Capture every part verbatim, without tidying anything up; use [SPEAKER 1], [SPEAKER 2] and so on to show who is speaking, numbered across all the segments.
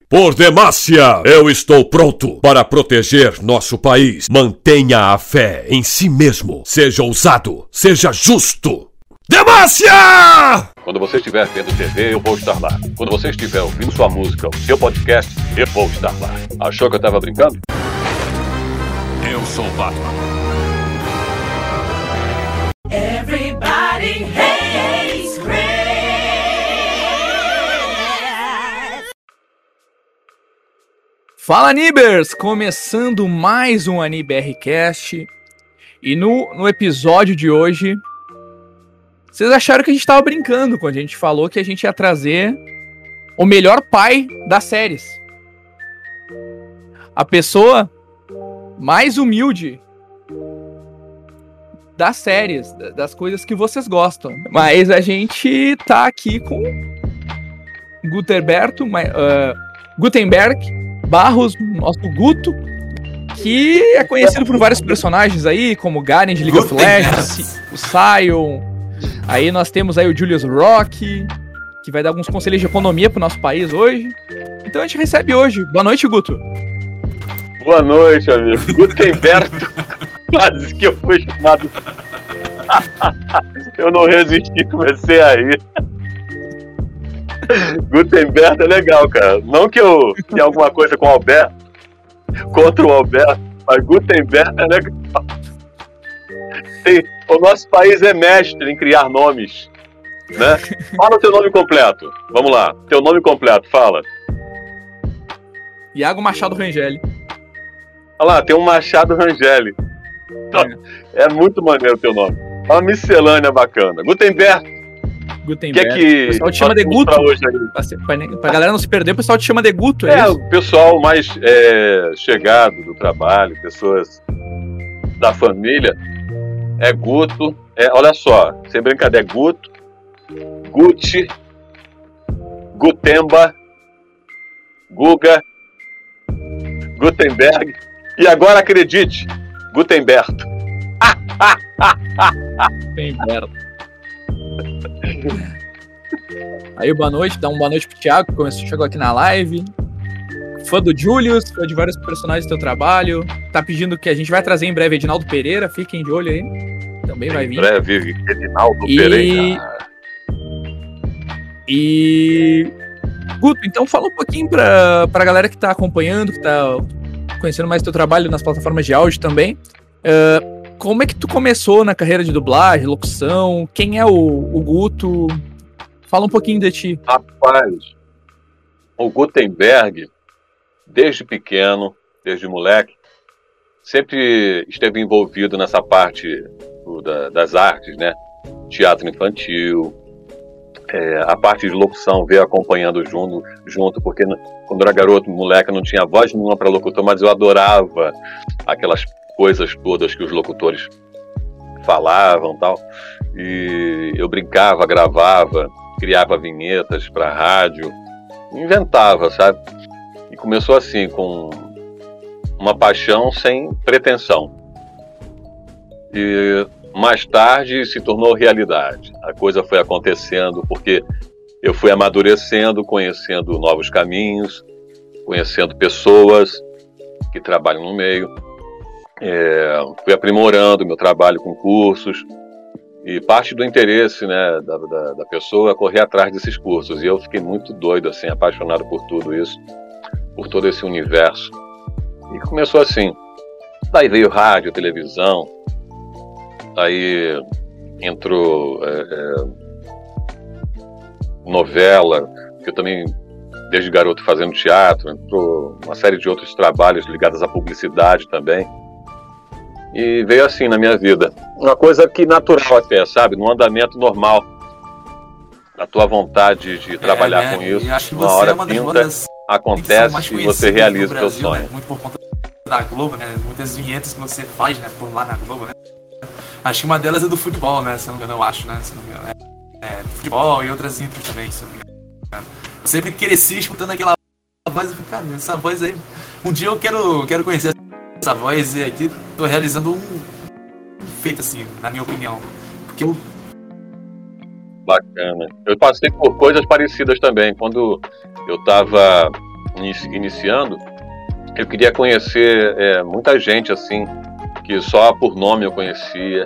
[SPEAKER 1] Por Demacia, eu estou pronto para proteger nosso país. Mantenha a fé em si mesmo. Seja ousado, seja justo. Demacia!
[SPEAKER 2] Quando você estiver vendo T V, eu vou estar lá. Quando você estiver ouvindo sua música, o seu podcast, eu vou estar lá. Achou que eu tava brincando?
[SPEAKER 1] Eu sou o Batman.
[SPEAKER 3] Everybody hates Chris.
[SPEAKER 4] Fala, Anibers! Começando mais um AniBRcast. E no, no episódio de hoje, vocês acharam que a gente tava brincando quando a gente falou que a gente ia trazer o melhor pai das séries. A pessoa mais humilde das séries, das coisas que vocês gostam. Mas a gente tá aqui com Guterberto, uh, Gutenberg Barros, nosso Guto, que é conhecido por vários personagens aí, como Garen de League of Legends, o Sion. Aí nós temos aí o Julius Rock, que vai dar alguns conselhos de economia pro nosso país hoje. Então a gente recebe hoje. Boa noite, Guto.
[SPEAKER 2] Boa noite, amigo. Gutenberto. Quase que eu fui chamado. Eu não resisti, comecei a rir. Gutenberto é legal, cara. Não que eu tenha alguma coisa com o Alberto, contra o Alberto, mas Gutenberto é legal. Tem, o nosso país é mestre em criar nomes, né? Fala o teu nome completo. Vamos lá, teu nome completo, fala.
[SPEAKER 4] Iago Machado Rangel.
[SPEAKER 2] Olha lá, tem um Machado Rangel. É. É muito maneiro o teu nome. É uma miscelânea bacana. Gutenberto.
[SPEAKER 4] Gutenberg.
[SPEAKER 2] Que é que
[SPEAKER 4] o pessoal te chama de Guto.
[SPEAKER 2] Hoje
[SPEAKER 4] pra, pra, pra galera não se perder, o pessoal te chama de Guto, é,
[SPEAKER 2] é
[SPEAKER 4] isso?
[SPEAKER 2] O pessoal mais é, chegado do trabalho, pessoas da família, é Guto. É, olha só, sem brincadeira, é Guto, Guti, Gutemba, Guga, Gutenberg e agora acredite, Gutenberto.
[SPEAKER 4] Gutenberto. Aí, boa noite, dá uma boa noite pro Thiago, que começou, chegou aqui na live. Fã do Julius, fã de vários personagens do teu trabalho. Tá pedindo que a gente vai trazer em breve Edinaldo Pereira, fiquem de olho aí. Também vai vir.
[SPEAKER 2] Em breve, Edinaldo
[SPEAKER 4] e...
[SPEAKER 2] Pereira.
[SPEAKER 4] E... Guto, então fala um pouquinho pra, pra galera que tá acompanhando, que tá conhecendo mais teu trabalho nas plataformas de áudio também. Uh, como é que tu começou na carreira de dublagem, locução? Quem é o, o Guto? Fala um pouquinho de ti.
[SPEAKER 2] Rapaz, o Gutenberg, desde pequeno, desde moleque, sempre esteve envolvido nessa parte do, da, das artes, né? Teatro infantil, é, a parte de locução veio acompanhando junto, junto porque quando eu era garoto, moleque, não tinha voz nenhuma para locutor, mas eu adorava aquelas coisas todas que os locutores falavam e tal. E eu brincava, gravava, criava vinhetas para rádio, inventava, sabe? E começou assim, com uma paixão sem pretensão. E mais tarde se tornou realidade. A coisa foi acontecendo porque eu fui amadurecendo, conhecendo novos caminhos, conhecendo pessoas que trabalham no meio. É, fui aprimorando meu trabalho com cursos. E parte do interesse, né, da, da, da pessoa é correr atrás desses cursos. E eu fiquei muito doido, assim, apaixonado por tudo isso, por todo esse universo. E começou assim. Daí veio rádio, televisão. Aí entrou é, é, novela, que eu também, desde garoto, fazendo teatro. Entrou uma série de outros trabalhos ligados à publicidade também. E veio assim na minha vida. Uma coisa que natural até, sabe? Num andamento normal. A tua vontade de trabalhar é, né? com isso, acho que uma hora é pinta, acontece e você realiza o teu sonho.
[SPEAKER 5] Né? Muito por conta da Globo, né? Muitas vinhetas que você faz, né? Por lá na Globo, né? Acho que uma delas é do futebol, né? Se não me engano, eu acho, né? Se não me engano, né? É, futebol e outras intros também, se não me engano. Eu sempre cresci escutando aquela voz. Cara, essa voz aí... Um dia eu quero, quero conhecer essa voz e aqui tô realizando um feito assim, na minha opinião. Porque eu...
[SPEAKER 2] Bacana. Eu passei por coisas parecidas também. Quando eu tava iniciando, eu queria conhecer é, muita gente assim, que só por nome eu conhecia,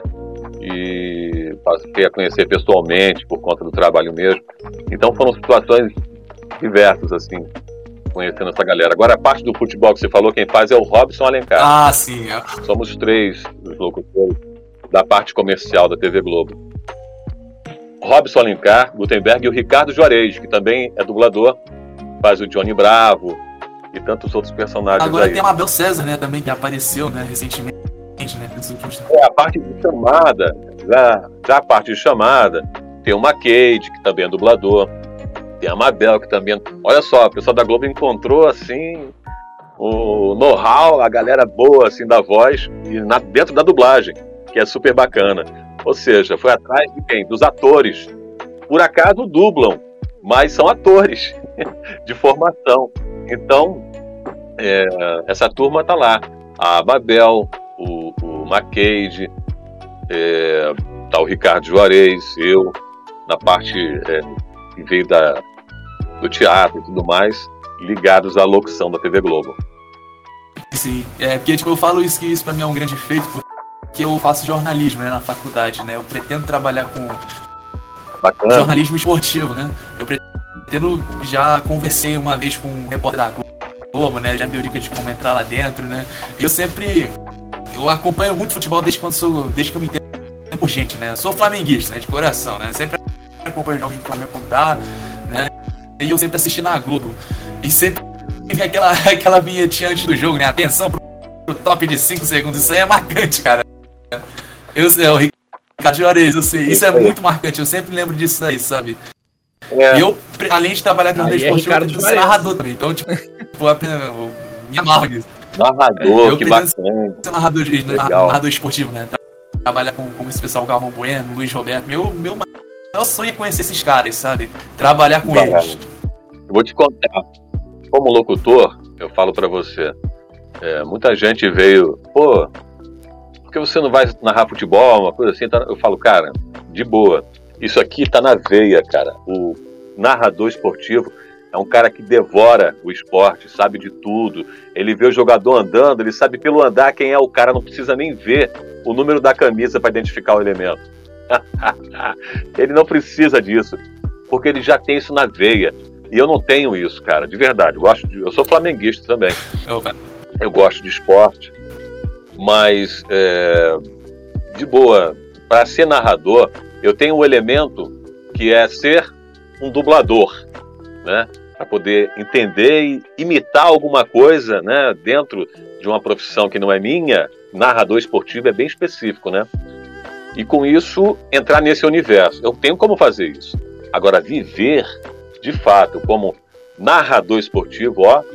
[SPEAKER 2] e passei a conhecer pessoalmente por conta do trabalho mesmo. Então foram situações diversas, assim, conhecendo essa galera. Agora, a parte do futebol que você falou, quem faz é o Robson Alencar.
[SPEAKER 5] Ah, sim. É.
[SPEAKER 2] Somos três os locutores da parte comercial da T V Globo. Robson Alencar, Gutenberg e o Ricardo Juarez, que também é dublador, faz o Johnny Bravo e tantos outros personagens.
[SPEAKER 5] Agora
[SPEAKER 2] aí.
[SPEAKER 5] Tem a Mabel César, né, também, que apareceu, né, recentemente, né, nos últimos tempos.
[SPEAKER 2] É, a parte de chamada, já, já a parte de chamada, tem o Macade, que também é dublador, tem a Mabel, que também... Olha só, a pessoa da Globo encontrou, assim, o know-how, a galera boa, assim, da voz, e na, dentro da dublagem, que é super bacana. Ou seja, foi atrás de quem? Dos atores. Por acaso dublam, mas são atores de formação. Então, é, essa turma tá lá. A Mabel, o, o Macade, é, tá o Ricardo Juarez, eu, na parte é, que veio da, do teatro e tudo mais, ligados à locução da T V Globo.
[SPEAKER 5] Sim, é porque tipo, eu falo isso, que isso pra mim é um grande feito, porque eu faço jornalismo, né, na faculdade, né, eu pretendo trabalhar com
[SPEAKER 2] Bacana.
[SPEAKER 5] jornalismo esportivo, né, eu pretendo, já conversei uma vez com um repórter da Globo, né, já me deu dica de como entrar lá dentro, né, eu sempre, eu acompanho muito futebol desde quando sou, desde que eu me entendo por gente, né, eu sou flamenguista, né, de coração, né, sempre acompanho jogos do Flamengo como dá, né, e eu sempre assisti na Globo, e sempre tem aquela, aquela vinhetinha antes do jogo, né, atenção pro, pro top de cinco segundos, isso aí é marcante, cara. Eu sei, o Ricardo Juarez, eu sei, isso é muito marcante, eu sempre lembro disso aí, sabe? É. E eu, além de trabalhar com o esportivo, eu sou narrador também, então, tipo, eu me amarro nisso.
[SPEAKER 2] Narrador,
[SPEAKER 5] eu
[SPEAKER 2] que bacana.
[SPEAKER 5] Ser narrador, narrador esportivo, né? Trabalhar com, com esse pessoal, Galvão Bueno, Luiz Roberto, meu, meu maior sonho é conhecer esses caras, sabe? Trabalhar com
[SPEAKER 2] Bacana.
[SPEAKER 5] eles.
[SPEAKER 2] Eu vou te contar, como locutor, eu falo pra você, é, muita gente veio, pô, por que você não vai narrar futebol, uma coisa assim? Eu falo, cara, de boa, isso aqui tá na veia, cara. O narrador esportivo é um cara que devora o esporte, sabe de tudo. Ele vê o jogador andando, ele sabe pelo andar quem é o cara, não precisa nem ver o número da camisa para identificar o elemento. Ele não precisa disso, porque ele já tem isso na veia. E eu não tenho isso, cara, de verdade. Eu, gosto de, eu sou flamenguista também. Eu gosto de esporte, mas é, de boa, para ser narrador, eu tenho um elemento que é ser um dublador, né? Para poder entender e imitar alguma coisa, né? Dentro de uma profissão que não é minha, narrador esportivo é bem específico, né? E com isso, entrar nesse universo. Eu tenho como fazer isso. Agora, viver, de fato, como narrador esportivo, ó,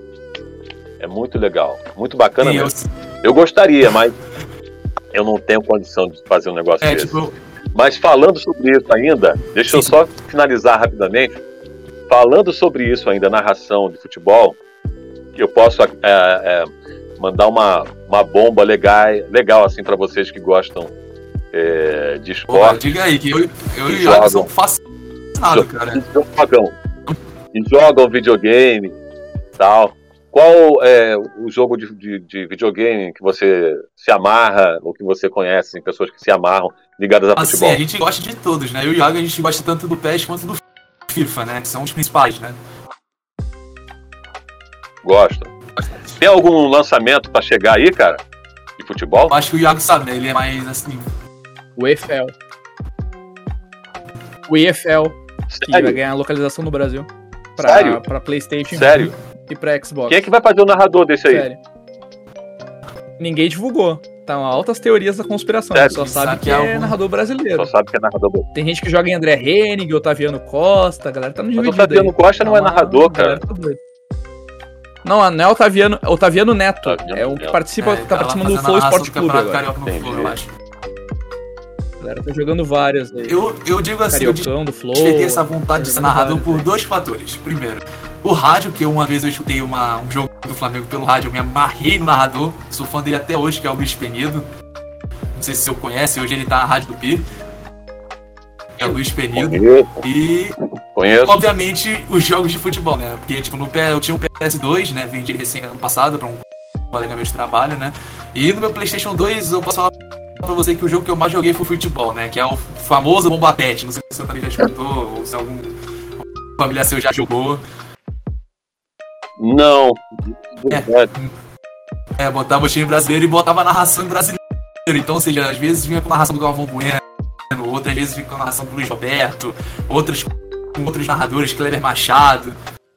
[SPEAKER 2] é muito legal, muito bacana
[SPEAKER 5] Sim,
[SPEAKER 2] mesmo.
[SPEAKER 5] Eu...
[SPEAKER 2] eu gostaria, mas eu não tenho condição de fazer um negócio
[SPEAKER 5] é,
[SPEAKER 2] desse.
[SPEAKER 5] Tipo...
[SPEAKER 2] Mas falando sobre isso ainda, deixa sim, eu só finalizar rapidamente. Falando sobre isso ainda, narração de futebol, que eu posso é, é, mandar uma, uma bomba legal, legal assim para vocês que gostam é, de esporte.
[SPEAKER 5] Pô, diga aí, que eu, eu e o Iago são fascinados, cara.
[SPEAKER 2] E jogam, e jogam videogame e tal. Qual é o jogo de, de, de videogame que você se amarra, ou que você conhece, assim, pessoas que se amarram ligadas a
[SPEAKER 5] assim,
[SPEAKER 2] futebol?
[SPEAKER 5] A gente gosta de todos, né? Eu e o Iago, a gente gosta tanto do P E S quanto do FIFA, né? Que são os principais, né?
[SPEAKER 2] Gosto. Tem algum lançamento pra chegar aí, cara? De futebol?
[SPEAKER 5] Eu acho que o Iago sabe, né? Ele é mais assim...
[SPEAKER 4] O E F L. O E F L.
[SPEAKER 2] Sério?
[SPEAKER 4] Que vai ganhar localização no Brasil. Pra,
[SPEAKER 2] Sério?
[SPEAKER 4] pra PlayStation.
[SPEAKER 2] Sério?
[SPEAKER 4] E pra Xbox.
[SPEAKER 2] Quem é que vai fazer o narrador desse aí?
[SPEAKER 4] Sério. Ninguém divulgou. Tá altas teorias da conspiração.
[SPEAKER 2] Sério?
[SPEAKER 4] Só sabe que
[SPEAKER 5] que
[SPEAKER 4] é
[SPEAKER 5] algum...
[SPEAKER 4] narrador brasileiro.
[SPEAKER 2] Só sabe que é narrador bom.
[SPEAKER 4] Tem gente que joga em André Henning, Otaviano Costa. A galera tá no
[SPEAKER 2] Mas
[SPEAKER 4] dividido
[SPEAKER 2] o Otaviano
[SPEAKER 4] aí.
[SPEAKER 2] Costa não
[SPEAKER 4] Tá
[SPEAKER 2] é
[SPEAKER 4] uma-
[SPEAKER 2] narrador,
[SPEAKER 4] a galera
[SPEAKER 2] cara.
[SPEAKER 4] tá doida. Não, não é Otaviano, Otaviano Neto.
[SPEAKER 2] Otaviano
[SPEAKER 4] é um que
[SPEAKER 2] Neto.
[SPEAKER 4] participa,
[SPEAKER 5] É,
[SPEAKER 4] tá
[SPEAKER 5] lá
[SPEAKER 4] participando do
[SPEAKER 5] fazendo
[SPEAKER 4] Flow
[SPEAKER 5] a narração
[SPEAKER 4] Sport
[SPEAKER 5] do
[SPEAKER 4] Clube
[SPEAKER 5] Campeonato
[SPEAKER 4] agora.
[SPEAKER 5] Carioca no
[SPEAKER 2] Entendi.
[SPEAKER 5] Flow, eu acho.
[SPEAKER 4] A galera tá jogando várias aí.
[SPEAKER 5] Eu, eu digo assim, eu
[SPEAKER 4] Cariocão do Flow.
[SPEAKER 5] despertei essa vontade de ser
[SPEAKER 4] jogando
[SPEAKER 5] narrador
[SPEAKER 4] várias
[SPEAKER 5] por
[SPEAKER 4] aí.
[SPEAKER 5] dois fatores. Primeiro, o rádio, que uma vez eu escutei uma, um jogo do Flamengo pelo rádio, eu me amarrei no narrador, sou fã dele até hoje, que é o Luiz Penido. Não sei se você o conhece, hoje ele tá na Rádio do Pi. É o Luiz Penido. E
[SPEAKER 2] Conheço.
[SPEAKER 5] Obviamente, os jogos de futebol, né? Porque, tipo, no P, eu tinha um P S dois, né? Vendi recém ano passado pra um colega meu de trabalho, né? E no meu PlayStation dois, eu posso falar pra você que o jogo que eu mais joguei foi futebol, né? Que é o famoso Bomba Pet. Não sei se você também já escutou, ou se algum familiar seu já jogou.
[SPEAKER 2] Não.
[SPEAKER 5] É, é, botava o time brasileiro e botava a narração em brasileiro. Então, ou seja, às vezes vinha com a narração do Galvão Bueno, outras vezes vinha com a narração do Luiz Roberto, outras com outros narradores, Kleber Machado,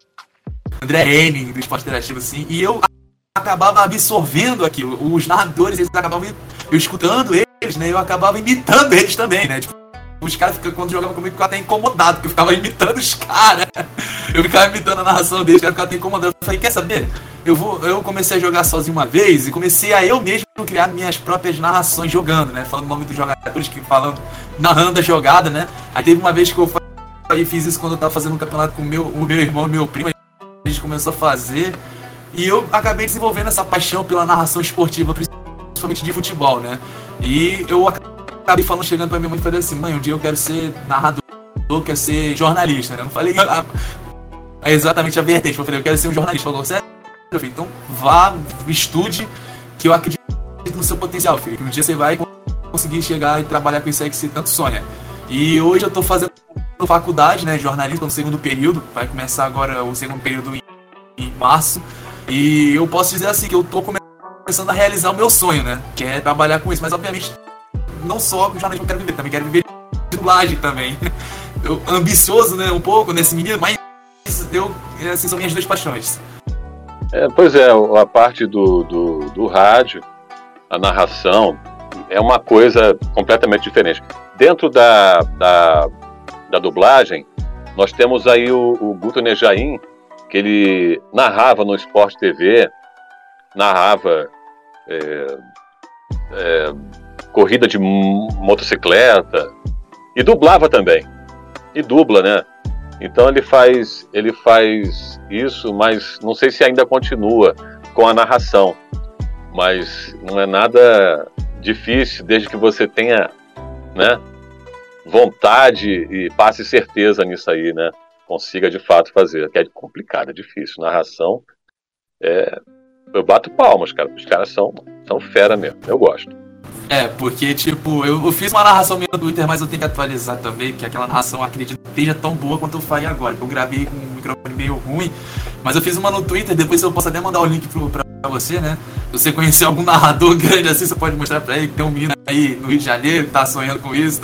[SPEAKER 5] André Henning, do Esporte Interativo, assim, e eu acabava absorvendo aquilo. Os narradores, eles acabavam eu escutando eles, né? Eu acabava imitando eles também, né? Tipo, os caras, quando jogavam comigo, ficavam até incomodados, porque eu ficava imitando os caras. Eu ficava imitando a narração deles, os caras ficavam até incomodados. Eu falei, quer saber? Eu, vou, eu comecei a jogar sozinho uma vez e comecei a eu mesmo criar minhas próprias narrações jogando, né? Falando o nome dos jogadores, que falando, narrando a jogada, né? Aí teve uma vez que eu Aí fiz isso quando eu tava fazendo um campeonato com o meu, o meu irmão e meu primo. A gente começou a fazer. E eu acabei desenvolvendo essa paixão pela narração esportiva, principalmente de futebol, né? E eu acabei falando, chegando pra minha mãe e falei assim, mãe, um dia eu quero ser narrador, eu quero ser jornalista, né? Eu não falei ah, é exatamente a vertente. Eu falei, eu quero ser um jornalista. Falou, sério? Eu falei, então vá, estude, que eu acredito no seu potencial, filho. Que um dia você vai conseguir chegar e trabalhar com isso aí que você tanto sonha. E hoje eu tô fazendo faculdade, né, jornalismo no segundo período, vai começar agora o segundo período em, em março, e eu posso dizer assim, que eu tô começando a realizar o meu sonho, né, que é trabalhar com isso, mas obviamente não só com jornalismo eu quero viver, também quero viver de dublagem também. Eu, ambicioso, né, um pouco nesse menino, mas eu, assim, são minhas duas paixões.
[SPEAKER 2] É, pois é, a parte do, do, do rádio, a narração, é uma coisa completamente diferente. Dentro da, da, da dublagem, nós temos aí o, o Guto Nejaim, que ele narrava no Sport T V, narrava é, é, corrida de motocicleta, e dublava também. E dubla, né? Então ele faz, ele faz isso, mas não sei se ainda continua com a narração. Mas não é nada difícil, desde que você tenha, né, vontade e passe certeza nisso aí, né? Consiga de fato fazer, que é complicado, é difícil. Narração, é... eu bato palmas, cara. Os caras são, são fera mesmo, eu gosto.
[SPEAKER 5] É, porque, tipo, eu, eu fiz uma narração minha no Twitter, mas eu tenho que atualizar também, que aquela narração, acredito, esteja tão boa quanto eu falei agora. Eu gravei com um microfone meio ruim, mas eu fiz uma no Twitter, depois eu posso até mandar o link pro, pra você, né? Se você conhecer algum narrador grande assim, você pode mostrar pra ele, que tem um menino aí no Rio de Janeiro que tá sonhando com isso.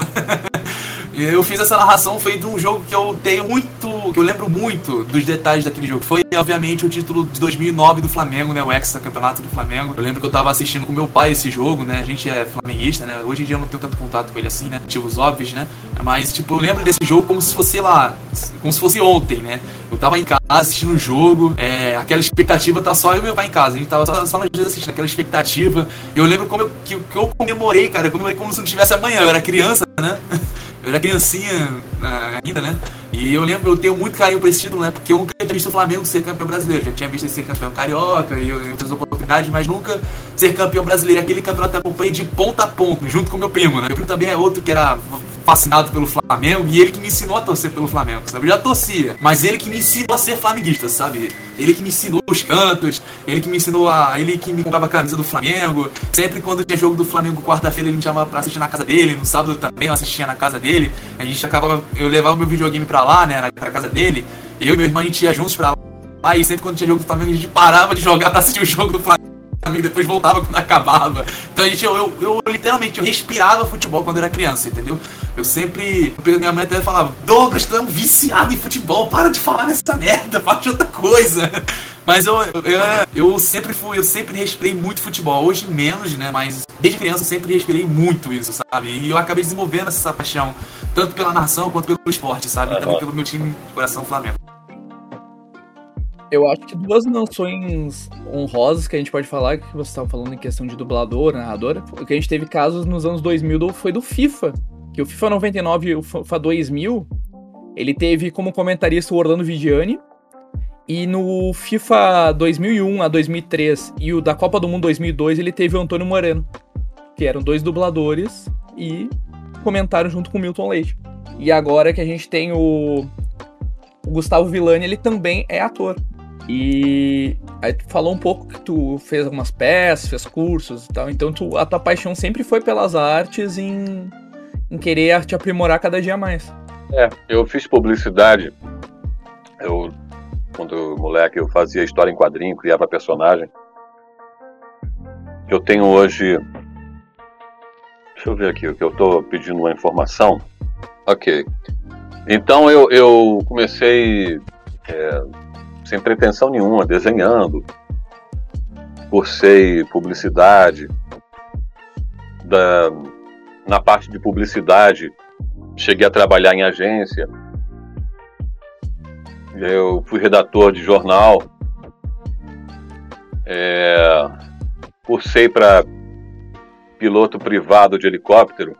[SPEAKER 5] Eu fiz essa narração, foi de um jogo que eu tenho muito, que eu lembro muito dos detalhes daquele jogo. Foi, obviamente, o título de dois mil e nove do Flamengo, né? O Hexa-Campeonato do Flamengo. Eu lembro que eu tava assistindo com meu pai esse jogo, né? A gente é flamenguista, né? Hoje em dia eu não tenho tanto contato com ele assim, né? Motivos óbvios, né? Mas, tipo, eu lembro desse jogo como se fosse lá, como se fosse ontem, né? Eu tava em casa assistindo o jogo, é, aquela expectativa, tá só eu e meu pai em casa. A gente tava só, só nós dois assistindo, aquela expectativa. Eu lembro como eu, que, que eu comemorei, cara. Eu comemorei como se não tivesse amanhã. Eu era criança, né? Eu era criancinha ainda, né? E eu lembro, eu tenho muito carinho por esse título, né? Porque eu nunca tinha visto o Flamengo ser campeão brasileiro. Já tinha visto ele ser campeão carioca e outras oportunidades, mas nunca ser campeão brasileiro. Aquele campeonato que eu acompanhei de ponta a ponta, junto com meu primo, né? Meu primo também é outro que era fascinado pelo Flamengo e ele que me ensinou a torcer pelo Flamengo, sabe? Eu já torcia, mas ele que me ensinou a ser flamenguista, sabe? Ele que me ensinou os cantos, ele que me ensinou a... ele que me comprava a camisa do Flamengo. Sempre quando tinha jogo do Flamengo quarta-feira, ele me chamava pra assistir na casa dele, no sábado também eu assistia na casa dele. A gente acabava, eu levava o meu videogame pra lá, né, pra casa dele, eu e meu irmão a gente ia juntos pra lá, e sempre quando tinha jogo do Flamengo a gente parava de jogar pra assistir o jogo do Flamengo. Depois voltava quando acabava. Então a gente, eu, eu, eu literalmente eu respirava futebol quando eu era criança, entendeu? Eu sempre, eu, minha mãe até falava, Douglas, tu é um viciado em futebol, para de falar nessa merda, fala de outra coisa. Mas eu, eu, eu sempre fui, eu sempre respirei muito futebol, hoje menos, né? Mas desde criança eu sempre respirei muito isso, sabe? E eu acabei desenvolvendo essa paixão, tanto pela narração quanto pelo esporte, sabe? E também pelo meu time de coração Flamengo.
[SPEAKER 4] Eu acho que duas menções honrosas que a gente pode falar, que você estava falando em questão de dublador, narradora, o que a gente teve casos nos anos dois mil do, foi do FIFA, que o FIFA noventa e nove e o FIFA dois mil, ele teve como comentarista o Orlando Vigiani, e no FIFA dois mil e um a dois mil e três e o da Copa do Mundo dois mil e dois, ele teve o Antônio Moreno, que eram dois dubladores e comentaram junto com o Milton Leite. E agora que a gente tem o... o Gustavo Villani, ele também é ator. E aí tu falou um pouco que tu fez algumas peças, fez cursos e tal, então tu, a tua paixão sempre foi pelas artes, em, em querer te aprimorar cada dia mais.
[SPEAKER 2] É, eu fiz publicidade, eu, quando eu, moleque, eu fazia história em quadrinho, criava personagem. Eu tenho hoje, deixa eu ver aqui, o que eu tô pedindo uma informação. Ok, então eu, eu comecei... É, sem pretensão nenhuma, desenhando, cursei publicidade, da, na parte de publicidade, cheguei a trabalhar em agência, eu fui redator de jornal, é, cursei para piloto privado de helicóptero,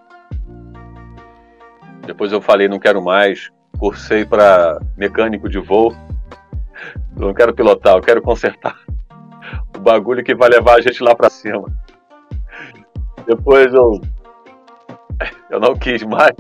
[SPEAKER 2] depois eu falei não quero mais, cursei para mecânico de voo. Eu não quero pilotar, eu quero consertar o bagulho que vai levar a gente lá pra cima. Depois eu eu não quis mais.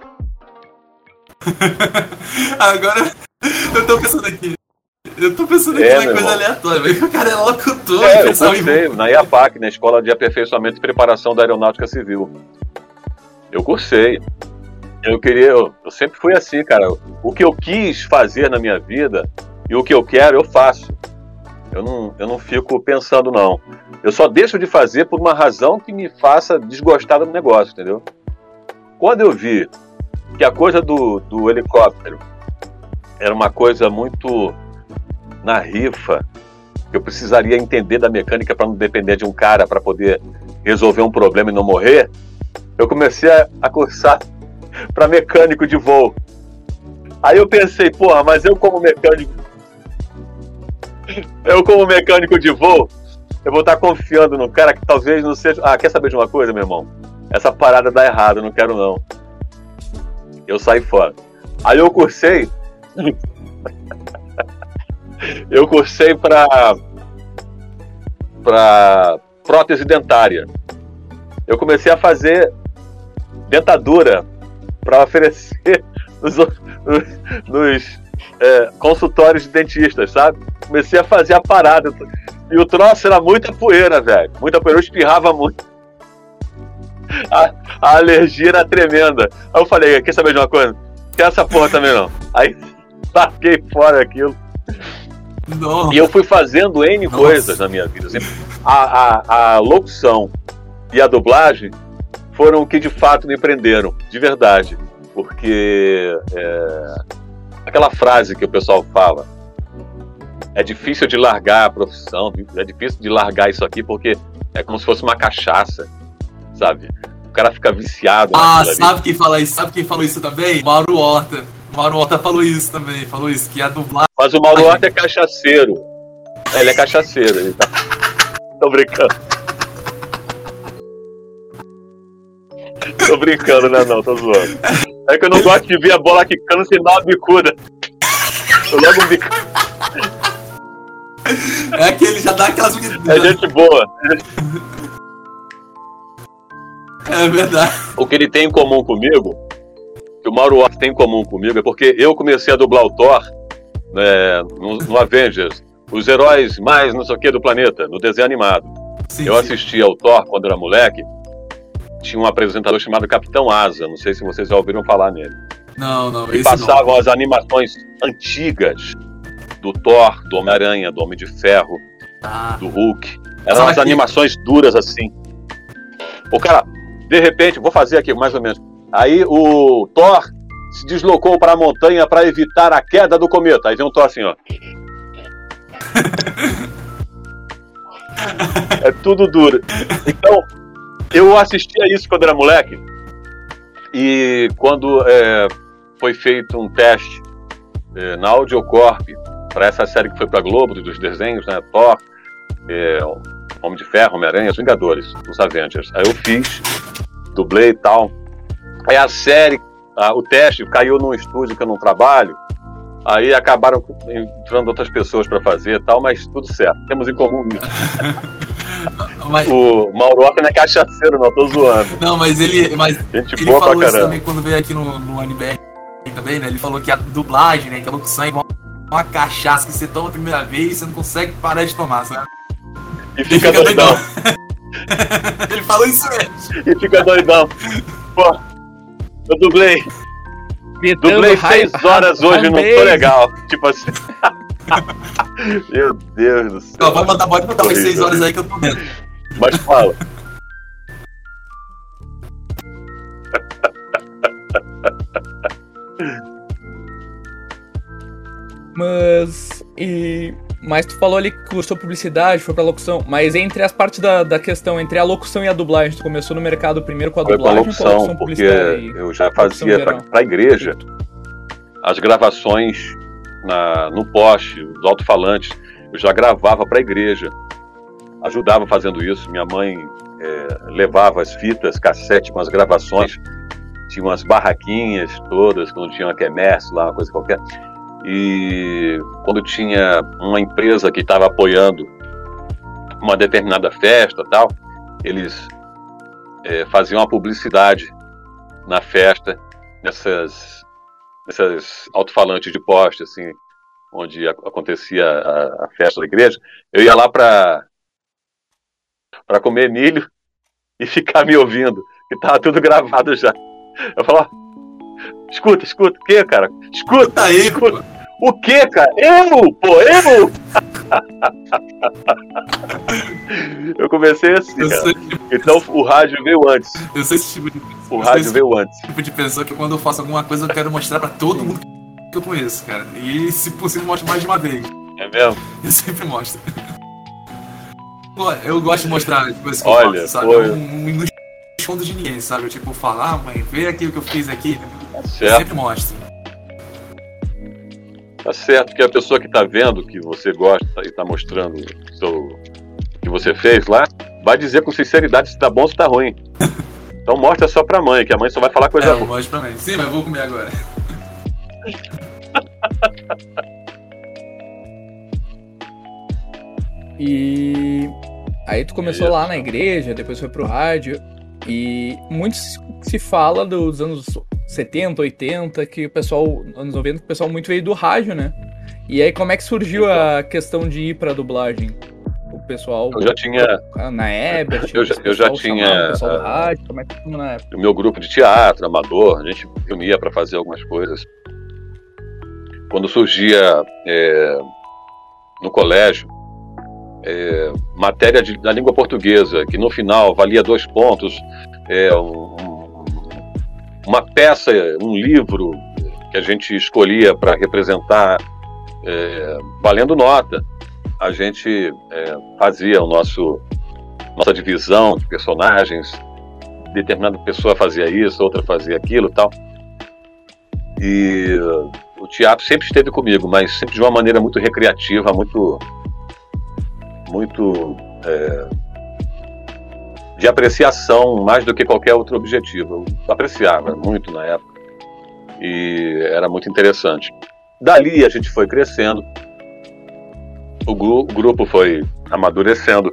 [SPEAKER 5] Agora eu tô pensando aqui. Eu tô pensando aqui
[SPEAKER 2] É,
[SPEAKER 5] uma
[SPEAKER 2] meu
[SPEAKER 5] coisa
[SPEAKER 2] irmão.
[SPEAKER 5] aleatória, mas o cara é locutor.
[SPEAKER 2] É, eu
[SPEAKER 5] pessoal,
[SPEAKER 2] cursei na I A P A C, na Escola de Aperfeiçoamento e Preparação da Aeronáutica Civil. Eu cursei. Eu queria, eu, eu sempre fui assim, cara. O que eu quis fazer na minha vida e o que eu quero, eu faço. Eu não, eu não fico pensando, não. Eu só deixo de fazer por uma razão que me faça desgostar do negócio, entendeu? Quando eu vi que a coisa do, do helicóptero era uma coisa muito na rifa, que eu precisaria entender da mecânica para não depender de um cara para poder resolver um problema e não morrer, eu comecei a, a cursar para mecânico de voo. Aí eu pensei, porra, mas eu como mecânico eu como mecânico de voo, eu vou estar confiando num cara que talvez não seja... Ah, quer saber de uma coisa, meu irmão? Essa parada dá errado, eu não quero não. Eu saí fora. Aí eu cursei... eu cursei para para prótese dentária. Eu comecei a fazer dentadura para oferecer nos, nos é, consultórios de dentistas, sabe? Comecei a fazer a parada. E o troço era muita poeira, velho. Muita poeira. Eu espirrava muito. A, a alergia era tremenda. Aí eu falei, quer saber de uma coisa? Quer essa porra também não. Aí larguei fora aquilo.
[SPEAKER 5] Nossa.
[SPEAKER 2] E eu fui fazendo N
[SPEAKER 5] Nossa.
[SPEAKER 2] coisas na minha vida. A, a, a locução e a dublagem foram o que de fato me prenderam, de verdade. Porque é, aquela frase que o pessoal fala, é difícil de largar a profissão, é difícil de largar isso aqui porque é como se fosse uma cachaça, sabe? O cara fica viciado.
[SPEAKER 5] Ah,
[SPEAKER 2] naquilo
[SPEAKER 5] sabe
[SPEAKER 2] ali.
[SPEAKER 5] quem fala isso? Sabe quem falou isso também? Mauro Horta. Mauro Horta falou isso também, falou isso, que a dublagem...
[SPEAKER 2] Mas o Mauro Horta é cachaceiro. É, ele é cachaceiro. Ele tá... Tô brincando. Tô brincando, né? Não, tô zoando. É que eu não gosto de ver a bola quicando sem dar uma bicuda. Eu logo bico.
[SPEAKER 5] É que ele já dá aquelas...
[SPEAKER 2] É gente boa.
[SPEAKER 5] É verdade.
[SPEAKER 2] O que ele tem em comum comigo, que o Mauro Horta tem em comum comigo, é porque eu comecei a dublar o Thor né, no, no Avengers, os heróis mais não sei o que do planeta, no desenho animado.
[SPEAKER 5] Sim,
[SPEAKER 2] Eu
[SPEAKER 5] sim.
[SPEAKER 2] assistia ao Thor quando era moleque, tinha um apresentador chamado Capitão Asa, não sei se vocês já ouviram falar nele.
[SPEAKER 5] Não, não,
[SPEAKER 2] E
[SPEAKER 5] esse
[SPEAKER 2] passavam as animações antigas do Thor, do Homem-Aranha, do Homem de Ferro,
[SPEAKER 5] não. Ah,
[SPEAKER 2] do Hulk. Eram
[SPEAKER 5] Só
[SPEAKER 2] as
[SPEAKER 5] que-
[SPEAKER 2] animações duras assim. O cara, de repente, vou fazer aqui mais ou menos. Aí o Thor se deslocou para a montanha para evitar a queda do cometa. Aí vem um Thor assim, ó. É tudo duro. Então, eu assistia isso quando era moleque. E quando é, foi feito um teste é, na Audiocorp para essa série que foi para Globo, dos desenhos, né? Thor, é, Homem de Ferro, Homem-Aranha, os Vingadores, os Avengers. Aí eu fiz, dublei e tal. Aí a série, a, o teste caiu num estúdio que eu não trabalho. Aí acabaram entrando outras pessoas para fazer e tal, mas tudo certo. Temos em comum isso.
[SPEAKER 5] mas,
[SPEAKER 2] O Mauro Horta não é cachaceiro, não, tô zoando.
[SPEAKER 5] não, mas ele, mas
[SPEAKER 2] Gente
[SPEAKER 5] ele
[SPEAKER 2] boa pra
[SPEAKER 5] falou isso
[SPEAKER 2] caramba.
[SPEAKER 5] também quando veio aqui no, no Anibert. também, né? Ele falou que a dublagem, né? Que a locução é igual uma cachaça que você toma a primeira vez e você não consegue parar de tomar, sabe?
[SPEAKER 2] E fica, fica doidão.
[SPEAKER 5] Ele falou isso mesmo.
[SPEAKER 2] E fica doidão. Pô, eu dublei.
[SPEAKER 4] Gritando
[SPEAKER 2] dublei
[SPEAKER 4] high,
[SPEAKER 2] seis horas
[SPEAKER 4] high,
[SPEAKER 2] hoje,
[SPEAKER 4] high
[SPEAKER 2] não
[SPEAKER 4] base.
[SPEAKER 2] tô legal. Tipo assim. Meu Deus do céu.
[SPEAKER 5] Não, pode botar, pode botar umas seis horas aí que eu tô vendo.
[SPEAKER 2] Mas fala.
[SPEAKER 4] Mas. E. Mas tu falou ali que cursou publicidade, foi pra locução. Mas entre as partes da, da questão, entre a locução e a dublagem, tu começou no mercado primeiro com a
[SPEAKER 2] Foi
[SPEAKER 4] dublagem
[SPEAKER 2] com a locução,
[SPEAKER 4] ou com a
[SPEAKER 2] porque
[SPEAKER 4] publicidade?
[SPEAKER 2] eu já fazia pra, pra igreja as gravações na, no poste, os alto-falantes. Eu já gravava pra igreja. Ajudava fazendo isso. Minha mãe é, levava as fitas, cassete com as gravações. Tinha umas barraquinhas todas, quando tinha uma quermesse lá, uma coisa qualquer. E quando tinha uma empresa que estava apoiando uma determinada festa tal, eles é, faziam uma publicidade na festa, nessas, nessas alto-falantes de poste, assim, onde a, acontecia a, a festa da igreja. Eu ia lá para para comer milho e ficar me ouvindo, que estava tudo gravado já. Eu falava, escuta, escuta, o que, cara? Escuta aí, escuta. O que, cara? Eu, pô, eu! Eu comecei assim, cara. Então o rádio veio antes.
[SPEAKER 5] Eu sei esse tipo de
[SPEAKER 2] O rádio veio antes.
[SPEAKER 5] tipo de pessoa que quando eu faço alguma coisa eu quero mostrar pra todo mundo que eu conheço, cara. E se possível mostro mais de uma vez.
[SPEAKER 2] É mesmo?
[SPEAKER 5] Eu sempre mostro. Eu gosto de mostrar as coisas que
[SPEAKER 2] Olha,
[SPEAKER 5] eu faço, sabe?
[SPEAKER 2] foi...
[SPEAKER 5] Eu não, não escondo de ninguém, sabe? Eu tipo, falar, ah, mãe, vê aqui o que eu fiz aqui.
[SPEAKER 2] Certo.
[SPEAKER 5] Eu sempre mostro.
[SPEAKER 2] Tá certo que a pessoa que tá vendo que você gosta e tá mostrando o seu, que você fez lá, vai dizer com sinceridade se tá bom ou se tá ruim. Então mostra só pra mãe, que a mãe só vai falar coisa
[SPEAKER 5] É,
[SPEAKER 2] boa.
[SPEAKER 5] eu mostro pra mim. Sim, mas eu vou comer agora.
[SPEAKER 4] E aí tu começou
[SPEAKER 2] Isso.
[SPEAKER 4] lá na igreja, depois foi pro rádio. E muito se fala dos anos setenta, oitenta, que o pessoal, anos noventa, que o pessoal muito veio do rádio, né? E aí como é que surgiu a questão de ir pra dublagem? O pessoal...
[SPEAKER 2] Eu já tinha
[SPEAKER 4] Na Ebert,
[SPEAKER 2] Eu já-
[SPEAKER 4] o
[SPEAKER 2] eu já
[SPEAKER 4] pessoal
[SPEAKER 2] tinha,
[SPEAKER 4] chamava o pessoal do
[SPEAKER 2] ah,
[SPEAKER 4] rádio, como é que foi na época?
[SPEAKER 2] o meu grupo de teatro, amador, a gente reunia para fazer algumas coisas. Quando surgia é, no colégio é, matéria de, da língua portuguesa, que no final valia dois pontos, é, um, um, uma peça, um livro que a gente escolhia para representar é, valendo nota, a gente é, fazia o nosso nossa divisão de personagens, determinada pessoa fazia isso, outra fazia aquilo e tal. E o teatro sempre esteve comigo, mas sempre de uma maneira muito recreativa, muito, muito é, de apreciação, mais do que qualquer outro objetivo. Eu apreciava muito na época e era muito interessante. Dali a gente foi crescendo, o, gru- o grupo foi amadurecendo.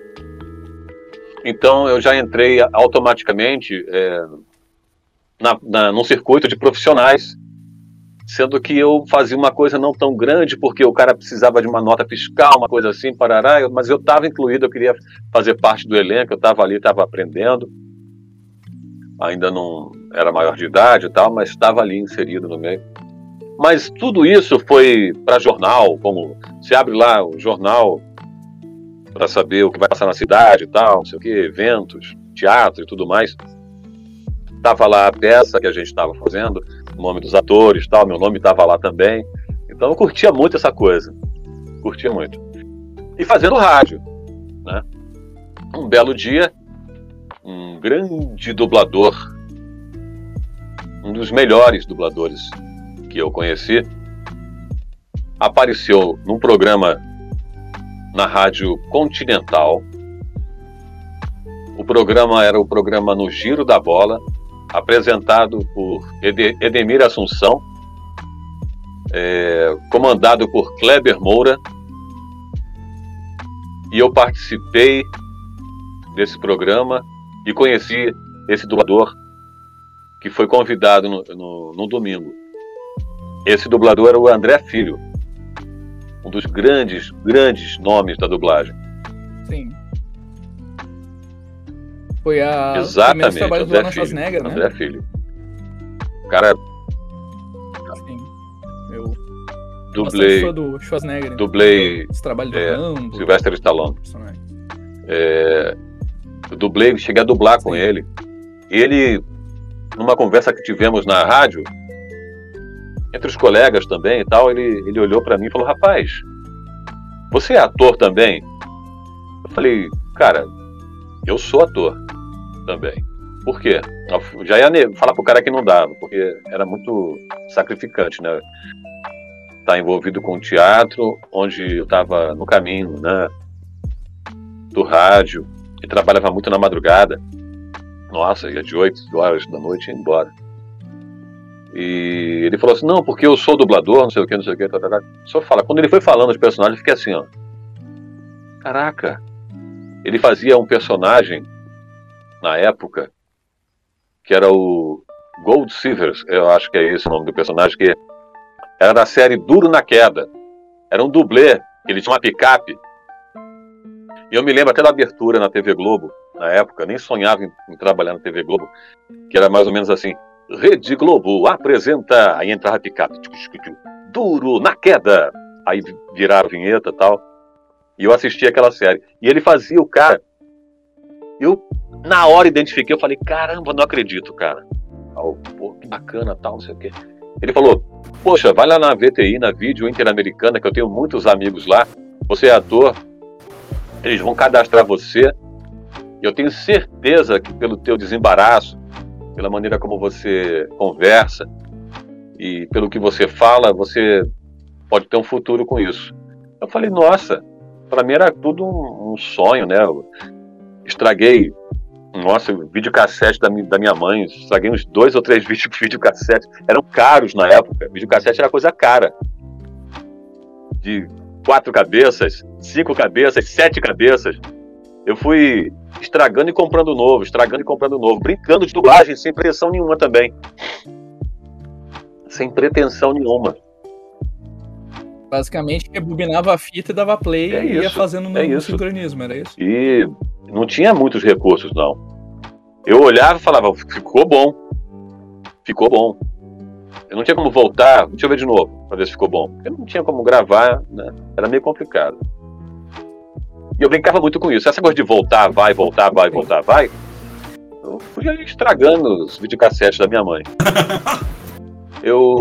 [SPEAKER 2] Então eu já entrei automaticamente é, na, na, num circuito de profissionais, sendo que eu fazia uma coisa não tão grande, porque o cara precisava de uma nota fiscal, uma coisa assim, parará, eu, mas eu estava incluído, eu queria fazer parte do elenco, eu estava ali, estava aprendendo, ainda não era maior de idade e tal, mas estava ali inserido no meio. Mas tudo isso foi para jornal, como se abre lá o jornal para saber o que vai passar na cidade e tal, não sei o que, eventos, teatro e tudo mais. Tava lá a peça que a gente estava fazendo, o nome dos atores e tal, meu nome estava lá também. Então eu curtia muito essa coisa, curtia muito. E fazendo rádio, né? Um belo dia, um grande dublador, um dos melhores dubladores que eu conheci, apareceu num programa na Rádio Continental. O programa era o programa No Giro da Bola, apresentado por Ede- Edemir Assunção, é, comandado por Kleber Moura, e eu participei desse programa e conheci esse dublador que foi convidado no, no, no domingo. esse dublador era o André Filho, um dos grandes, grandes nomes da dublagem.
[SPEAKER 4] Sim. Foi a
[SPEAKER 2] Exatamente,
[SPEAKER 4] trabalho
[SPEAKER 2] André
[SPEAKER 4] do Arnold
[SPEAKER 2] Filho,
[SPEAKER 4] Schwarzenegger, né?
[SPEAKER 2] André Filho. O cara,
[SPEAKER 4] Sim. Eu
[SPEAKER 2] dublei,
[SPEAKER 4] fã do Schwarzenegger. né?
[SPEAKER 2] dublei
[SPEAKER 4] Os trabalhos do
[SPEAKER 2] é,
[SPEAKER 4] Rambo.
[SPEAKER 2] Sylvester Stallone.
[SPEAKER 4] personagem.
[SPEAKER 2] É, eu dublei, cheguei a dublar com
[SPEAKER 4] Sim.
[SPEAKER 2] ele. Ele, numa conversa que tivemos na rádio, entre os colegas também e tal, ele, ele olhou pra mim e falou: rapaz, você é ator também? Eu falei: cara, eu sou ator também. Por quê? Eu já ia ne- falar pro cara que não dava, porque era muito sacrificante, né? Estar envolvido com teatro, onde eu estava no caminho, né? Do rádio, e trabalhava muito na madrugada. Nossa, ia de oito horas da noite e ia embora. E ele falou assim: não, porque eu sou dublador, não sei o que, não sei o que. Tá, tá, tá. Só fala. Quando ele foi falando os personagens, eu fiquei assim, ó. Caraca. Ele fazia um personagem na época que era o Gold Silvers, eu acho que é esse o nome do personagem, que era da série Duro na Queda. Era um dublê, ele tinha uma picape. E eu me lembro até da abertura na T V Globo, na época, nem sonhava em, em trabalhar na T V Globo, que era mais ou menos assim: Rede Globo apresenta, aí entrava a picape, Duro na Queda, aí virava a vinheta e tal, e eu assistia aquela série, e ele fazia o cara, eu na hora identifiquei, eu falei: caramba, não acredito, cara, oh, pô, que bacana, tal, não sei o que. Ele falou: poxa, vai lá na V T I, na Vídeo Interamericana, que eu tenho muitos amigos lá, você é ator, eles vão cadastrar você, e eu tenho certeza que pelo teu desembaraço, pela maneira como você conversa e pelo que você fala, você pode ter um futuro com isso. Eu falei: nossa, para mim era tudo um, um sonho, né? Eu estraguei, nossa, videocassete da, mi, da minha mãe, estraguei uns dois ou três vídeos videocassete, eram caros na época, videocassete era coisa cara, de quatro cabeças, cinco cabeças, sete cabeças. Eu fui estragando e comprando novo, estragando e comprando novo, brincando de dublagem sem pretensão nenhuma também. Sem pretensão nenhuma.
[SPEAKER 4] Basicamente, rebobinava a fita e dava play
[SPEAKER 2] É
[SPEAKER 4] e ia
[SPEAKER 2] isso,
[SPEAKER 4] fazendo no,
[SPEAKER 2] é
[SPEAKER 4] no
[SPEAKER 2] isso.
[SPEAKER 4] sincronismo, era isso?
[SPEAKER 2] E não tinha muitos recursos, não. Eu olhava e falava: ficou bom. Ficou bom. Eu não tinha como voltar, deixa eu ver de novo, pra ver se ficou bom. Eu não tinha como gravar, né? Era meio complicado. E eu brincava muito com isso. Essa coisa de voltar, vai, voltar, vai, voltar, vai. Eu fui ali estragando os videocassetes da minha mãe. Eu...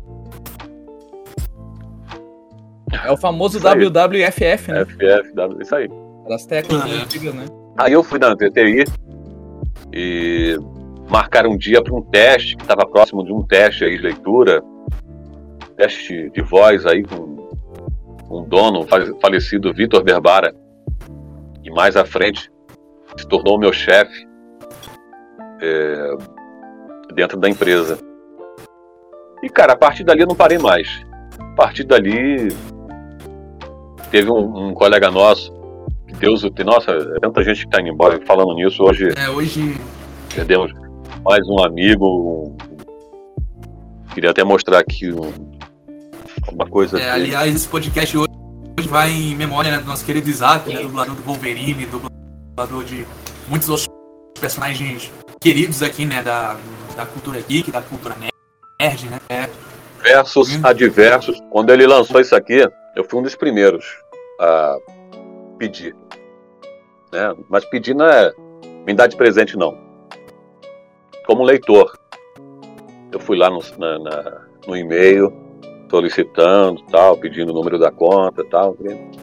[SPEAKER 4] É o famoso
[SPEAKER 2] Isso aí.
[SPEAKER 4] W W F F, né?
[SPEAKER 2] F F, W, isso aí.
[SPEAKER 4] Das teclas
[SPEAKER 5] É.
[SPEAKER 4] antigas, né?
[SPEAKER 2] Aí eu fui na V T I e marcaram um dia para um teste, que estava próximo de um teste aí de leitura, teste de voz aí com um dono, falecido Vitor Berbara, e mais à frente se tornou meu chefe é, dentro da empresa. E cara, a partir dali eu não parei mais. A partir dali teve um, um colega nosso, que Deus o tem, nossa, é tanta gente que está indo embora. Falando nisso, hoje
[SPEAKER 5] É, hoje.
[SPEAKER 2] perdemos mais um amigo. Queria até mostrar aqui um, uma coisa.
[SPEAKER 5] É,
[SPEAKER 2] dele.
[SPEAKER 5] aliás, esse podcast hoje vai em memória, né, do nosso querido Isaac, né, dublador do Wolverine, dublador de muitos outros personagens queridos aqui, né, da, da cultura geek, da cultura nerd, né. É,
[SPEAKER 2] Versus
[SPEAKER 5] Hum.
[SPEAKER 2] adversos. Quando ele lançou isso aqui, eu fui um dos primeiros a pedir. Né? Mas pedir não é me dar de presente, não. Como leitor. Eu fui lá no, na, na, no e-mail, solicitando, tal, pedindo o número da conta, tal.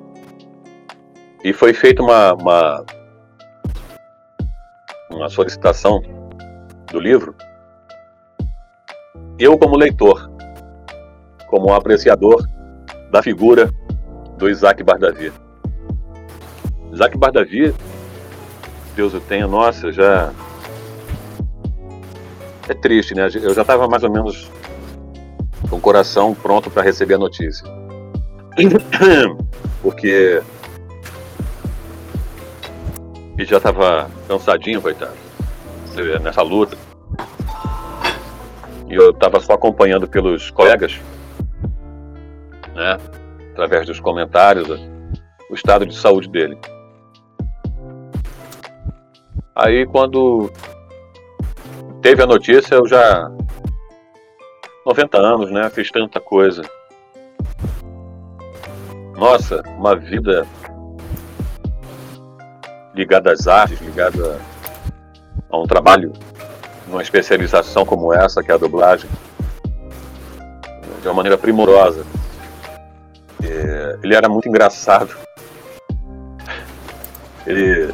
[SPEAKER 2] E foi feita uma, uma, uma solicitação do livro. Eu, como leitor, como apreciador da figura do Isaac Bardavi. Isaac Bardavi, Deus o tenha, nossa, já... É triste, né? Eu já estava mais ou menos com o coração pronto para receber a notícia. Porque ele já estava cansadinho, coitado, nessa luta. E eu estava só acompanhando pelos colegas né, através dos comentários, o estado de saúde dele. Aí, quando teve a notícia, eu já... noventa anos, né? Fiz tanta coisa. Nossa, uma vida ligada às artes, ligada a um trabalho, uma especialização como essa, que é a dublagem, de uma maneira primorosa. É, ele era muito engraçado. Ele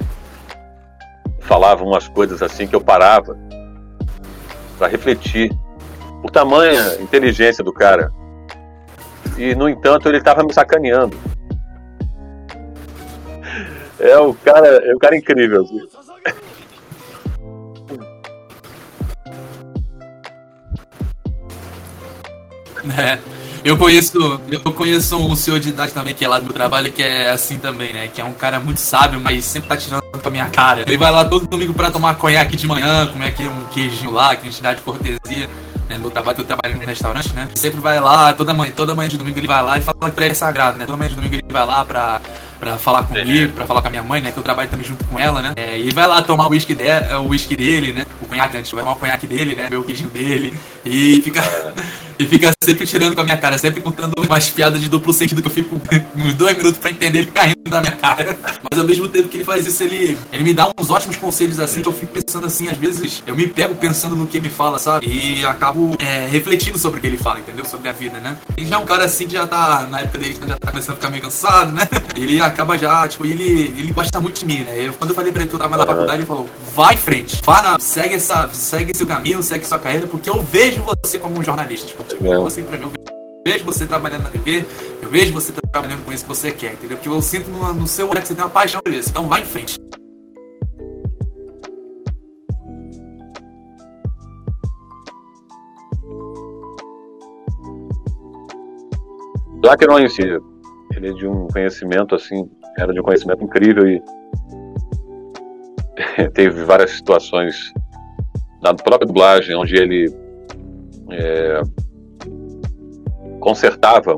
[SPEAKER 2] falava umas coisas assim que eu parava para refletir o tamanha inteligência do cara. E, no entanto, ele estava me sacaneando. É o cara, é o cara incrível. Assim.
[SPEAKER 5] É, eu conheço, eu conheço um senhor de idade também que é lá do meu trabalho, que é assim também, né? Que é um cara muito sábio, mas sempre tá tirando com a minha cara. Ele vai lá todo domingo pra tomar conhaque de manhã, comer aqui um queijinho lá, que a gente dá de cortesia. Né, no trabalho, eu trabalho no restaurante, né? Sempre vai lá, toda manhã, toda manhã de domingo ele vai lá e fala que ele é sagrado, né? Toda manhã de domingo ele vai lá pra, pra falar comigo, pra falar com a minha mãe, né? Que eu trabalho também junto com ela, né? É, e ele vai lá tomar o uísque de, o uísque dele, né? O conhaque, antes vai tomar o conhaque dele, né? Ver o queijinho dele. E fica, e fica sempre tirando com a minha cara, sempre contando umas piadas de duplo sentido que eu fico uns dois minutos pra entender ele caindo da minha cara. Mas ao mesmo tempo que ele faz isso, ele, ele me dá uns ótimos conselhos assim, que eu fico pensando assim, às vezes eu me pego pensando no que ele fala, sabe? E acabo é, refletindo sobre o que ele fala, entendeu? Sobre a vida, né? Ele já é um cara assim que já tá, na época dele, já tá começando a ficar meio cansado, né? Ele acaba já, tipo, ele, ele gosta muito de mim, né? Eu, quando eu falei pra ele que eu tava na faculdade, ele falou, vai em frente, vá na, segue, essa, segue seu caminho, segue sua carreira, porque eu vejo você como um jornalista. Tipo, eu, você, eu vejo você trabalhando na T V, eu vejo você trabalhando com isso que você quer, entendeu? Porque eu sinto no, no seu olhar que você tem uma paixão por isso, então vai em frente.
[SPEAKER 2] Lacron em si, ele é de um conhecimento assim, era de um conhecimento incrível e teve várias situações na própria dublagem onde ele é, consertava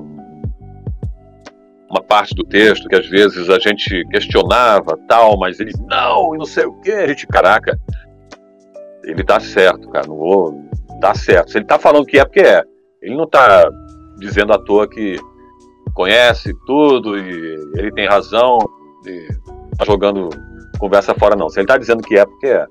[SPEAKER 2] uma parte do texto que às vezes a gente questionava tal, mas ele não, e não sei o que, a gente, caraca, ele tá certo, cara, não vou, tá certo, se ele tá falando que é porque é, ele não tá dizendo à toa que conhece tudo e ele tem razão e tá jogando conversa fora, não. Se ele tá dizendo que é, porque é.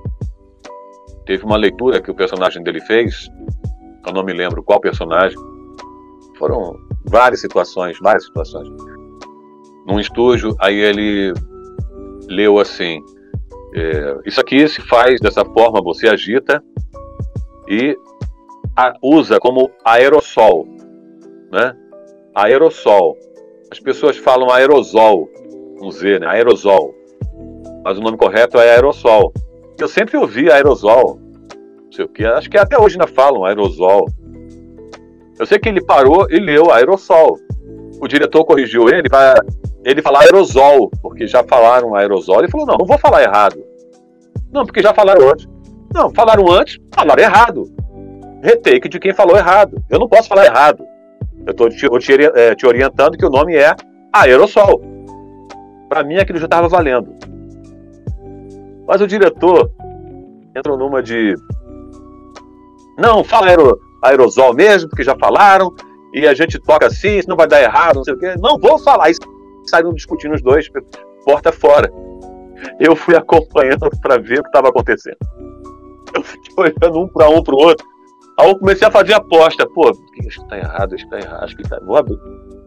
[SPEAKER 2] Teve uma leitura que o personagem dele fez, eu não me lembro qual personagem, foram várias situações, várias situações. Num estúdio, aí ele leu assim, é, isso aqui se faz dessa forma, você agita e a, usa como aerossol, né? Aerossol. As pessoas falam aerosol, um Z, né? Aerosol. Mas o nome correto é aerossol. Eu sempre ouvi aerosol. Não sei o que. Acho que até hoje ainda falam aerosol. Eu sei que ele parou e leu aerossol. O diretor corrigiu ele para ele falar aerosol, porque já falaram aerosol. Ele falou, não, não vou falar errado. Não, porque já falaram antes. Não, falaram antes, falaram errado. Retake de quem falou errado. Eu não posso falar errado. Eu estou te, te, te orientando que o nome é aerossol. Para mim aquilo já estava valendo. Mas o diretor entrou numa de... Não, fala aero, aerosol mesmo, porque já falaram, e a gente toca assim, isso não vai dar errado, não sei o quê. Não vou falar. E saíram discutindo os dois, porta fora. Eu fui acompanhando para ver o que estava acontecendo. Eu fiquei olhando um para um para o outro. Aí eu comecei a fazer aposta. Pô, acho que tá errado, acho que tá errado, acho que tá... Vou abrir.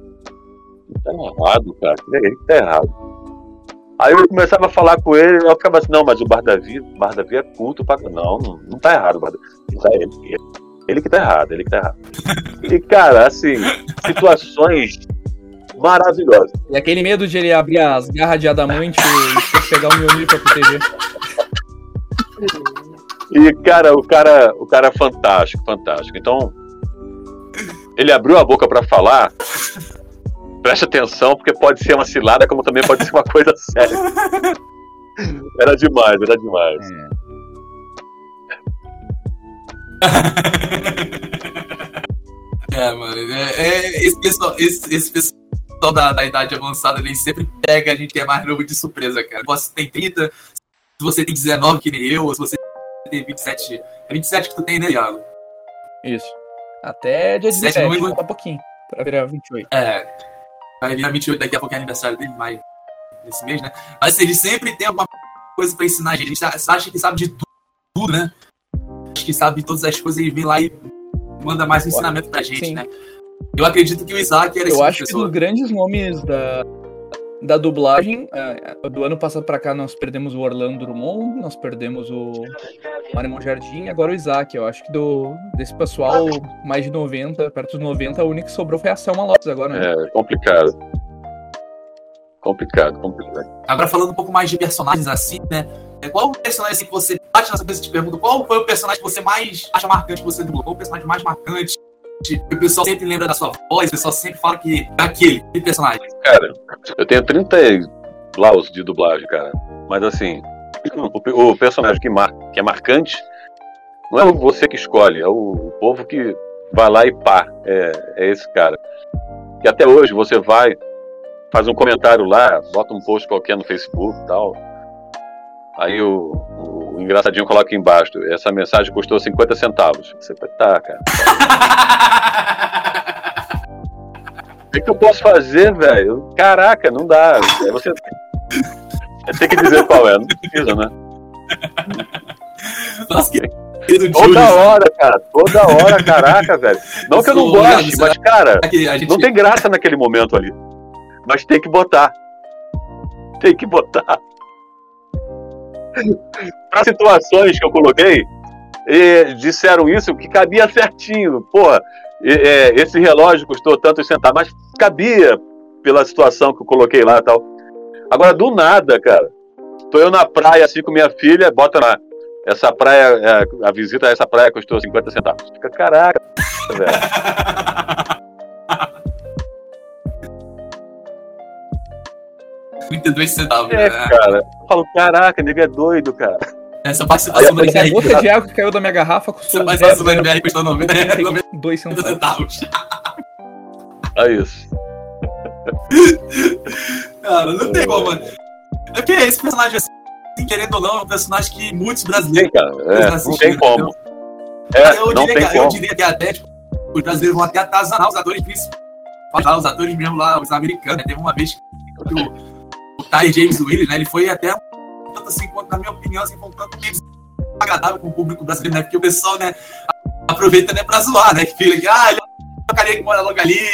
[SPEAKER 2] Tá errado, cara. Ele que tá errado. Aí eu começava a falar com ele, eu ficava assim, não, mas o Bardavi, o Bardavi é culto pra... Não, não, não tá errado o Bardavi. Ele, ele, ele que tá errado, ele que tá errado. E, cara, assim, situações maravilhosas.
[SPEAKER 4] E aquele medo de ele abrir as garras de adamante e pegar o Mjolnir pra proteger.
[SPEAKER 2] E, cara, o cara, o cara é fantástico, fantástico. Então, ele abriu a boca pra falar, preste atenção, porque pode ser uma cilada, como também pode ser uma coisa séria. Era demais, era demais.
[SPEAKER 5] É, mano, é, é, esse pessoal, esse, esse pessoal da, da idade avançada, ele sempre pega a gente que é mais novo de surpresa, cara. Se você tem trinta, se você tem dezenove, que nem eu, ou se você tem vinte e sete, é vinte e sete que tu tem, né, Iago?
[SPEAKER 4] Isso. Até dia
[SPEAKER 5] Sete
[SPEAKER 4] dezessete,
[SPEAKER 5] não-
[SPEAKER 4] falta um pouquinho, pra virar vinte e oito.
[SPEAKER 5] É, vai virar vinte e oito daqui a pouco, é aniversário dele, mais nesse mês, né? Mas assim, ele sempre tem alguma coisa pra ensinar a gente. A gente acha que sabe de tudo, né? Acho que sabe de todas as coisas e vem lá e manda mais um ensinamento pra gente,
[SPEAKER 4] Sim.
[SPEAKER 5] né? Eu acredito que o Isaac era esse
[SPEAKER 4] Eu
[SPEAKER 5] tipo de
[SPEAKER 4] acho que
[SPEAKER 5] pessoa.
[SPEAKER 4] dos grandes nomes da, da dublagem, eh, do ano passado pra cá nós perdemos o Orlando Drummond, nós perdemos o Marimon Jardim, agora o Isaac. Eu acho que do, desse pessoal mais de noventa, perto dos noventa, a única que sobrou foi a Selma Lopes agora, né?
[SPEAKER 2] É complicado. Complicado, complicado.
[SPEAKER 5] Agora falando um pouco mais de personagens assim, né? É, qual o personagem assim, que você bate na cabeça e te pergunta qual foi o personagem que você mais acha marcante que você dublou? Qual o personagem mais marcante? Que o pessoal sempre lembra da sua voz, o pessoal sempre fala que é aquele, aquele personagem.
[SPEAKER 2] Cara, eu tenho trinta blaus de dublagem, cara. Mas assim, o, o personagem que, mar, que é marcante não é você que escolhe, é o, o povo que vai lá e pá. É, é esse cara. Que até hoje você vai, faz um comentário lá, bota um post qualquer no Facebook e tal. Aí o, o engraçadinho coloca embaixo, essa mensagem custou cinquenta centavos. Você vai, tá, cara. O que, que eu posso fazer, velho? Caraca, não dá. Aí você tem que dizer qual é, não precisa, né?
[SPEAKER 5] Nossa, querido
[SPEAKER 2] Toda
[SPEAKER 5] Júlio,
[SPEAKER 2] hora, cara, toda hora, caraca, velho. Não que eu não goste, mas, cara,
[SPEAKER 5] que a gente...
[SPEAKER 2] não tem graça naquele momento ali. Mas tem que botar. Tem que botar. Para situações que eu coloquei, e disseram isso que cabia certinho. Porra, e, é, esse relógio custou tantos centavos, mas cabia pela situação que eu coloquei lá e tal. Agora, do nada, cara, tô eu na praia assim com minha filha, bota lá. Essa praia, é, a visita a essa praia custou cinquenta centavos. Fica, caraca, velho.
[SPEAKER 5] trinta e dois centavos,
[SPEAKER 2] É,
[SPEAKER 5] né?
[SPEAKER 2] cara. Eu falo, caraca, nego é doido, cara.
[SPEAKER 5] Essa participação do
[SPEAKER 4] Essa
[SPEAKER 5] N B R,
[SPEAKER 4] gota de água que caiu da minha garrafa custou
[SPEAKER 5] essa participação do N B R custou noventa
[SPEAKER 4] dois centavos.
[SPEAKER 5] centavos.
[SPEAKER 2] É isso.
[SPEAKER 5] Cara, não tem como, mano. É porque esse personagem, assim, querendo ou não, é um personagem que muitos brasileiros
[SPEAKER 2] Tem, cara. É, não tem como.
[SPEAKER 5] Cara,
[SPEAKER 2] É,
[SPEAKER 5] eu,
[SPEAKER 2] não
[SPEAKER 5] diria
[SPEAKER 2] tem
[SPEAKER 5] que, eu
[SPEAKER 2] como.
[SPEAKER 5] diria que até, tipo, os brasileiros vão até atazanar os atores principais. Lá, os atores mesmo lá, os americanos, né? Teve uma vez que o, o Ty James Williams, né? Ele foi até um tanto assim, quanto, na minha opinião, assim, foi um tanto meio agradável com o público brasileiro, né? Porque o pessoal, né, aproveita, né, pra zoar, né? Que fica que, ah, ele é o carinha que mora logo ali.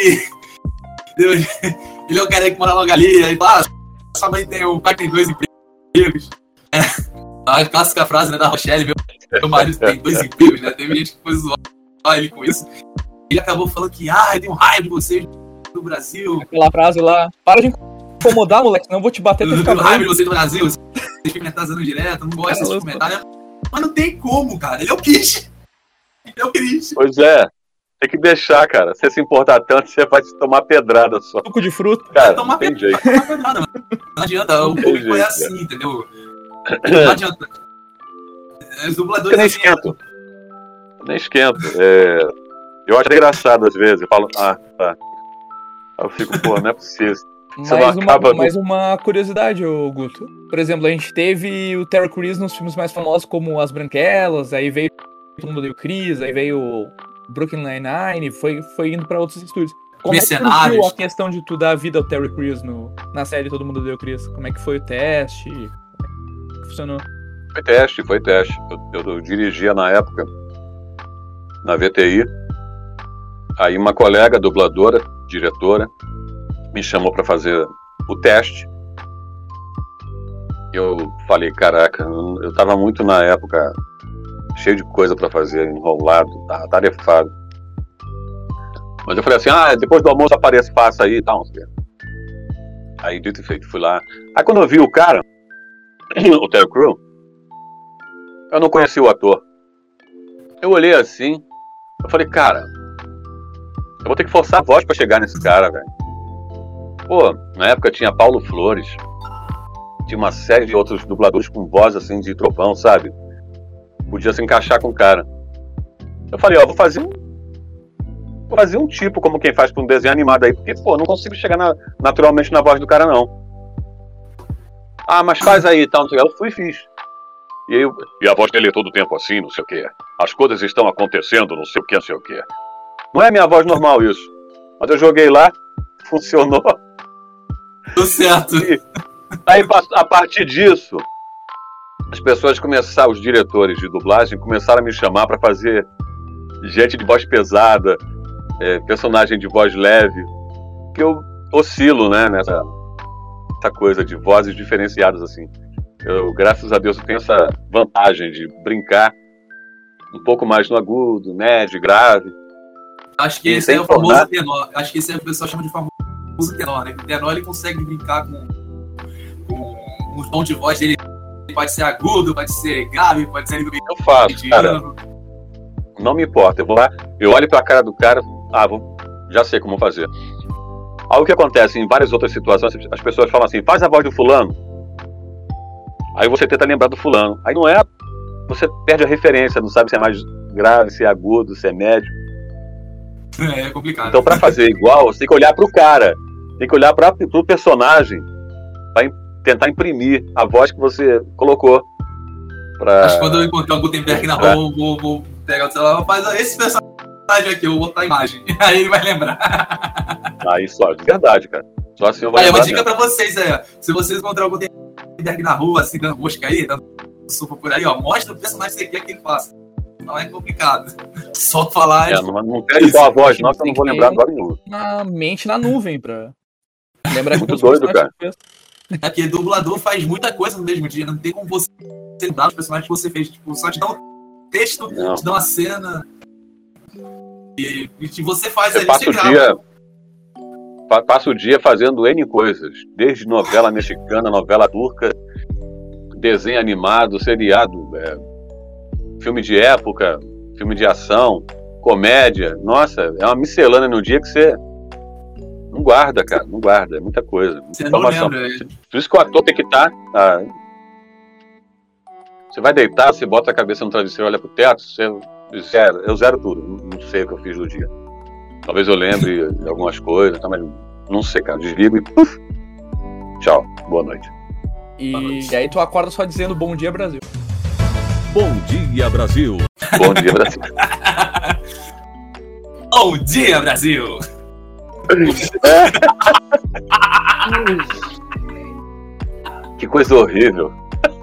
[SPEAKER 5] Ele é o carinha que mora logo ali. Aí, ah, sua mãe tem, o pai tem dois empregos. É, a clássica frase, né, da Rochelle, meu, meu marido tem dois empregos, né? Teve gente que foi zoar ele com isso. Ele acabou falando que, ah, eu tenho raiva de vocês do Brasil.
[SPEAKER 4] Aquela frase lá, para de incomodar, moleque, senão eu vou te bater
[SPEAKER 5] Eu
[SPEAKER 4] até
[SPEAKER 5] tenho
[SPEAKER 4] ficar
[SPEAKER 5] raiva de
[SPEAKER 4] bravo.
[SPEAKER 5] vocês do Brasil. Vocês ficam me atazando direto, não gosto
[SPEAKER 4] É
[SPEAKER 5] desses
[SPEAKER 4] louco.
[SPEAKER 5] comentários. Mas não tem como, cara. Ele é o Chris. Ele é o Chris.
[SPEAKER 2] Pois é. Tem que deixar, cara. Se você se importar tanto, você vai se tomar pedrada só.
[SPEAKER 4] Suco de fruta.
[SPEAKER 2] Cara,
[SPEAKER 5] Tomar
[SPEAKER 2] não tem
[SPEAKER 5] pedrada,
[SPEAKER 2] jeito.
[SPEAKER 5] Não adianta, mano. Não adianta. O
[SPEAKER 2] tem
[SPEAKER 5] público é
[SPEAKER 2] jeito,
[SPEAKER 5] assim, entendeu? Não adianta. Os
[SPEAKER 2] Eu
[SPEAKER 5] dubladores
[SPEAKER 2] nem
[SPEAKER 5] assim,
[SPEAKER 2] esquento. Eu nem esquento. É... Eu acho engraçado às vezes. Eu falo, ah, tá. Aí eu fico, pô, não é possível. Você não
[SPEAKER 4] Mais uma,
[SPEAKER 2] acaba
[SPEAKER 4] mais uma curiosidade, ô Guto. Por exemplo, a gente teve o Terry Crews nos filmes mais famosos, como As Branquelas, aí veio Todo Mundo Odeia o Chris, aí veio o Brooklyn Nine-Nine, foi, foi indo pra outros estúdios. Como é que
[SPEAKER 5] Mercenários.
[SPEAKER 4] surgiu a questão de tu dar vida ao Terry Crews no, na série Todo Mundo Odeia o Chris? Como é que foi o teste? Como é que funcionou?
[SPEAKER 2] Foi teste, foi teste. Eu, eu dirigia na época, na V T I. Aí uma colega, dubladora, diretora, me chamou para fazer o teste. Eu falei, caraca, eu tava muito na época cheio de coisa para fazer, enrolado, tarefado. Mas eu falei assim, ah, depois do almoço aparece, passa aí e tal. Aí, dito e feito, fui lá. Aí quando eu vi o cara, o Terry Crews, eu não conhecia o ator. Eu olhei assim, eu falei, cara, eu vou ter que forçar a voz pra chegar nesse cara, velho. Pô, na época tinha Paulo Flores, tinha uma série de outros dubladores com voz assim de trovão, sabe? Podia se encaixar com o cara. Eu falei, ó, vou fazer um, fazer um tipo como quem faz pra um desenho animado aí, porque, pô, não consigo chegar na, naturalmente na voz do cara, não. Ah, mas faz aí e tal, eu fui e fiz. E, eu, e a voz dele é todo o tempo assim, não sei o quê. As coisas estão acontecendo, não sei o que, não sei o quê. Não é minha voz normal isso. Mas eu joguei lá, funcionou.
[SPEAKER 5] Tudo certo.
[SPEAKER 2] E aí, a partir disso, as pessoas começaram, os diretores de dublagem começaram a me chamar para fazer gente de voz pesada, é, personagem de voz leve, que eu oscilo, né, nessa essa coisa de vozes diferenciadas, assim. Eu, graças a Deus, eu tenho essa vantagem de brincar um pouco mais no agudo, médio, grave.
[SPEAKER 5] Acho que esse é o famoso tenor. Acho que esse é o pessoal chama de famoso tenor, né? O tenor, ele consegue brincar com, com o tom de voz dele. Pode ser agudo, pode ser grave, pode ser...
[SPEAKER 2] Eu faço, cara. Não me importa. Eu vou lá, eu olho pra cara do cara, ah, vou, já sei como fazer. Algo que acontece em várias outras situações, as pessoas falam assim, faz a voz do fulano. Aí você tenta lembrar do fulano. Aí não é... Você perde a referência, não sabe se é mais grave, se é agudo, se é médio.
[SPEAKER 5] É, é complicado.
[SPEAKER 2] Então, pra fazer igual, você tem que olhar pro cara. Tem que olhar pra, pro personagem pra im- tentar imprimir a voz que você colocou. Pra...
[SPEAKER 5] Acho que quando eu encontrar o Gutenberg na rua, eu vou, vou pegar o celular e fazer esse personagem aqui, eu vou botar a imagem. Aí ele vai lembrar.
[SPEAKER 2] Aí só, de verdade, cara. Só assim eu vou
[SPEAKER 5] Aí,
[SPEAKER 2] lembrar
[SPEAKER 5] uma dica
[SPEAKER 2] mesmo.
[SPEAKER 5] pra vocês aí, se vocês encontrar o Gutenberg na rua, assim, dando mosca aí, dando sopa por aí, ó, mostra o personagem que você quer que ele faça. Não é complicado. Só falar...
[SPEAKER 2] É, não, não quero igual a voz, não, que eu não vou lembrar agora nenhum.
[SPEAKER 4] Na mente, na nuvem, pra lembrar
[SPEAKER 2] Muito
[SPEAKER 4] os
[SPEAKER 2] doido,
[SPEAKER 4] personagens
[SPEAKER 2] cara.
[SPEAKER 4] que
[SPEAKER 5] É porque dublador faz muita coisa no mesmo dia, não tem como você lembrar os personagens que você fez, tipo, só te dá um texto,
[SPEAKER 2] Não.
[SPEAKER 5] te dá uma cena e, e que você faz
[SPEAKER 2] Você
[SPEAKER 5] ali,
[SPEAKER 2] passa
[SPEAKER 5] você
[SPEAKER 2] o
[SPEAKER 5] grava.
[SPEAKER 2] dia... pa- Passa o dia fazendo N coisas. Desde novela mexicana, novela turca, desenho animado, seriado, é, filme de época, filme de ação, comédia. Nossa, é uma miscelânea no dia que você não guarda, cara. Não guarda, é muita coisa. Muita
[SPEAKER 5] Você não
[SPEAKER 2] informação.
[SPEAKER 5] lembra.
[SPEAKER 2] Por isso que o ator tem que estar... ah, você vai deitar, você bota a cabeça no travesseiro, olha pro teto, você zero, eu zero tudo. Não, não sei o que eu fiz no dia. Talvez eu lembre de algumas coisas, tá, mas não sei, cara. Desligo e puf, tchau, boa noite.
[SPEAKER 4] E, e aí tu acorda só dizendo bom dia, Brasil.
[SPEAKER 1] Bom dia, Brasil.
[SPEAKER 2] Bom dia, Brasil.
[SPEAKER 5] Bom dia, Brasil!
[SPEAKER 2] Que coisa horrível.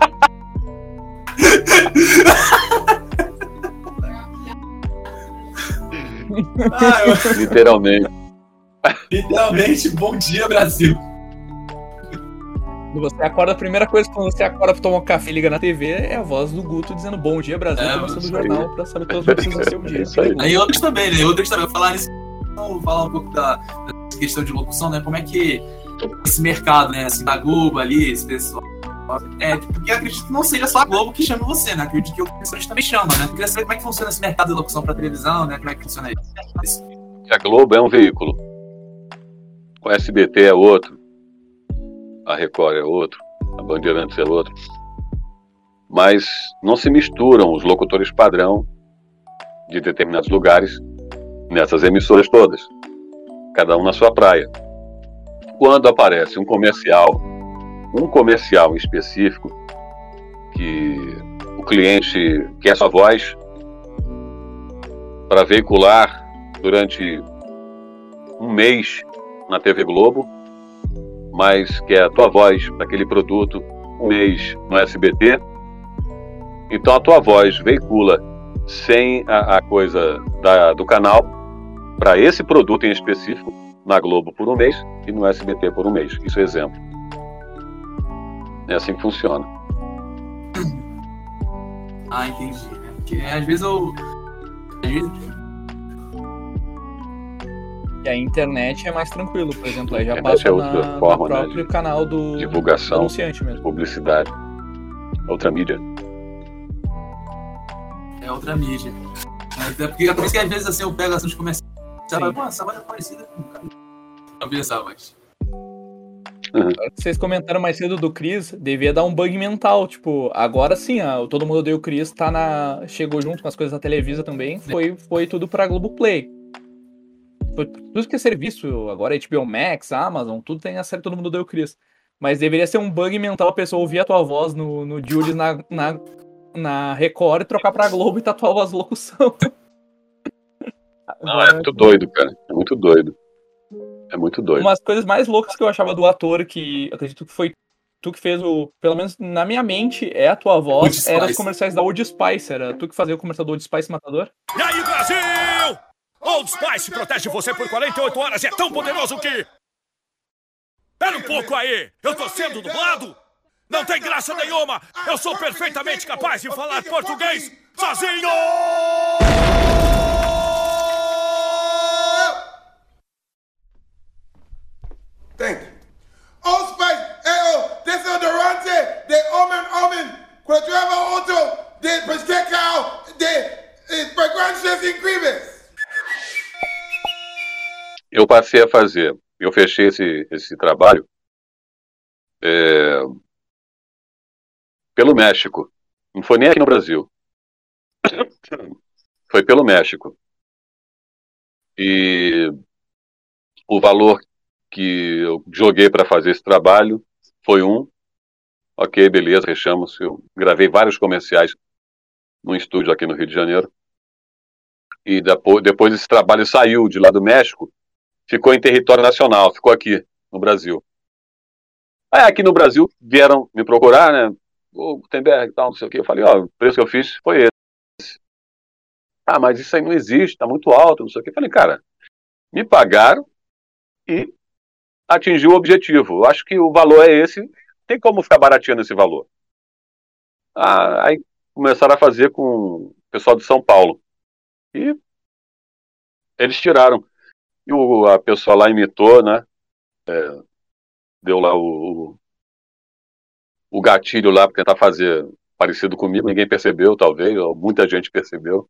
[SPEAKER 5] Ah, eu-
[SPEAKER 2] Literalmente.
[SPEAKER 5] literalmente, bom dia, Brasil!
[SPEAKER 4] Quando você acorda, a primeira coisa quando você acorda pra tomar um café e liga na T V é a voz do Guto dizendo bom dia, Brasil,
[SPEAKER 5] É,
[SPEAKER 4] começando o
[SPEAKER 2] isso
[SPEAKER 4] jornal pra saber todas as notícias do seu dia.
[SPEAKER 2] Isso aí.
[SPEAKER 5] Aí outros também, né? Outros também. Falar isso, vamos falar um pouco da, da questão de locução, né? Como é que esse mercado, né? Assim, da Globo ali, esse pessoal. É, porque eu acredito que não seja só a Globo que chama você, né? Acredito que outras pessoas também chamam, né? Eu queria saber como é que funciona esse mercado de locução pra televisão, né? Como é que funciona isso?
[SPEAKER 2] A Globo é um veículo. O S B T é outro. A Record é outro. A Bandeirantes é outro. Mas não se misturam os locutores padrão de determinados lugares nessas emissoras todas. Cada um na sua praia. Quando aparece um comercial, um comercial em específico, que o cliente quer sua voz para veicular durante um mês na T V Globo, mas quer a tua voz para aquele produto um mês no S B T, então a tua voz veicula sem a, a coisa da, do canal para esse produto em específico na Globo por um mês e no S B T por um mês. Isso é exemplo. É assim que funciona.
[SPEAKER 5] Ah, entendi. Né? Porque às vezes eu. Às vezes...
[SPEAKER 4] E a internet é mais tranquilo, por exemplo, aí já
[SPEAKER 2] A internet
[SPEAKER 4] passa
[SPEAKER 2] é outra
[SPEAKER 4] na,
[SPEAKER 2] forma,
[SPEAKER 4] no
[SPEAKER 2] né,
[SPEAKER 4] próprio
[SPEAKER 2] de
[SPEAKER 4] canal do, do
[SPEAKER 2] divulgação,
[SPEAKER 4] anunciante mesmo.
[SPEAKER 2] publicidade, outra mídia.
[SPEAKER 5] É outra mídia. É porque é por isso que às vezes assim eu pego assim, os comerciais e falo, pô, essa voz é parecida com o cara. Eu vi essa voz.
[SPEAKER 4] Vocês comentaram mais cedo do Chris, devia dar um bug mental, tipo, agora sim, ó, todo mundo odeia o Chris, tá na... chegou junto com as coisas da Televisa também, foi, foi tudo pra Globoplay. tudo que é serviço, agora H B O Max, Amazon, tudo tem a série Todo Mundo Odeia o Chris. Mas deveria ser um bug mental a pessoa ouvir a tua voz no, no Julius na, na, na Record e trocar pra Globo e tá a tua voz locução.
[SPEAKER 2] Não, é muito doido, cara. É muito doido. É muito doido.
[SPEAKER 4] Umas coisas mais loucas que eu achava do ator, que eu acredito que foi tu que fez o... Pelo menos na minha mente, é a tua voz,
[SPEAKER 5] Old
[SPEAKER 4] era
[SPEAKER 5] Spice.
[SPEAKER 4] os comerciais da Old Spice. Era tu que fazia o comercial do Old Spice Matador?
[SPEAKER 1] E aí, Brasil? Old Spice protege você por quarenta e oito horas e é tão poderoso que... Pera um pouco aí, eu tô sendo dublado? Não tem graça nenhuma! Eu sou perfeitamente capaz de falar português sozinho!
[SPEAKER 6] Thank you. Old Spice, é o desodorante de homem homem. Quando tu leva auto, de pesquecal, de fragrâncias incríveis.
[SPEAKER 2] Eu passei a fazer, eu fechei esse, esse trabalho é, pelo México. Não foi nem aqui no Brasil. Foi pelo México. E o valor que eu joguei para fazer esse trabalho foi um. Ok, beleza, fechamos. Eu gravei vários comerciais num estúdio aqui no Rio de Janeiro. E depois, depois esse trabalho saiu de lá do México, ficou em território nacional, ficou aqui no Brasil. Aí aqui no Brasil vieram me procurar, né? O Gutenberg e tal, não sei o que. Eu falei, ó, o preço que eu fiz foi esse. Ah, mas isso aí não existe, tá muito alto, não sei o que. Eu falei, cara, me pagaram e atingiu o objetivo. Eu acho que o valor é esse, tem como ficar barateando esse valor. Ah, aí começaram a fazer com o pessoal de São Paulo. E eles tiraram. E o, a pessoa lá imitou, né? É, deu lá o, o, o gatilho lá para tentar fazer parecido comigo. Ninguém percebeu, talvez, ou muita gente percebeu.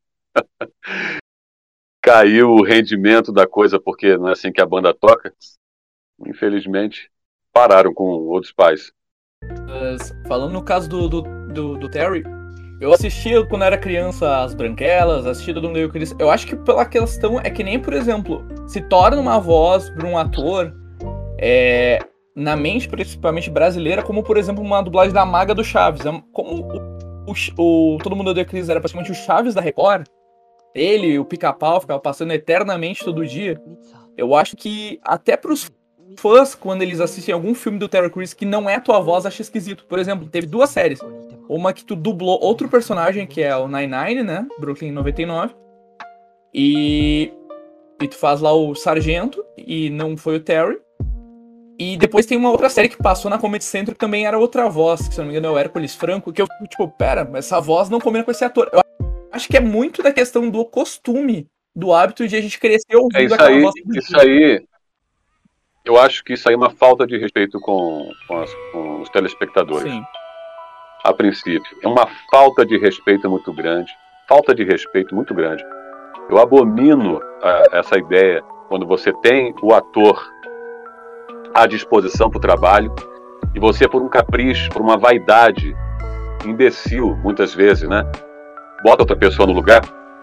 [SPEAKER 2] Caiu o rendimento da coisa, porque não é assim que a banda toca. Infelizmente, pararam com outros pais.
[SPEAKER 4] Mas, falando no caso do, do, do, do Terry, eu assistia quando era criança as Branquelas, assistia Todo Mundo Odeia o Chris. Eu acho que pela questão é que nem, por exemplo, se torna uma voz para um ator é, na mente principalmente brasileira, como por exemplo uma dublagem da Maga do Chaves. Como o, o, o Todo Mundo Odeia o Chris era praticamente o Chaves da Record, ele, o Pica-Pau, ficava passando eternamente todo dia. Eu acho que até pros fãs, quando eles assistem algum filme do Terry Crews que não é a tua voz, acha esquisito. Por exemplo, teve duas séries. Uma que tu dublou outro personagem, que é o nove nove, né? Brooklyn noventa e nove. E... e tu faz lá o sargento, e não foi o Terry. E depois tem uma outra série que passou na Comedy Central, que também era outra voz, que se não me engano é o Hércules Franco, que eu fico tipo, pera, essa voz não combina com esse ator. Eu acho que é muito da questão do costume, do hábito de a gente crescer ouvindo
[SPEAKER 2] é isso
[SPEAKER 4] aquela
[SPEAKER 2] aí,
[SPEAKER 4] voz.
[SPEAKER 2] Isso aí, eu acho que isso aí é uma falta de respeito com, com, as, com os telespectadores.
[SPEAKER 4] Sim.
[SPEAKER 2] A princípio. É uma falta de respeito muito grande. Falta de respeito muito grande. Eu abomino a, essa ideia quando você tem o ator à disposição para o trabalho e você, por um capricho, por uma vaidade imbecil, muitas vezes, né? Bota outra pessoa no lugar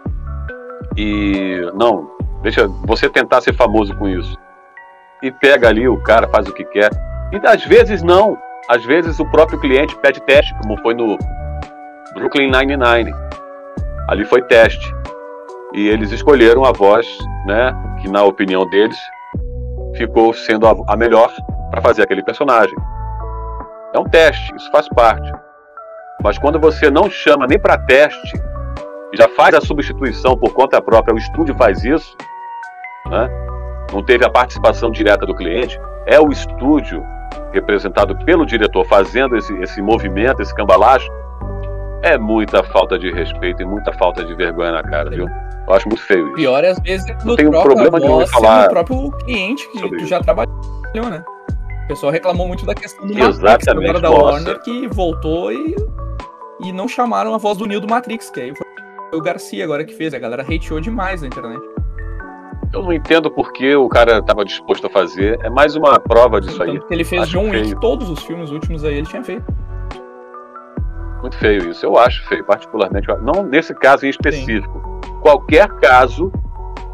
[SPEAKER 2] e não, deixa você tentar ser famoso com isso. E pega ali o cara, faz o que quer. E às vezes não. Às vezes o próprio cliente pede teste, como foi no Brooklyn nove nove. Ali foi teste. E eles escolheram a voz, né, que na opinião deles ficou sendo a, a melhor para fazer aquele personagem. É um teste, isso faz parte. Mas quando você não chama nem para teste, já faz a substituição por conta própria, o estúdio faz isso, né? Não teve a participação direta do cliente, é o estúdio representado pelo diretor fazendo esse, esse movimento, esse cambalacho, é muita falta de respeito e muita falta de vergonha na cara, viu? Eu acho muito feio isso.
[SPEAKER 4] Pior é às vezes é
[SPEAKER 2] não tem um problema de ouvir falar
[SPEAKER 4] o próprio cliente que tu já trabalhou, né? O pessoal reclamou muito da questão do Matrix,
[SPEAKER 2] exatamente,
[SPEAKER 4] agora da
[SPEAKER 2] nossa.
[SPEAKER 4] Warner, que voltou e, e não chamaram a voz do Neo do Matrix, que aí foi o Garcia agora que fez, a galera hateou demais na internet.
[SPEAKER 2] Eu não entendo por que o cara estava disposto a fazer. É mais uma prova disso
[SPEAKER 4] Tanto
[SPEAKER 2] aí.
[SPEAKER 4] que ele fez
[SPEAKER 2] Acho
[SPEAKER 4] John Wick,
[SPEAKER 2] feio.
[SPEAKER 4] todos os filmes últimos aí ele tinha feito.
[SPEAKER 2] Muito feio isso. Eu acho feio, particularmente. Não nesse caso em específico. Sim. Qualquer caso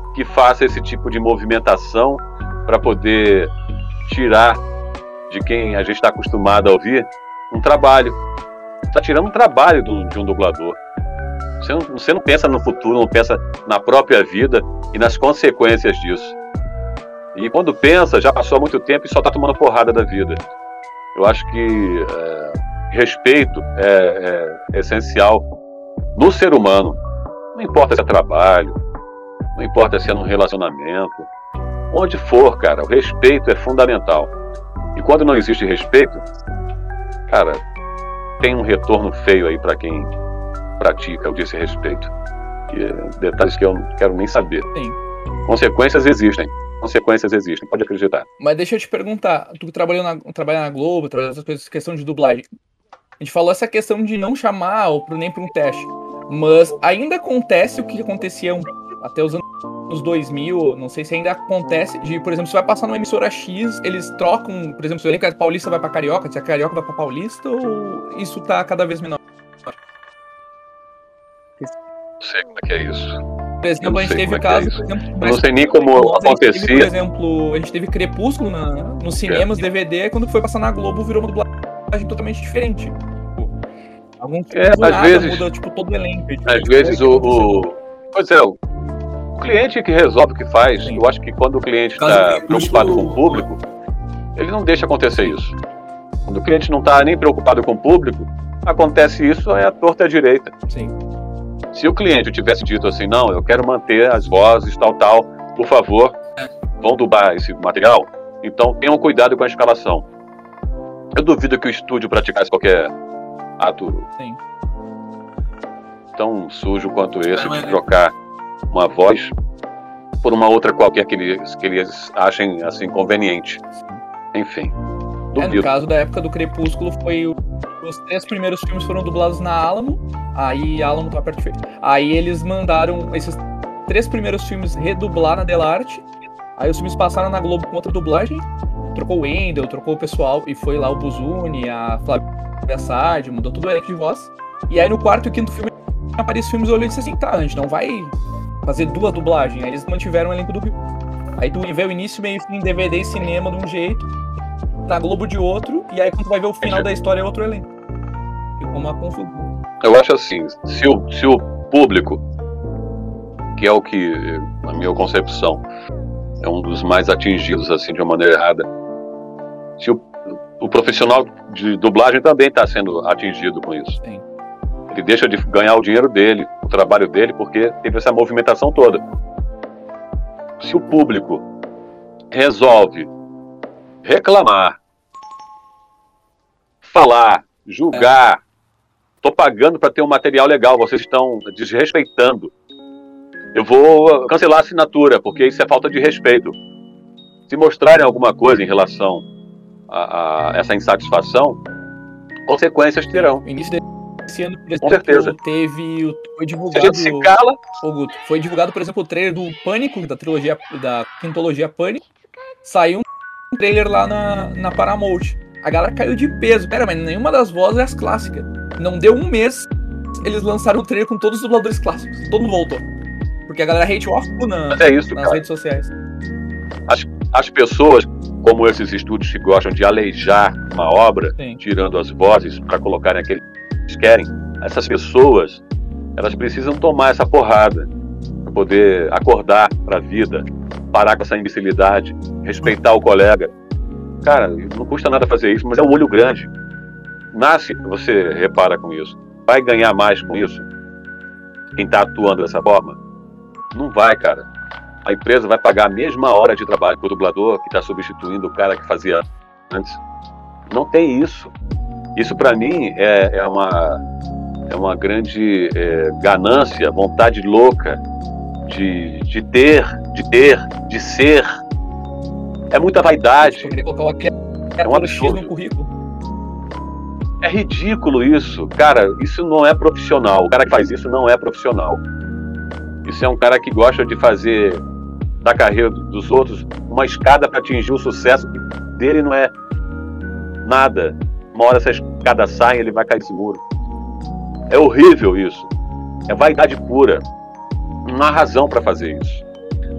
[SPEAKER 2] que faça esse tipo de movimentação para poder tirar de quem a gente está acostumado a ouvir um trabalho. Está tirando um trabalho do, de um dublador. Você não, você não pensa no futuro, não pensa na própria vida e nas consequências disso. E quando pensa, já passou há muito tempo e só está tomando porrada da vida. Eu acho que é, respeito é, é essencial no ser humano. Não importa se é trabalho, não importa se é num relacionamento, onde for, cara, o respeito é fundamental. E quando não existe respeito, cara, tem um retorno feio aí para quem pratica o desrespeito. E, é, detalhes que eu não quero nem saber.
[SPEAKER 4] Sim.
[SPEAKER 2] Consequências existem. Consequências existem, pode acreditar.
[SPEAKER 4] Mas deixa eu te perguntar, tu que trabalhou na, trabalha na Globo, trabalha essas coisas, questão de dublagem. A gente falou essa questão de não chamar ou pro, nem para um teste. Mas ainda acontece o que acontecia um, até os anos dois mil, não sei se ainda acontece, de, por exemplo, você vai passar numa emissora X, eles trocam, por exemplo, se o elenco é paulista vai pra carioca, se é carioca vai pra paulista, ou isso tá cada vez menor?
[SPEAKER 2] Não sei como é que é isso.
[SPEAKER 4] Por exemplo, a gente teve
[SPEAKER 2] é
[SPEAKER 4] caso,
[SPEAKER 2] é
[SPEAKER 4] por exemplo,
[SPEAKER 2] eu não sei nem como acontecia.
[SPEAKER 4] Teve, por exemplo, a gente teve Crepúsculo na, nos cinemas, é. D V D, quando foi passar na Globo, virou uma dublagem totalmente diferente. Algum
[SPEAKER 2] é, às
[SPEAKER 4] nada,
[SPEAKER 2] vezes,
[SPEAKER 4] muda tipo, todo o elenco.
[SPEAKER 2] Às vezes o, o... Pois é, o cliente que resolve o que faz. Sim. Eu acho que quando o cliente está preocupado com o público, ele não deixa acontecer isso. Quando o cliente não está nem preocupado com o público, acontece isso, é a torta à direita.
[SPEAKER 4] Sim.
[SPEAKER 2] Se o cliente tivesse dito assim, não, eu quero manter as vozes, tal, tal, por favor, vão dublar esse material, então tenham cuidado com a escalação. Eu duvido que o estúdio praticasse qualquer ato
[SPEAKER 4] Sim.
[SPEAKER 2] tão sujo quanto esse de trocar uma voz por uma outra qualquer que eles, que eles achem assim conveniente. Enfim, duvido.
[SPEAKER 4] É, no caso da época do Crepúsculo, foi o, os três primeiros filmes foram dublados na Alamo. Aí a Alamo tá perto de feito. Aí eles mandaram esses três primeiros filmes redublar na Delarte. Aí os filmes passaram na Globo com outra dublagem. Trocou o Wendel, trocou o pessoal e foi lá o Buzuni, a Flávia Sade, mudou todo o elenco de voz. E aí no quarto e quinto filme apareceu os filmes, eu olhei e disse assim, tá, a gente não vai fazer duas dublagens. Aí eles mantiveram o elenco do Rio. Aí tu vê o início, meio fim, D V D e cinema de um jeito, na Globo de outro, e aí quando tu vai ver o final da história é outro elenco. Ficou uma confusão.
[SPEAKER 2] Eu acho assim, se o, se o público, que é o que, na minha concepção, é um dos mais atingidos assim de uma maneira errada, se o, o profissional de dublagem também está sendo atingido com isso.
[SPEAKER 4] Sim.
[SPEAKER 2] Ele deixa de ganhar o dinheiro dele, o trabalho dele, porque teve essa movimentação toda. Se o público resolve reclamar, falar, julgar, tô pagando para ter um material legal, vocês estão desrespeitando, eu vou cancelar a assinatura, porque isso é falta de respeito. Se mostrarem alguma coisa em relação a, a essa insatisfação, consequências terão.
[SPEAKER 4] No início desse ano, por exemplo,
[SPEAKER 2] com certeza.
[SPEAKER 4] Teve, foi divulgado...
[SPEAKER 2] Se a gente se cala...
[SPEAKER 4] Ô, Guto, foi divulgado, por exemplo, o trailer do Pânico, da trilogia, da quintologia Pânico. Saiu um trailer lá na, na Paramount. A galera caiu de peso. Pera, mas nenhuma das vozes é as clássicas. Não deu um mês, eles lançaram o trailer com todos os dubladores clássicos. Todo mundo voltou. Porque a galera hate off na,
[SPEAKER 2] é isso,
[SPEAKER 4] nas
[SPEAKER 2] cara.
[SPEAKER 4] redes sociais.
[SPEAKER 2] As, as pessoas, como esses estúdios que gostam de aleijar uma obra,
[SPEAKER 4] Sim.
[SPEAKER 2] tirando as vozes para colocarem aquele que eles querem, essas pessoas, elas precisam tomar essa porrada para poder acordar para a vida, parar com essa imbecilidade, respeitar o colega. Cara, não custa nada fazer isso, mas é um olho grande. Nasce, você repara com isso. Vai ganhar mais com isso? Quem está atuando dessa forma? Não vai, cara. A empresa vai pagar a mesma hora de trabalho para o dublador que está substituindo o cara que fazia antes. Não tem isso. Isso, para mim, é, é, uma, é uma grande é, ganância, vontade louca de, de ter, de ter, de ser. É muita vaidade. É um absurdo.
[SPEAKER 4] No currículo.
[SPEAKER 2] É ridículo isso. Cara, isso não é profissional. O cara que faz isso não é profissional. Isso é um cara que gosta de fazer da carreira dos outros uma escada para atingir o sucesso que dele não é nada. Uma hora essa escada sai e ele vai cair seguro. É horrível isso. É vaidade pura. Não há razão para fazer isso.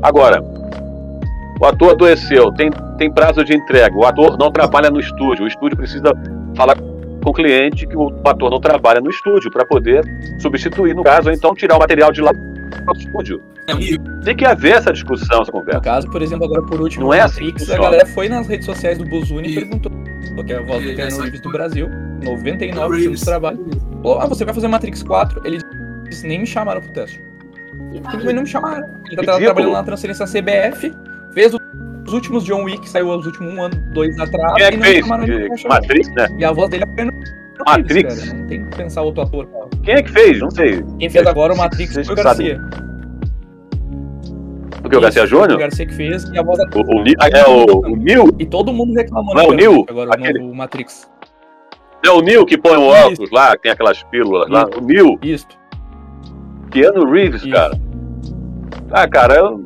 [SPEAKER 2] Agora, o ator adoeceu, tem, tem prazo de entrega, o ator não trabalha no estúdio, o estúdio precisa falar com o cliente que o ator não trabalha no estúdio para poder substituir, no caso, ou então tirar o material de lá do estúdio. Tem que haver essa discussão, essa conversa.
[SPEAKER 4] No caso, por exemplo, agora por último,
[SPEAKER 2] não é assim
[SPEAKER 4] Matrix, a galera foi nas redes sociais do Buzuni e perguntou, que é a voz do Keanu Reeves do Brasil, noventa e nove por cento dos trabalhos. Ah, você vai fazer Matrix quatro? Ele disse, nem me chamaram pro teste. Simplesmente não me chamaram. Ele tá
[SPEAKER 2] Ridículo.
[SPEAKER 4] trabalhando na transferência C B F, fez os últimos John Wick, saiu os últimos um ano, dois atrás,
[SPEAKER 2] Quem é
[SPEAKER 4] e
[SPEAKER 2] que
[SPEAKER 4] não
[SPEAKER 2] fez?
[SPEAKER 4] chamaram ele pra chamar.
[SPEAKER 2] Matrix, né?
[SPEAKER 4] E a voz dele é Keanu
[SPEAKER 2] Matrix?
[SPEAKER 4] Reeves, cara. Não tem que pensar outro ator. Cara.
[SPEAKER 2] Quem é que fez? Não sei.
[SPEAKER 4] Quem fez agora o Matrix
[SPEAKER 2] Vocês
[SPEAKER 4] foi o
[SPEAKER 2] sabem.
[SPEAKER 4] Garcia.
[SPEAKER 2] O que, o Garcia
[SPEAKER 4] Isso, foi
[SPEAKER 2] Júnior?
[SPEAKER 4] O Garcia que fez, e a voz é...
[SPEAKER 2] O, o, Ni- é o, o Neil?
[SPEAKER 4] E todo mundo reclamando
[SPEAKER 2] Não é o Neo?
[SPEAKER 4] agora,
[SPEAKER 2] Aquele-
[SPEAKER 4] o novo Matrix.
[SPEAKER 2] É o Neil que põe o
[SPEAKER 4] Isso.
[SPEAKER 2] óculos lá, tem aquelas pílulas lá.
[SPEAKER 4] Isso.
[SPEAKER 2] O Neil,
[SPEAKER 4] Isso.
[SPEAKER 2] Keanu Reeves,
[SPEAKER 4] Isso.
[SPEAKER 2] cara. Ah, cara, eu...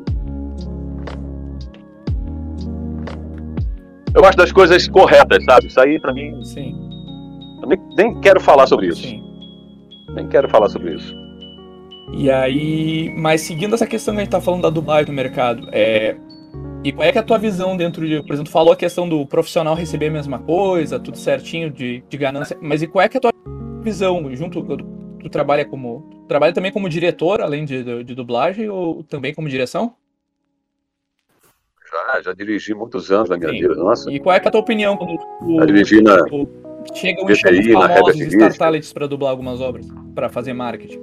[SPEAKER 2] Eu gosto das coisas corretas, sabe? Isso aí, pra mim,
[SPEAKER 4] Sim,
[SPEAKER 2] eu nem, nem quero falar sobre isso.
[SPEAKER 4] sim.
[SPEAKER 2] Nem quero falar sobre isso.
[SPEAKER 4] E aí, mas seguindo essa questão que a gente tá falando da dublagem no mercado, é... e qual é que é a tua visão dentro de, por exemplo, tu falou a questão do profissional receber a mesma coisa, tudo certinho, de, de ganância, mas e qual é que é a tua visão, junto, tu, tu trabalha como, tu trabalha também como diretor, além de, de, de dublagem, ou também como direção?
[SPEAKER 2] Já, já dirigi muitos anos na minha
[SPEAKER 4] Sim.
[SPEAKER 2] vida, nossa.
[SPEAKER 4] E qual é que é a tua opinião quando tu,
[SPEAKER 2] Já dirigi na
[SPEAKER 4] tu chegam e
[SPEAKER 2] V T I,
[SPEAKER 4] chamam
[SPEAKER 2] na
[SPEAKER 4] famosos,
[SPEAKER 2] Rebel
[SPEAKER 4] Star
[SPEAKER 2] Feliz.
[SPEAKER 4] Talents pra dublar algumas obras, pra fazer marketing?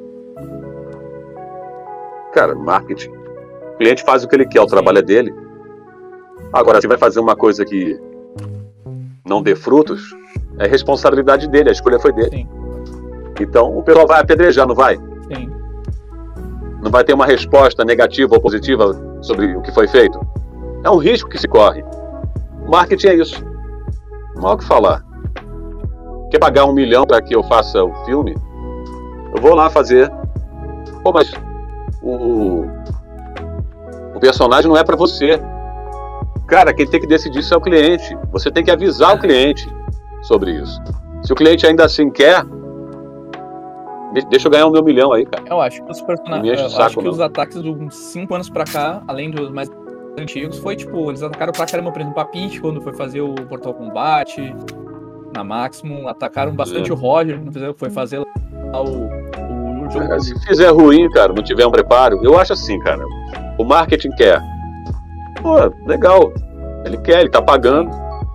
[SPEAKER 2] Cara, marketing. O cliente faz o que ele quer, o
[SPEAKER 4] Sim.
[SPEAKER 2] trabalho é dele. Agora, se vai fazer uma coisa que não dê frutos, é responsabilidade dele, a escolha foi dele.
[SPEAKER 4] Sim,
[SPEAKER 2] Então, o pessoal vai apedrejar, não vai?
[SPEAKER 4] sim.
[SPEAKER 2] Não vai ter uma resposta negativa ou positiva sobre o que foi feito? É um risco que se corre. O marketing é isso. Não há o que falar. Quer pagar um milhão para que eu faça o filme? Eu vou lá fazer. Pô, mas o, o personagem não é para você. Cara, quem tem que decidir isso é o cliente. Você tem que avisar o cliente sobre isso. Se o cliente ainda assim quer, de- deixa eu ganhar o meu milhão aí, cara.
[SPEAKER 4] Eu acho que os
[SPEAKER 2] Não
[SPEAKER 4] personagens.
[SPEAKER 2] me enche o
[SPEAKER 4] Eu
[SPEAKER 2] saco,
[SPEAKER 4] acho que
[SPEAKER 2] não.
[SPEAKER 4] os ataques de uns cinco anos pra cá, além dos mais antigos, foi tipo, eles atacaram pra caramba, por exemplo, a Peach quando foi fazer o Mortal Kombat, na Maximum, atacaram bastante
[SPEAKER 2] É.
[SPEAKER 4] o Roger quando fizeram- foi fazer lá o, o jogo.
[SPEAKER 2] É, se fizer ruim, cara, não tiver um preparo, eu acho assim, cara. O marketing quer. Pô, legal. Ele quer, ele tá pagando.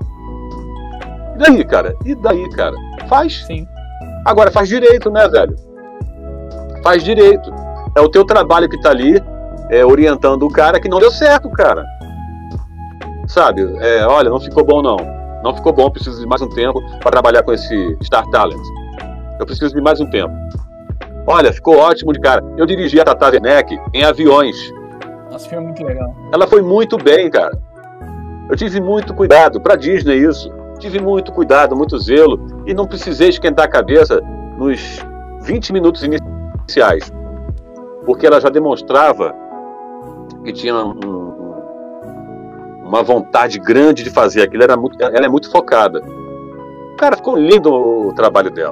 [SPEAKER 2] E daí, cara? E daí, cara? Faz.
[SPEAKER 4] Sim,
[SPEAKER 2] Agora faz direito, né, velho? Faz direito. É o teu trabalho que tá ali, é, orientando o cara que não deu certo, cara. Sabe? É, olha, não ficou bom, não. Não ficou bom, preciso de mais um tempo para trabalhar com esse Star Talent. Eu preciso de mais um tempo. Olha, ficou ótimo de cara. Eu dirigi a Tata Werneck em aviões.
[SPEAKER 4] nossa, filme é muito legal.
[SPEAKER 2] Ela foi muito bem, cara. Eu tive muito cuidado, pra Disney isso. Tive muito cuidado, muito zelo. E não precisei esquentar a cabeça nos vinte minutos iniciais. Porque ela já demonstrava que tinha um- um- uma vontade grande de fazer aquilo. Era muito, ela é muito focada. Cara, ficou lindo o trabalho dela.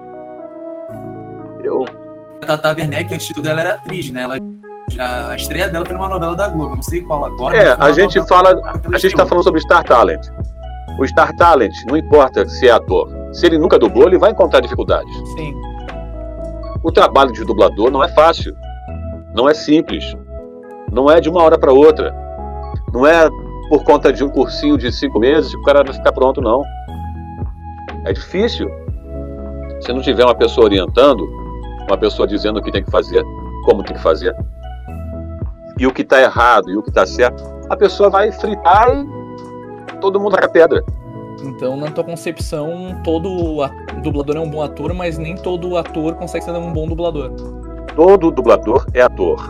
[SPEAKER 2] Eu,
[SPEAKER 5] A Tata Werneck, antes de tudo, ela era atriz, né? Ela, já, a estreia dela foi numa novela da Globo, não sei qual agora.
[SPEAKER 2] É,
[SPEAKER 5] mas foi
[SPEAKER 2] a
[SPEAKER 5] uma
[SPEAKER 2] gente
[SPEAKER 5] novela
[SPEAKER 2] fala,
[SPEAKER 5] que ela
[SPEAKER 2] a gente
[SPEAKER 5] estreou.
[SPEAKER 2] está falando sobre Star Talent. O Star Talent, não importa se é ator, se ele nunca dublou, ele vai encontrar dificuldades.
[SPEAKER 4] Sim,
[SPEAKER 2] O trabalho de dublador não é fácil, não é simples, não é de uma hora para outra, não é por conta de um cursinho de cinco meses que o cara vai ficar pronto, não. É difícil. Se não tiver uma pessoa orientando, uma pessoa dizendo o que tem que fazer, como tem que fazer, e o que está errado e o que está certo, a pessoa vai fritar e todo mundo taca pedra.
[SPEAKER 4] então na tua concepção, todo a- dublador é um bom ator, mas nem todo ator consegue ser um bom dublador.
[SPEAKER 2] Todo dublador é ator.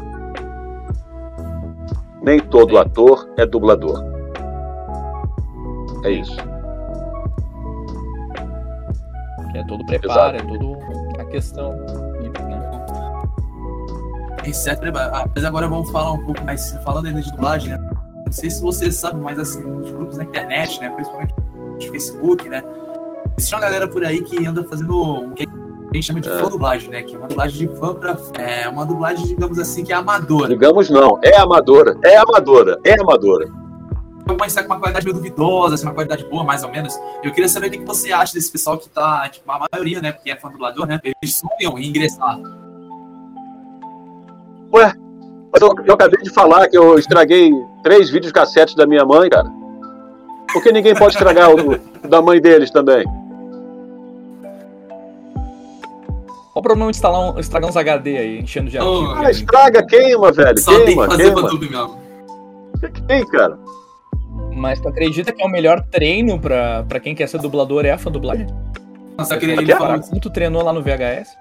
[SPEAKER 2] Nem todo
[SPEAKER 4] Sim.
[SPEAKER 2] ator é dublador. É isso.
[SPEAKER 4] Que é todo preparo, é todo a questão. Né?
[SPEAKER 5] Exceto, ah, mas agora vamos falar um pouco mais, falando ainda de dublagem, né? Não sei se você sabe, mas assim, nos grupos na internet, né? Principalmente no Facebook, né? Existe uma galera por aí que anda fazendo um a gente chama de é. fã dublagem, né? Que é uma dublagem de fã pra... É uma dublagem, digamos assim, que é amadora.
[SPEAKER 2] Digamos não, é amadora, é amadora, é amadora.
[SPEAKER 5] Pode ser com uma qualidade meio duvidosa, assim, uma qualidade boa, mais ou menos. Eu queria saber o que você acha desse pessoal que tá, tipo, a maioria, né? Porque é fã dublador, né? Eles sonham em ingressar.
[SPEAKER 2] Ué, mas eu, eu acabei de falar que eu estraguei três vídeos cassetes da minha mãe, cara. Por que ninguém pode estragar o, o da mãe deles também?
[SPEAKER 4] Qual o problema de instalar um, estragar uns H D aí, enchendo de arquivo?
[SPEAKER 2] Ah, estraga, queima, velho.
[SPEAKER 5] Só
[SPEAKER 2] queima,
[SPEAKER 5] tem que fazer
[SPEAKER 2] queima.
[SPEAKER 5] pra tudo mesmo.
[SPEAKER 2] O que, que tem, cara?
[SPEAKER 4] Mas tu acredita que é o melhor treino pra, pra quem quer ser dublador é a fã-dublagem?
[SPEAKER 5] Nossa, ele, ele falou...
[SPEAKER 4] Como tu treinou lá no V H S?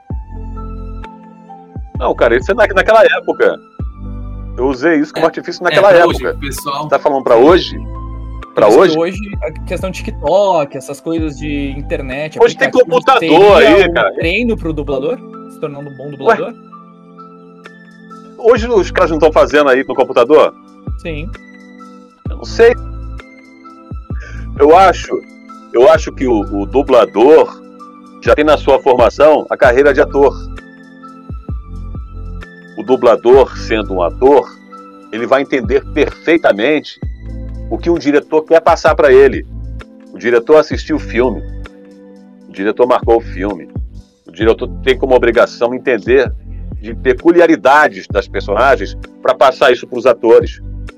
[SPEAKER 2] Não, cara, isso é na, naquela época. Eu usei isso como é, artifício naquela
[SPEAKER 5] é,
[SPEAKER 2] época.
[SPEAKER 5] Hoje, pessoal...
[SPEAKER 2] Você tá falando pra hoje? Pra hoje?
[SPEAKER 4] Hoje, a questão de TikTok, essas coisas de internet...
[SPEAKER 2] Hoje tem computador aí, cara.
[SPEAKER 4] Treino pro dublador? Se tornando um bom dublador?
[SPEAKER 2] Ué? Hoje os caras não estão fazendo aí no computador?
[SPEAKER 4] Sim.
[SPEAKER 2] Eu não sei. Eu acho, eu acho que o, o dublador já tem na sua formação a carreira de ator. O dublador, sendo um ator, ele vai entender perfeitamente o que um diretor quer passar para ele. O diretor assistiu o filme. O diretor marcou o filme. O diretor tem como obrigação entender de peculiaridades das personagens para passar isso para os atores.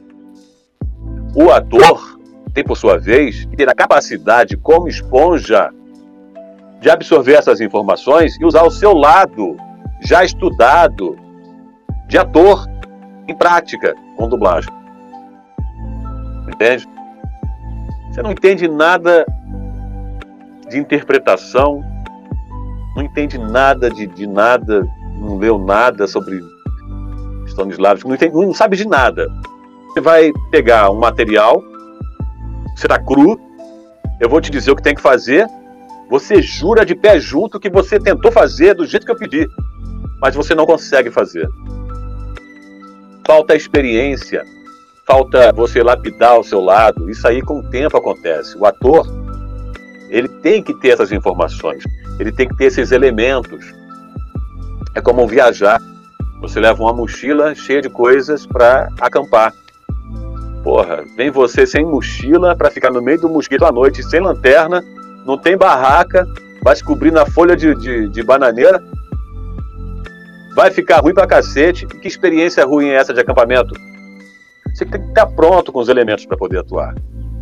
[SPEAKER 2] O ator tem, por sua vez, que ter a capacidade, como esponja, de absorver essas informações e usar o seu lado já estudado de ator em prática com dublagem. Entende? Você não entende nada de interpretação, não entende nada de, de nada, não leu nada sobre Stanislavski, não, entende, não sabe de nada. Você vai pegar um material, será cru, eu vou te dizer o que tem que fazer, você jura de pé junto que você tentou fazer do jeito que eu pedi, mas você não consegue fazer. Falta experiência, falta você lapidar ao seu lado, isso aí com o tempo acontece. O ator, ele tem que ter essas informações, ele tem que ter esses elementos. É como viajar, você leva uma mochila cheia de coisas para acampar. Porra, vem você sem mochila para ficar no meio do mosquito à noite, sem lanterna, não tem barraca, vai se cobrir na folha de, de, de bananeira, vai ficar ruim pra cacete. Que experiência ruim é essa de acampamento? Você tem que estar pronto com os elementos para poder atuar.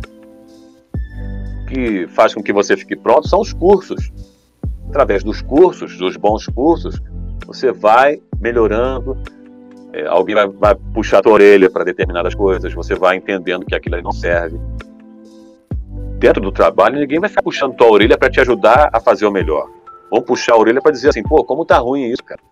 [SPEAKER 2] O que faz com que você fique pronto são os cursos. Através dos cursos, dos bons cursos, você vai melhorando. É, alguém vai, vai puxar a tua orelha para determinadas coisas, você vai entendendo que aquilo aí não serve. Dentro do trabalho, ninguém vai ficar puxando tua orelha para te ajudar a fazer o melhor. Vão puxar a orelha para dizer assim, pô, como tá ruim isso, cara.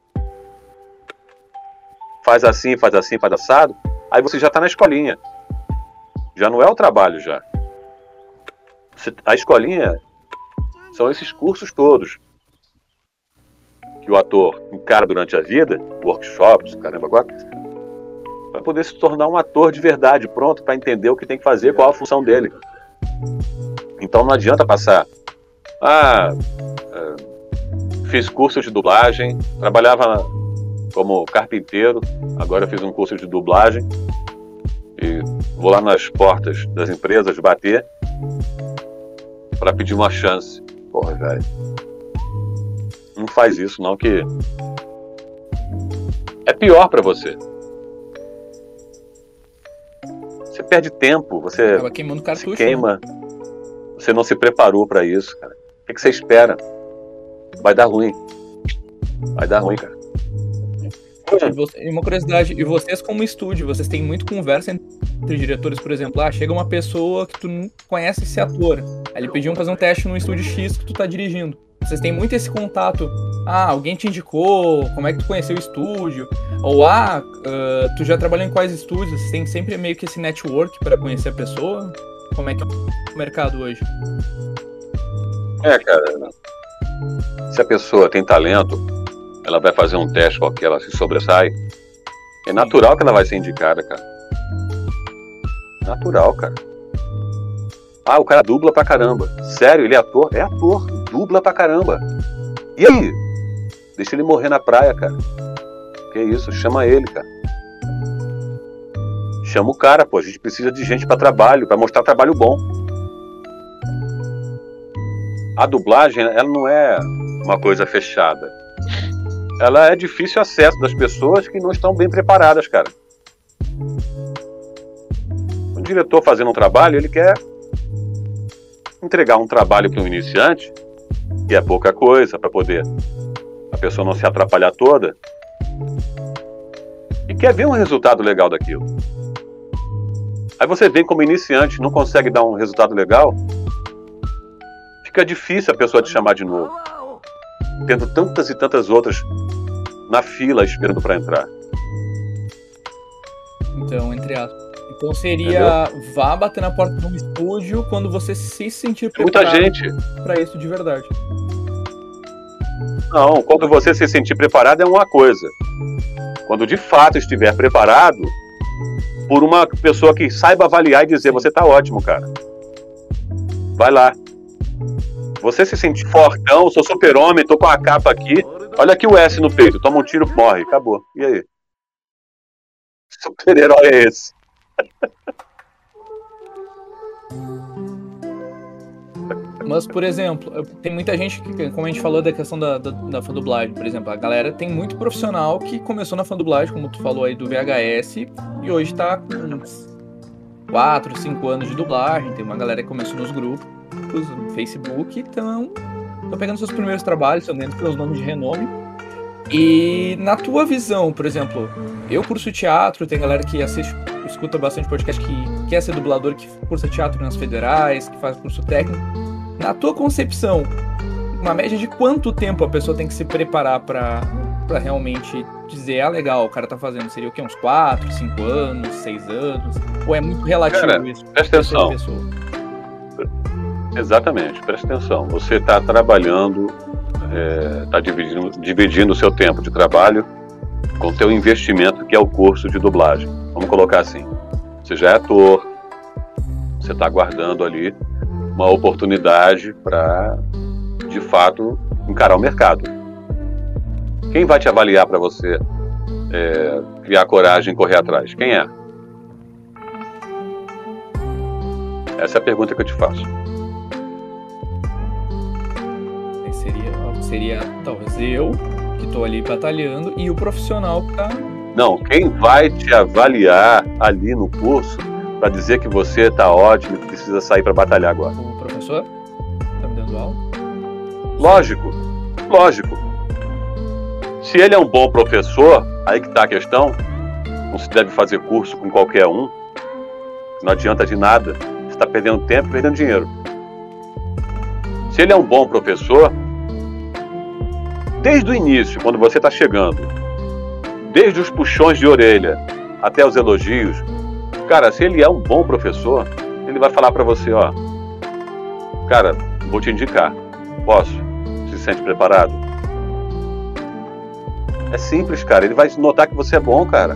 [SPEAKER 2] Faz assim, faz assim, faz assado. Aí você já tá na escolinha. Já não é o trabalho, já. Você, a escolinha são esses cursos todos que o ator encara durante a vida, workshops, caramba, agora, para poder se tornar um ator de verdade, pronto para entender o que tem que fazer, qual a função dele. Então não adianta passar, ah, fiz curso de dublagem, trabalhava como carpinteiro, agora fiz um curso de dublagem e vou lá nas portas das empresas bater para pedir uma chance. Porra, velho. Não faz isso não, que é pior pra você. Você perde tempo, você
[SPEAKER 4] Acaba queimando cartucho,
[SPEAKER 2] se queima, né? Você não se preparou pra isso, cara. O que, que você espera? Vai dar ruim. Vai dar ruim, cara.
[SPEAKER 4] E, você, e uma curiosidade, e vocês como estúdio, vocês têm muito conversa entre diretores, por exemplo, ah, chega uma pessoa que tu não conhece esse ator, aí ele pediu pra fazer um teste no estúdio X que tu tá dirigindo. Vocês têm muito esse contato, ah, alguém te indicou, como é que tu conheceu o estúdio, ou ah, uh, tu já trabalhou em quais estúdios, vocês têm sempre meio que esse network para conhecer a pessoa? Como é que é o mercado hoje?
[SPEAKER 2] É, cara, se a pessoa tem talento, ela vai fazer um teste qualquer, ela se sobressai, é natural que ela vai ser indicada, cara. Natural, cara. Ah, o cara dubla pra caramba. Sério, ele é ator? É ator, dubla pra caramba. E aí? Deixa ele morrer na praia, cara. Que isso? Chama ele, cara. Chama o cara, pô. A gente precisa de gente pra trabalho, pra mostrar trabalho bom. A dublagem, ela não é uma coisa fechada. Ela é difícil acesso das pessoas que não estão bem preparadas, cara. O diretor fazendo um trabalho, ele quer entregar um trabalho para um iniciante, que é pouca coisa, para poder a pessoa não se atrapalhar toda, e quer ver um resultado legal daquilo. Aí você vem como iniciante, não consegue dar um resultado legal, fica difícil a pessoa te chamar de novo, tendo tantas e tantas outras na fila esperando para entrar.
[SPEAKER 4] Então, entre aspas. Então seria, entendeu? Vá bater na porta de um estúdio quando você se sentir preparado.
[SPEAKER 2] Muita gente
[SPEAKER 4] para isso de verdade.
[SPEAKER 2] Não, quando você se sentir preparado é uma coisa. Quando de fato estiver preparado por uma pessoa que saiba avaliar e dizer, você tá ótimo, cara. Vai lá. Você se sentir fortão, sou super-homem, tô com a capa aqui, olha aqui o S no peito, toma um tiro, morre, acabou. E aí? Super-herói é esse?
[SPEAKER 4] Mas, por exemplo, tem muita gente que, como a gente falou da questão da, da, da fandublagem, por exemplo, a galera tem muito profissional que começou na fandublagem, como tu falou aí do V H S, e hoje tá com uns quatro, cinco anos de dublagem. Tem uma galera que começou nos grupos, no Facebook, então estão pegando seus primeiros trabalhos, estão dentro pelos nomes de renome. E na tua visão, por exemplo, eu curso teatro, tem galera que assiste, escuta bastante podcast, que quer ser dublador, que cursa teatro nas federais, que faz curso técnico. Na tua concepção, uma média de quanto tempo a pessoa tem que se preparar pra, pra realmente dizer, ah, legal, o cara tá fazendo, seria o quê? Uns quatro, cinco anos, seis anos? Ou é muito relativo, cara, isso?
[SPEAKER 2] Presta atenção. Exatamente, presta atenção. Você está trabalhando, está é, dividindo, dividindo o seu tempo de trabalho com o teu investimento, que é o curso de dublagem. Vamos colocar assim. Você já é ator, você está aguardando ali uma oportunidade para, de fato, encarar o mercado. Quem vai te avaliar para você é, criar coragem e correr atrás? Quem é? Essa é a pergunta que eu te faço.
[SPEAKER 4] Seria, seria talvez eu, que estou ali batalhando, e o profissional que está...
[SPEAKER 2] Não, quem vai te avaliar ali no curso para dizer que você está ótimo e que precisa sair para batalhar agora?
[SPEAKER 4] O professor? Está me dando aula?
[SPEAKER 2] Lógico, lógico. Se ele é um bom professor, aí que está a questão, não se deve fazer curso com qualquer um, não adianta de nada, você está perdendo tempo e perdendo dinheiro. Se ele é um bom professor, desde o início, quando você está chegando, desde os puxões de orelha até os elogios, cara, se ele é um bom professor, ele vai falar para você, ó, cara, vou te indicar, posso? Se sente preparado? É simples, cara, ele vai notar que você é bom, cara.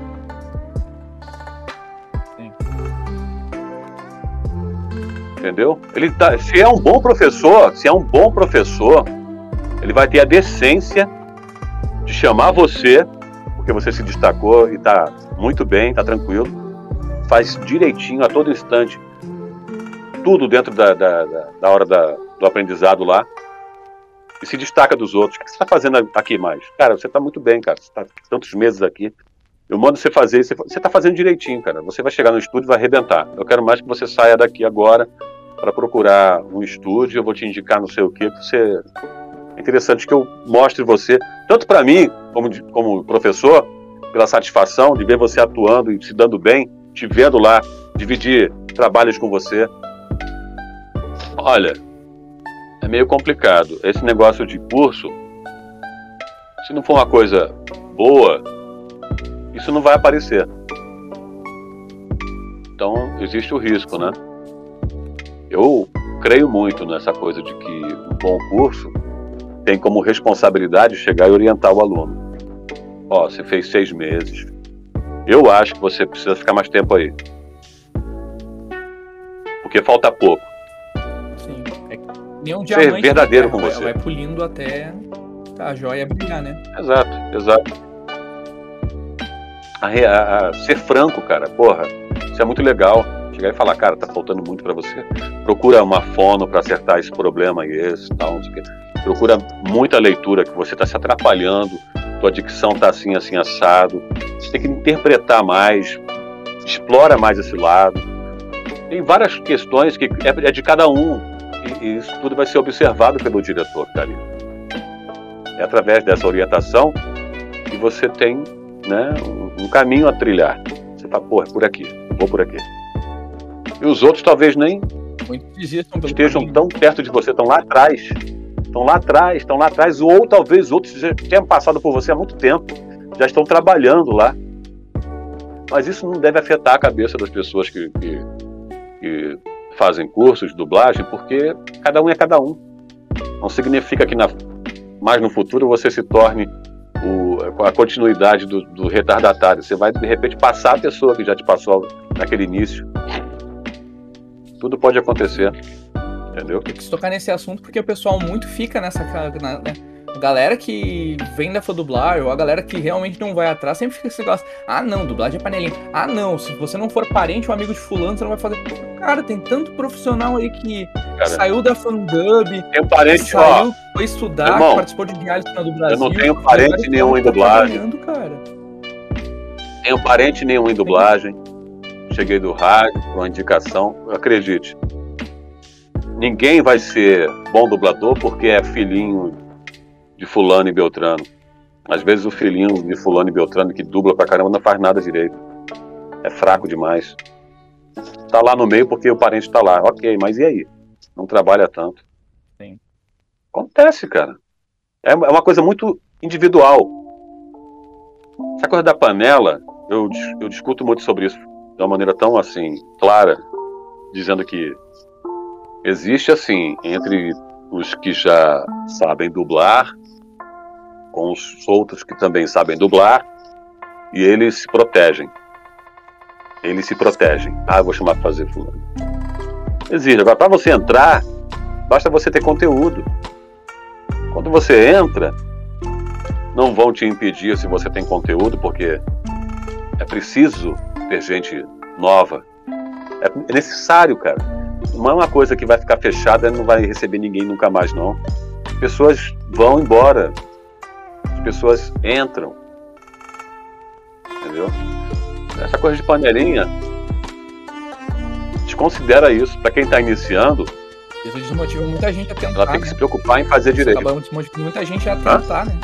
[SPEAKER 4] Sim.
[SPEAKER 2] Entendeu? Ele tá, se é um bom professor, se é um bom professor, ele vai ter a decência de chamar você, porque você se destacou e está muito bem, está tranquilo, faz direitinho a todo instante, tudo dentro da, da, da hora da, do aprendizado lá, e se destaca dos outros. O que você está fazendo aqui mais? Cara, você está muito bem, cara, você está tantos meses aqui, eu mando você fazer, você está fazendo direitinho, cara, você vai chegar no estúdio e vai arrebentar. Eu quero mais que você saia daqui agora para procurar um estúdio, eu vou te indicar não sei o que, você... É interessante que eu mostre você, tanto para mim, como, como professor, pela satisfação de ver você atuando e se dando bem, te vendo lá, dividir trabalhos com você. Olha, é meio complicado. Esse negócio de curso, se não for uma coisa boa, isso não vai aparecer. Então, existe o risco, né? Eu creio muito nessa coisa de que um bom curso tem como responsabilidade chegar e orientar o aluno. Ó, você fez seis meses. Eu acho que você precisa ficar mais tempo aí. Porque falta pouco.
[SPEAKER 4] Sim. Nem um
[SPEAKER 2] ser
[SPEAKER 4] diamante
[SPEAKER 2] verdadeiro
[SPEAKER 4] de
[SPEAKER 2] com
[SPEAKER 4] ferro,
[SPEAKER 2] você.
[SPEAKER 4] Vai, vai pulindo até a joia brilhar, né?
[SPEAKER 2] Exato, exato. A, re- a- a- ser franco, cara, porra, isso é muito legal. Chegar e falar, cara, tá faltando muito pra você. Procura uma fono pra acertar esse problema e esse, tal, não sei o quê. Procura muita leitura, que você tá se atrapalhando, tua dicção tá assim, assim, assado. Você tem que interpretar mais, explora mais esse lado. Tem várias questões que é, é de cada um, e, e isso tudo vai ser observado pelo diretor que tá ali. É através dessa orientação que você tem, né, um, um caminho a trilhar. Você fala, pô, é por aqui, eu vou por aqui. E os outros talvez nem
[SPEAKER 4] Muitos desistam pelo
[SPEAKER 2] estejam
[SPEAKER 4] caminho.
[SPEAKER 2] tão perto de você, estão lá atrás. Estão lá atrás, estão lá atrás, ou talvez outros já tenham passado por você há muito tempo, já estão trabalhando lá. Mas isso não deve afetar a cabeça das pessoas que, que, que fazem cursos de dublagem, porque cada um é cada um. Não significa que na, mais no futuro você se torne o, a continuidade do, do retardatário. Você vai, de repente, passar a pessoa que já te passou naquele início. Tudo pode acontecer, entendeu?
[SPEAKER 4] Eu quis tocar nesse assunto porque o pessoal muito fica nessa... Na, né? A galera que vem da dublar, ou a galera que realmente não vai atrás, sempre fica esse negócio, ah não, dublagem é panelinha, ah não, se você não for parente ou amigo de fulano, você não vai fazer... Cara, tem tanto profissional aí que
[SPEAKER 2] Cara,
[SPEAKER 4] saiu da fandub,
[SPEAKER 2] tenho parente,
[SPEAKER 4] saiu,
[SPEAKER 2] ó,
[SPEAKER 4] foi estudar,
[SPEAKER 2] irmão,
[SPEAKER 4] participou de reality no Brasil.
[SPEAKER 2] eu não tenho parente nenhum em dublagem.
[SPEAKER 4] Cara.
[SPEAKER 2] Tenho parente nenhum em dublagem. Cheguei do rádio, com uma indicação. Acredite, ninguém vai ser bom dublador porque é filhinho de fulano e beltrano. Às vezes o filhinho de fulano e beltrano que dubla pra caramba não faz nada direito. É fraco demais. Tá lá no meio porque o parente tá lá. Ok, mas e aí? Não trabalha tanto.
[SPEAKER 4] Sim.
[SPEAKER 2] Acontece, cara. É é uma coisa muito individual. Essa coisa da panela, eu, dis- eu discuto muito sobre isso de uma maneira tão assim, clara, dizendo que existe assim, entre os que já sabem dublar, com os outros que também sabem dublar, e eles se protegem. Eles se protegem. Ah, eu vou chamar pra fazer fulano. Existe. Agora, pra você entrar, basta você ter conteúdo. Quando você entra, não vão te impedir se você tem conteúdo, porque é preciso ter gente nova. É necessário, cara. Não é uma coisa que vai ficar fechada e não vai receber ninguém nunca mais, não. As pessoas vão embora. As pessoas entram. Entendeu? Essa coisa de panelinha, desconsidera isso. Pra quem tá iniciando,
[SPEAKER 4] Isso desmotiva muita gente a tentar.
[SPEAKER 2] ela tem que
[SPEAKER 4] né?
[SPEAKER 2] se preocupar em fazer
[SPEAKER 4] Isso
[SPEAKER 2] direito.
[SPEAKER 4] acaba desmotivando muita gente a tentar, né?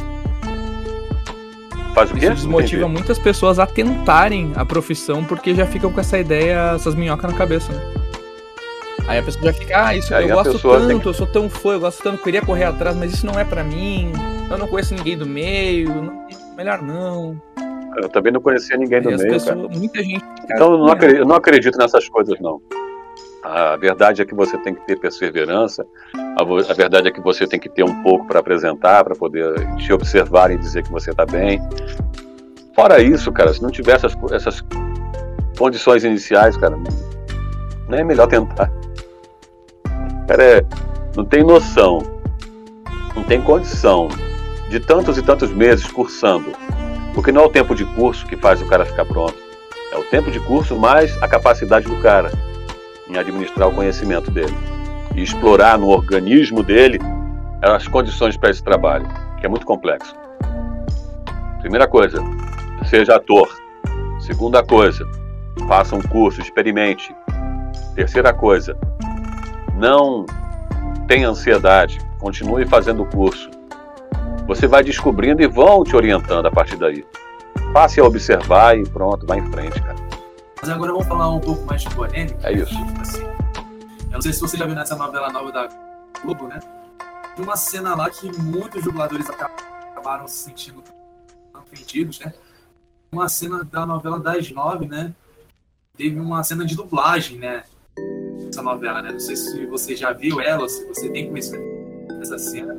[SPEAKER 2] Faz o quê?
[SPEAKER 4] Isso desmotiva
[SPEAKER 2] Não entendi.
[SPEAKER 4] muitas pessoas a tentarem a profissão porque já ficam com essa ideia, essas minhocas na cabeça, né? Aí a pessoa já fica, ah, isso
[SPEAKER 2] Aí
[SPEAKER 4] eu
[SPEAKER 2] a
[SPEAKER 4] gosto
[SPEAKER 2] pessoa
[SPEAKER 4] tanto,
[SPEAKER 2] tem que-
[SPEAKER 4] eu sou tão fã, eu gosto tanto, queria correr atrás, mas isso não é pra mim, eu não conheço ninguém do meio, não- melhor não.
[SPEAKER 2] Eu também não conhecia ninguém do
[SPEAKER 4] E as
[SPEAKER 2] meio,
[SPEAKER 4] pessoas,
[SPEAKER 2] cara.
[SPEAKER 4] muita gente fica
[SPEAKER 2] Então eu não
[SPEAKER 4] assim,
[SPEAKER 2] acredito, eu não acredito nessas coisas, não. A verdade é que você tem que ter perseverança, a, vo- a verdade é que você tem que ter um pouco para apresentar, para poder te observar e dizer que você está bem. Fora isso, cara, se não tiver essas, co- essas condições iniciais, cara, não é melhor tentar. Cara, é, não tem noção, não tem condição de tantos e tantos meses cursando, porque não é o tempo de curso que faz o cara ficar pronto, é o tempo de curso mais a capacidade do cara em administrar o conhecimento dele e explorar no organismo dele as condições para esse trabalho, que é muito complexo. Primeira coisa, seja ator. Segunda coisa, faça um curso, experimente. Terceira coisa, não tenha ansiedade, continue fazendo o curso. Você vai descobrindo e vão te orientando a partir daí. Passe a observar e pronto, vai em frente, cara.
[SPEAKER 5] Mas agora vamos falar um pouco mais de polêmica.
[SPEAKER 2] É isso.
[SPEAKER 5] Assim, eu não sei se você já viu nessa novela nova da Globo, né? Tem uma cena lá que muitos dubladores acabaram se sentindo ofendidos, né? Uma cena da novela das nove, né? Teve uma cena de dublagem, né? Essa novela, né? Não sei se você já viu ela ou se você tem conhecimento dessa cena.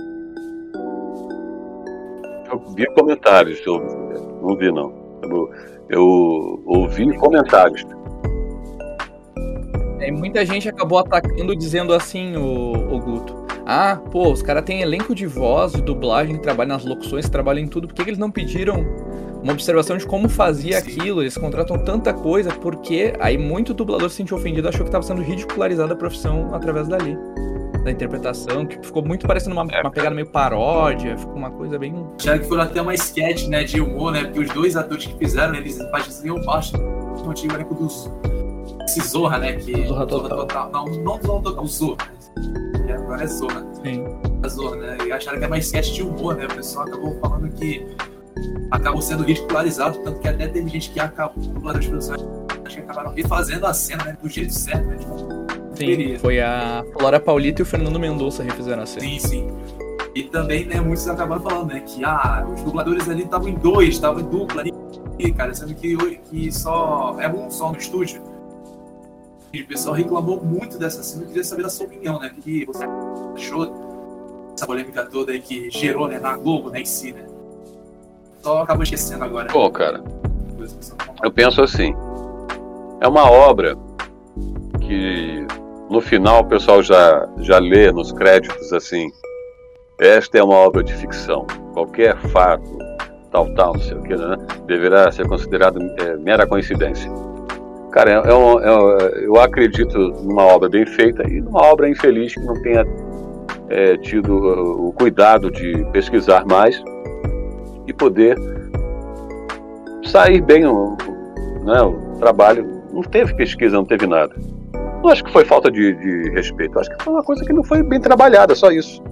[SPEAKER 2] Eu vi comentários, eu não vi não. Eu, eu ouvi comentários.
[SPEAKER 4] É, muita gente acabou atacando, dizendo assim, o, Guto. Ah, pô, os caras têm elenco de voz, de dublagem, que trabalham nas locuções, que trabalham em tudo. Por que, que eles não pediram uma observação de como fazia
[SPEAKER 5] Sim.
[SPEAKER 4] aquilo? Eles contratam tanta coisa, porque aí muito dublador se sentiu ofendido, achou que estava sendo ridicularizada a profissão através dali. Da interpretação, que ficou muito parecendo uma, uma pegada meio paródia, ficou uma coisa bem...
[SPEAKER 5] Acharam que foram até uma sketch, né, de humor, né, porque os dois atores que fizeram, eles faziam parte do antigo elenco dos... Esse Zorra, né, que...
[SPEAKER 4] Zorra Total.
[SPEAKER 5] Não, não Zorra Total, o Zorra. Que agora é Zorra.
[SPEAKER 4] Sim.
[SPEAKER 5] A Zorra, né, e acharam que era uma sketch de humor, né, o pessoal acabou falando que acabou sendo ridicularizado, tanto que até teve gente que acabou, dubladores de produção, acho que acabaram refazendo a cena, né, do jeito certo, né, tipo...
[SPEAKER 4] Sim, foi a Flora Paulita e o Fernando Mendonça refizeram a cena.
[SPEAKER 5] Sim, sim. E também, né, muitos acabaram falando, né, que ah, os dubladores ali estavam em dois, estavam em dupla ali, cara, sendo que, que só é um só no estúdio. E o pessoal reclamou muito dessa cena, eu queria saber da sua opinião, né, o que você achou dessa polêmica toda aí que gerou, né, na Globo, né, em si, né. Só acabou esquecendo agora.
[SPEAKER 2] Pô, cara, eu penso assim, é uma obra que no final o pessoal já, já lê nos créditos assim, esta é uma obra de ficção, qualquer fato, tal, tal, não sei o que, né, deverá ser considerado é, mera coincidência. Cara, é, é um, é, eu acredito numa obra bem feita e numa obra infeliz que não tenha é, tido uh, o cuidado de pesquisar mais e poder sair bem o, né, o trabalho. Não teve pesquisa, não teve nada. Não acho que foi falta de, de respeito, acho que foi uma coisa que não foi bem trabalhada, só isso.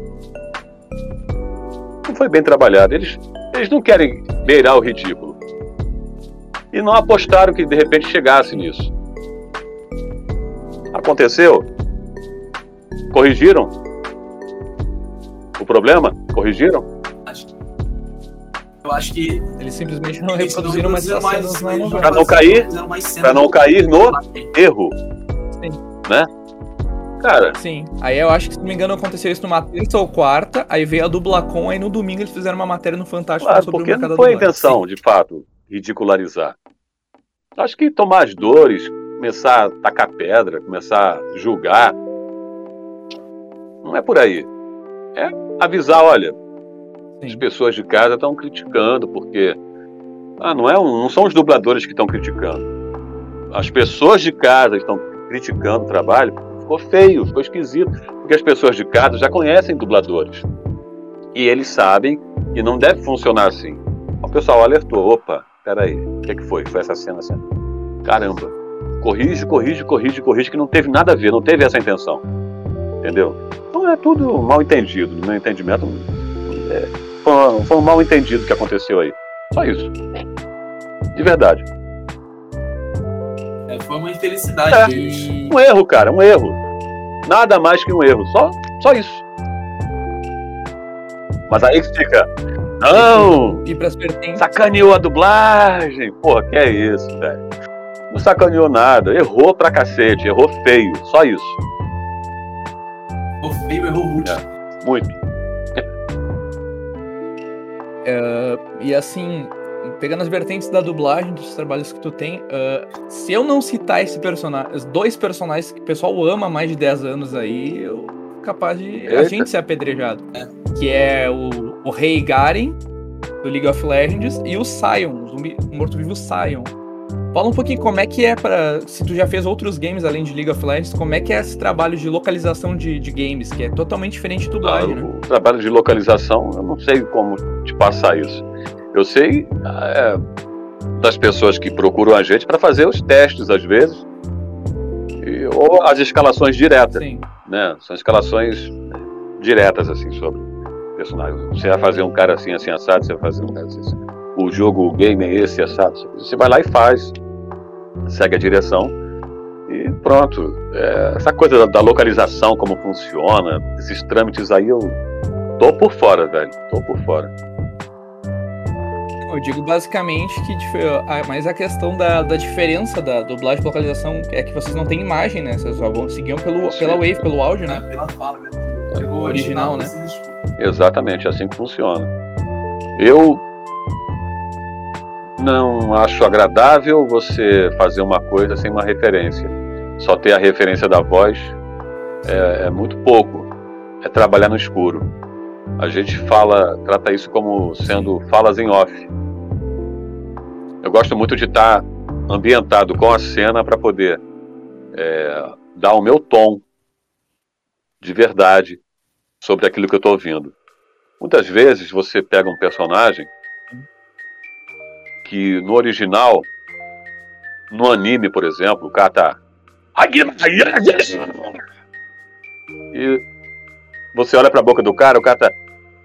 [SPEAKER 2] Não foi bem trabalhada. Eles, eles não querem beirar o ridículo. E não apostaram que de repente chegasse nisso. Aconteceu? Corrigiram? O problema? Corrigiram?
[SPEAKER 5] Eu acho que
[SPEAKER 4] eles simplesmente não reproduziram mais essas cenas na novela.
[SPEAKER 2] Para não cair, para não cair no erro.
[SPEAKER 4] Sim.
[SPEAKER 2] Né? Cara.
[SPEAKER 4] Sim. Aí eu acho que, se não me engano, aconteceu isso numa terça ou quarta, aí veio a Dublacon, aí no domingo eles fizeram uma matéria no Fantástico
[SPEAKER 2] claro,
[SPEAKER 4] sobre
[SPEAKER 2] porque
[SPEAKER 4] o mercado
[SPEAKER 2] não foi a
[SPEAKER 4] dublagem.
[SPEAKER 2] intenção,
[SPEAKER 4] Sim.
[SPEAKER 2] de fato, ridicularizar. Acho que tomar as dores, começar a tacar pedra, começar a julgar, não é por aí. É avisar, olha,
[SPEAKER 4] Sim.
[SPEAKER 2] as pessoas de casa estão criticando, porque ah, não, é um, não são os dubladores que estão criticando. As pessoas de casa estão criticando o trabalho, ficou feio, ficou esquisito, porque as pessoas de casa já conhecem dubladores. E eles sabem que não deve funcionar assim. O pessoal alertou, opa, peraí, o que, que foi? Foi essa cena, cena? Caramba, corrige, corrige, corrige, corrige, que não teve nada a ver, não teve essa intenção. Entendeu? Então é tudo mal entendido, no meu entendimento. É, foi, um, foi um mal entendido que aconteceu aí. Só isso. De verdade.
[SPEAKER 5] É, foi uma infelicidade.
[SPEAKER 2] É,
[SPEAKER 5] e...
[SPEAKER 2] um erro, cara, um erro. Nada mais que um erro, só, só isso. Mas aí que fica, não,
[SPEAKER 4] E pras vertentes.
[SPEAKER 2] sacaneou a dublagem. Porra, que é isso, velho? Não sacaneou nada, errou pra cacete, errou feio, só isso.
[SPEAKER 5] O feio errou muito.
[SPEAKER 2] É, muito.
[SPEAKER 4] Uh, e assim, pegando as vertentes da dublagem, dos trabalhos que tu tem, uh, se eu não citar esse personagem, os dois personagens que o pessoal ama há mais de dez anos aí, eu capaz de
[SPEAKER 2] Eita.
[SPEAKER 4] a gente ser apedrejado.
[SPEAKER 5] É.
[SPEAKER 4] Que é o, o Rei Garen, do League of Legends, e o Sion, o, zumbi, o morto-vivo Sion. Fala um pouquinho como é que é pra... Se tu já fez outros games além de League of Legends, como é que é esse trabalho de localização de, de games, que é totalmente diferente de dublagem,
[SPEAKER 2] Ah,
[SPEAKER 4] né?
[SPEAKER 2] o trabalho de localização, eu não sei como te passar isso. Eu sei é, das pessoas que procuram a gente para fazer os testes, às vezes, e, ou as escalações diretas,
[SPEAKER 4] Sim.
[SPEAKER 2] né? São escalações diretas, assim, sobre personagens. Você vai fazer um cara assim, assim, assado, você vai fazer um cara assim, assim. O jogo, o game é esse, assado. Você vai lá e faz, segue a direção e pronto. É, essa coisa da, da localização, como funciona, esses trâmites aí, eu tô por fora, velho. Tô por fora.
[SPEAKER 4] Eu digo basicamente que mas a questão da, da diferença da dublagem e localização é que vocês não têm imagem, né? Vocês só vão seguir pelo, pela wave, pelo áudio, né?
[SPEAKER 5] Pela fala, né?
[SPEAKER 4] O original, né?
[SPEAKER 2] Exatamente, é assim que funciona. Eu não acho agradável você fazer uma coisa sem uma referência. Só ter a referência da voz é, é muito pouco. é trabalhar no escuro. A gente fala, trata isso como sendo falas em off. Eu gosto muito de estar ambientado com a cena para poder é, dar o meu tom de verdade sobre aquilo que eu estou ouvindo. Muitas vezes você pega um personagem que no original, no anime, por exemplo, o cara tá... E você olha pra boca do cara, o cara tá...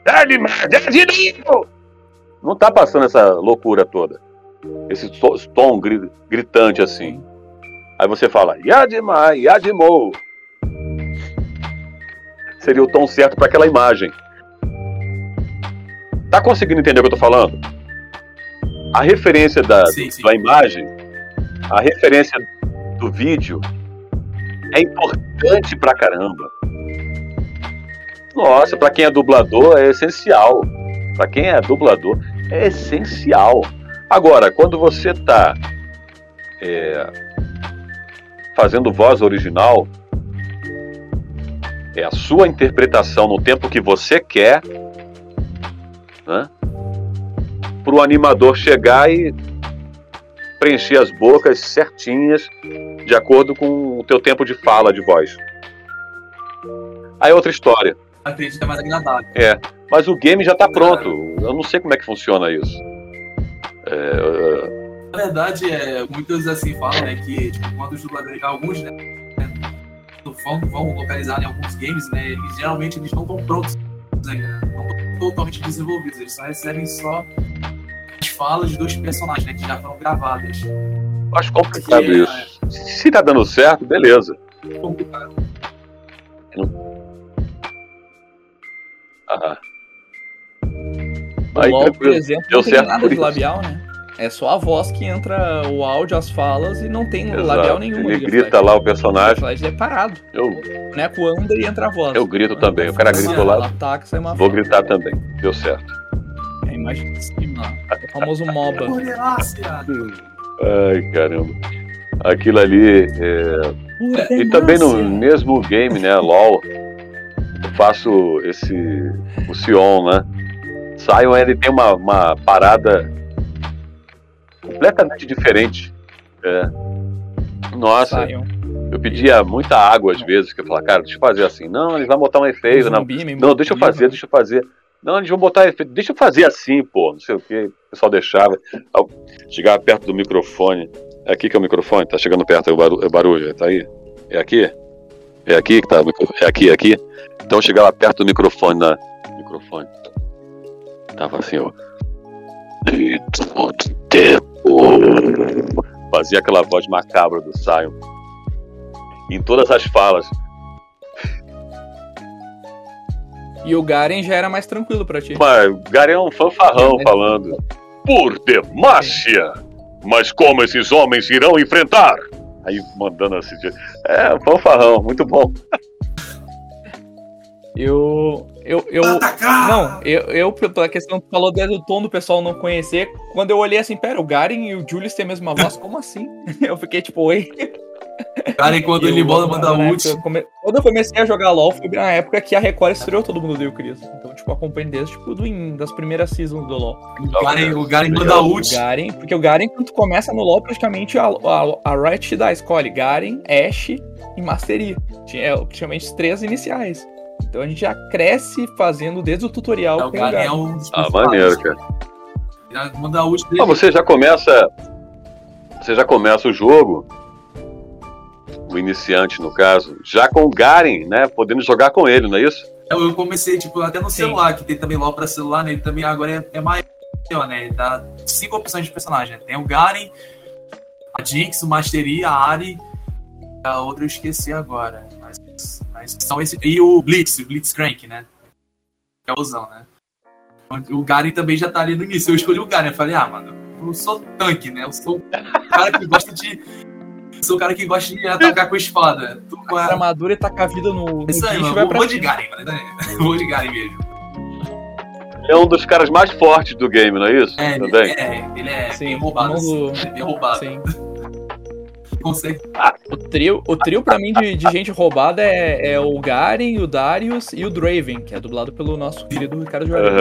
[SPEAKER 2] Não tá passando essa loucura toda. Esse tom gritante assim. Aí você fala, Yadima, Yadimou. Seria o tom certo para aquela imagem. Tá conseguindo entender o que eu tô falando? A referência da, sim, sim. da imagem, a referência do vídeo é importante pra caramba. Nossa, pra quem é dublador é essencial. Pra quem é dublador é essencial. Agora, quando você tá é, fazendo voz original, é a sua interpretação no tempo que você quer, né? Para o animador chegar e preencher as bocas certinhas de acordo com o teu tempo de fala, de voz. Aí é outra história.
[SPEAKER 5] Acredito que é mais agradável.
[SPEAKER 2] É, mas o game já está pronto. Eu não sei como é que funciona isso. É...
[SPEAKER 5] Na verdade, é, muitos assim falam, né, que tipo, quando os dubladores, alguns, né, vão, vão localizar em alguns games, né, eles geralmente eles não estão prontos, né, não estão totalmente desenvolvidos, eles só recebem só as falas dos personagens, né, que já foram gravadas.
[SPEAKER 2] Acho complicado que, isso. É... Se tá dando certo, beleza.
[SPEAKER 5] Complicado.
[SPEAKER 2] Ah.
[SPEAKER 4] O
[SPEAKER 2] Aí,
[SPEAKER 4] LOL, por exemplo,
[SPEAKER 2] deu
[SPEAKER 4] não tem
[SPEAKER 2] certo
[SPEAKER 4] nada
[SPEAKER 2] por
[SPEAKER 4] de
[SPEAKER 2] isso.
[SPEAKER 4] labial, né? É só a voz que entra o áudio, as falas, e não tem
[SPEAKER 2] Exato.
[SPEAKER 4] labial nenhum.
[SPEAKER 2] Ele grita lá o personagem.
[SPEAKER 4] O Flash é parado.
[SPEAKER 2] Eu,
[SPEAKER 4] O boneco anda e entra a voz.
[SPEAKER 2] eu grito também. O cara gritou lá.
[SPEAKER 4] Ataca, sai uma
[SPEAKER 2] Vou
[SPEAKER 4] fala.
[SPEAKER 2] gritar também. Deu certo.
[SPEAKER 4] É a imagem de cima. É o famoso MOBA.
[SPEAKER 2] Ai, caramba. Aquilo ali. É... E também no mesmo game, né? LOL. Eu faço esse. O Sion, né? Sion, ele tem uma, uma parada completamente diferente. É. Nossa,
[SPEAKER 4] Sion.
[SPEAKER 2] eu pedia muita água às vezes, que eu falava, cara, deixa eu fazer assim. Não, eles vão botar um efeito. Não,
[SPEAKER 4] Zumbi,
[SPEAKER 2] não deixa eu fazer, deixa eu fazer. Não, eles vão botar efeito. Deixa eu fazer assim, pô. Não sei o que. O pessoal deixava. Chegava perto do microfone. É aqui que é o microfone? Tá chegando perto, é o barulho, é o barulho. Tá aí? É aqui? É aqui que tá o microfone? É aqui, é aqui? Então eu chegava perto do microfone, na... microfone. Tava assim, ó. Fazia aquela voz macabra do Sion. Em todas as falas.
[SPEAKER 4] E o Garen já era mais tranquilo pra ti.
[SPEAKER 2] Mas o Garen é um fanfarrão falando. Por Demacia! Mas como esses homens irão enfrentar? Aí mandando assim. É, fanfarrão, muito bom.
[SPEAKER 4] Eu. Eu. eu não, eu, eu, pela questão que tu falou desde o tom do pessoal não conhecer, quando eu olhei assim, pera, o Garen e o Julius têm a mesma voz, como assim? Eu fiquei tipo, oi.
[SPEAKER 5] Garen, quando ele bola, manda ult.
[SPEAKER 4] Eu come... Quando eu comecei a jogar LOL, foi na época que a Record estreou Todo Mundo Deu Cris. Então, tipo, acompanhei desde tipo, do in, das primeiras seasons do LOL.
[SPEAKER 5] O Garen, o Garen manda ult.
[SPEAKER 4] O Garen, porque o Garen, quando tu começa no LOL, praticamente a, a, a Riot te dá, escolhe Garen, Ashe e Mastery. Tinha praticamente os três iniciais. Então a gente já cresce fazendo desde o tutorial.
[SPEAKER 5] É, o Garen é um dos
[SPEAKER 2] Ah, maneiro, cara.
[SPEAKER 5] Ele manda ult dele.
[SPEAKER 2] Ah, você já começa. Você já começa o jogo. O iniciante, no caso, já com o Garen, né? Podendo jogar com ele, não é isso?
[SPEAKER 5] Eu, eu comecei, tipo, até no
[SPEAKER 4] Sim.
[SPEAKER 5] celular, que tem também LOL pra celular, né? Ele também agora é, é maior, né? Ele dá cinco opções de personagem. Tem o Garen, a Jinx, o Mastery, a Ahri, a outra eu esqueci agora. Mas, mas são esses. E o Blitz, o Blitzcrank, né? Que é o usão, né? O Garen também já tá ali no início. Eu escolhi o Garen, eu falei, ah, mano, eu sou tanque, né? Eu sou o cara que gosta de. Eu sou o cara que gosta de atacar com a espada. Tô com a
[SPEAKER 4] armadura e tacar a vida no.
[SPEAKER 5] Isso aí, mano. Vou de Garen, mano. Vou de Garen mesmo.
[SPEAKER 2] É um dos caras mais fortes do game, não é isso?
[SPEAKER 5] É,
[SPEAKER 2] Também.
[SPEAKER 5] é ele é
[SPEAKER 4] Sim,
[SPEAKER 5] bem roubado.
[SPEAKER 4] no...
[SPEAKER 5] Assim, é bem roubado.
[SPEAKER 4] Sim.
[SPEAKER 5] consegue.
[SPEAKER 4] O trio, o trio pra mim, de, de gente roubada é, é o Garen, o Darius e o Draven, que é dublado pelo nosso querido Ricardo Jordan.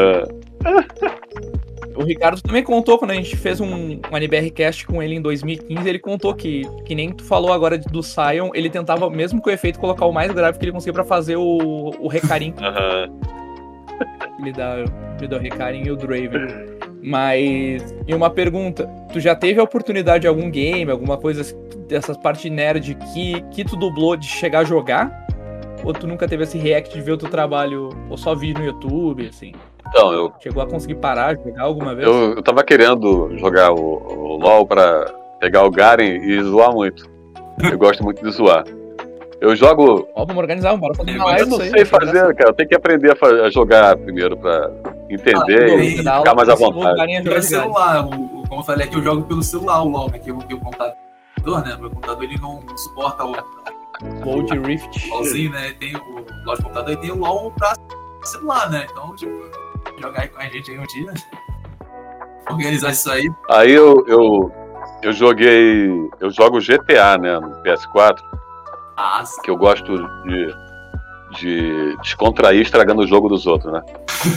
[SPEAKER 2] Uhum.
[SPEAKER 4] O Ricardo também contou, quando a gente fez um, um N B R Cast com ele em dois mil e quinze, ele contou que, que nem tu falou agora do Sion, ele tentava, mesmo com o efeito, colocar o mais grave que ele conseguia pra fazer o, o Recarim.
[SPEAKER 2] Uhum.
[SPEAKER 4] Ele dá, ele dá o Recarim e o Draven. Mas, e uma pergunta, tu já teve a oportunidade de algum game, alguma coisa dessas partes nerd que, que tu dublou de chegar a jogar? Ou tu nunca teve esse react de ver o teu trabalho, ou só vi no YouTube, assim?
[SPEAKER 2] Então, eu,
[SPEAKER 4] Chegou a conseguir parar, jogar alguma vez?
[SPEAKER 2] eu, eu tava querendo jogar o, o LoL pra pegar o Garen e zoar muito. Eu gosto muito de zoar. Eu jogo...
[SPEAKER 4] Ó, vamos organizar, bora fazer uma
[SPEAKER 2] Eu
[SPEAKER 4] live
[SPEAKER 2] não
[SPEAKER 4] disso aí.
[SPEAKER 2] sei fazer, cara. Eu tenho que aprender a, fa- a jogar primeiro pra entender
[SPEAKER 5] Ah,
[SPEAKER 2] e
[SPEAKER 5] eu-
[SPEAKER 2] ficar mais à vontade.
[SPEAKER 5] Pelo celular, o, o- como eu falei aqui, eu jogo pelo celular o LoL, né? Que o meu computador, né? Meu computador ele não, não suporta o
[SPEAKER 4] Bold Rift.
[SPEAKER 5] LoLzinho, né? Tem o LoL de computador e tem o LoL pra celular, né? Então, tipo, jogar aí com a gente aí um dia. Organizar isso aí.
[SPEAKER 2] Aí eu, eu, eu joguei... Eu jogo G T A, né? No P S quatro.
[SPEAKER 5] Ah,
[SPEAKER 2] Que eu gosto de, de descontrair estragando o jogo dos outros, né?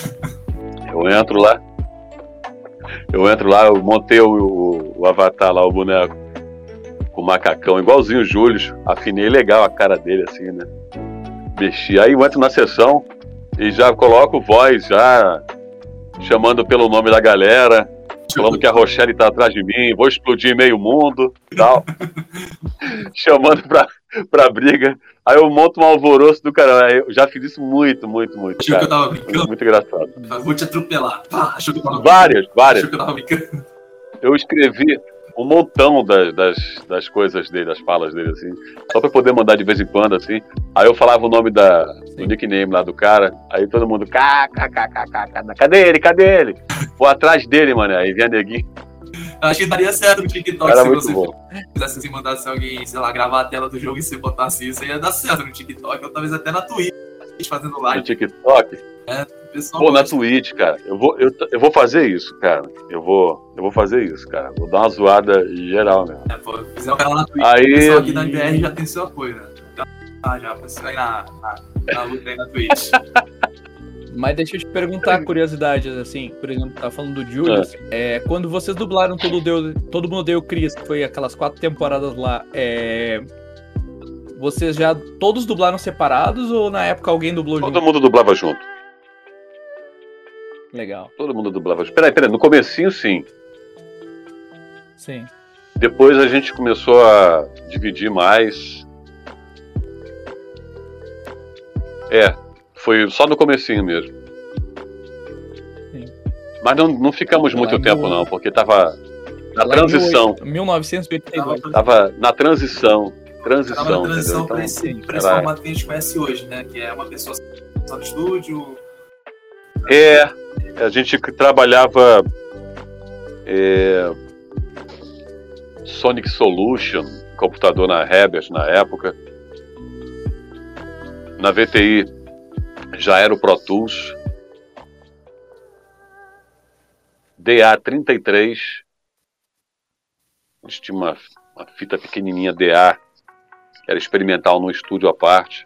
[SPEAKER 2] Eu entro lá, eu entro lá, eu montei o, o, o avatar lá, o boneco, com o macacão, igualzinho o Júlio, afinei legal a cara dele, assim, né? Mexi, aí eu entro na sessão e já coloco voz, já chamando pelo nome da galera, falando que a Rochelle tá atrás de mim, vou explodir meio mundo, tal. Chamando pra, pra briga. Aí eu monto um alvoroço do caramba. Eu já fiz isso muito, muito, muito.
[SPEAKER 5] Achou que eu
[SPEAKER 2] Cara.
[SPEAKER 5] tava brincando?
[SPEAKER 2] Muito engraçado.
[SPEAKER 5] Vou te atropelar. Pá, achou que eu tava
[SPEAKER 2] Várias, várias.
[SPEAKER 5] Achou que eu tava brincando.
[SPEAKER 2] Eu escrevi um montão das, das, das coisas dele, das falas dele, assim, só pra poder mandar de vez em quando, assim. Aí eu falava o nome da, do nickname lá do cara, aí todo mundo, cá, cá, cá, cá, cá, cá, cadê ele, cadê ele? Vou atrás dele, mano, aí vinha neguinho.
[SPEAKER 5] Eu acho que daria certo no TikTok
[SPEAKER 2] Era
[SPEAKER 5] se
[SPEAKER 2] muito
[SPEAKER 5] você
[SPEAKER 2] bom.
[SPEAKER 5] fizesse assim, mandasse alguém, sei lá, gravar a tela do jogo e você botasse isso, ia dar certo no TikTok, ou talvez até na Twitch, fazendo
[SPEAKER 2] No
[SPEAKER 5] live.
[SPEAKER 2] TikTok.
[SPEAKER 5] O pessoal
[SPEAKER 2] Pô, na
[SPEAKER 5] gosta.
[SPEAKER 2] Twitch, cara, eu vou, eu, eu vou fazer isso, cara. Eu vou, eu vou fazer isso, cara. Vou dar uma zoada geral, né?
[SPEAKER 5] É, pô, fizer um canal na Twitch,
[SPEAKER 2] Aí-
[SPEAKER 5] o pessoal aqui da M B R já tem seu apoio, né? Já, tá, já, pra você aí na, na, na luta aí na Twitch.
[SPEAKER 4] Mas deixa eu te perguntar curiosidades, assim, por exemplo, tá falando do Julius, é, quando vocês dublaram Todo, Deus, Todo Mundo Deu Cris, que foi aquelas quatro temporadas lá, é, vocês já todos dublaram separados ou na época alguém dublou
[SPEAKER 2] Todo
[SPEAKER 4] junto?
[SPEAKER 2] mundo dublava junto.
[SPEAKER 4] Legal,
[SPEAKER 2] Todo mundo dublava junto. Peraí, peraí, no comecinho sim.
[SPEAKER 4] sim.
[SPEAKER 2] Depois a gente começou a dividir mais. É, foi só no comecinho mesmo.
[SPEAKER 4] Sim.
[SPEAKER 2] Mas não, não ficamos
[SPEAKER 4] Lá
[SPEAKER 2] muito
[SPEAKER 4] no-
[SPEAKER 2] tempo não, porque tava na
[SPEAKER 4] Lá em
[SPEAKER 2] transição.
[SPEAKER 4] mil novecentos e oitenta e dois.
[SPEAKER 2] Tava na transição.
[SPEAKER 5] Tava
[SPEAKER 2] Transição,
[SPEAKER 5] na transição
[SPEAKER 2] entendeu?
[SPEAKER 5] pra
[SPEAKER 2] Então,
[SPEAKER 5] esse, pra esse
[SPEAKER 2] era-
[SPEAKER 5] formato que a gente conhece hoje, né? Que é uma pessoa só no estúdio.
[SPEAKER 2] É, a gente trabalhava é, Sonic Solution, computador na Herbert na época. Na V T I já era o Pro Tools. D A trinta e três. A gente tinha uma, uma fita pequenininha D A, que era experimental num estúdio à parte.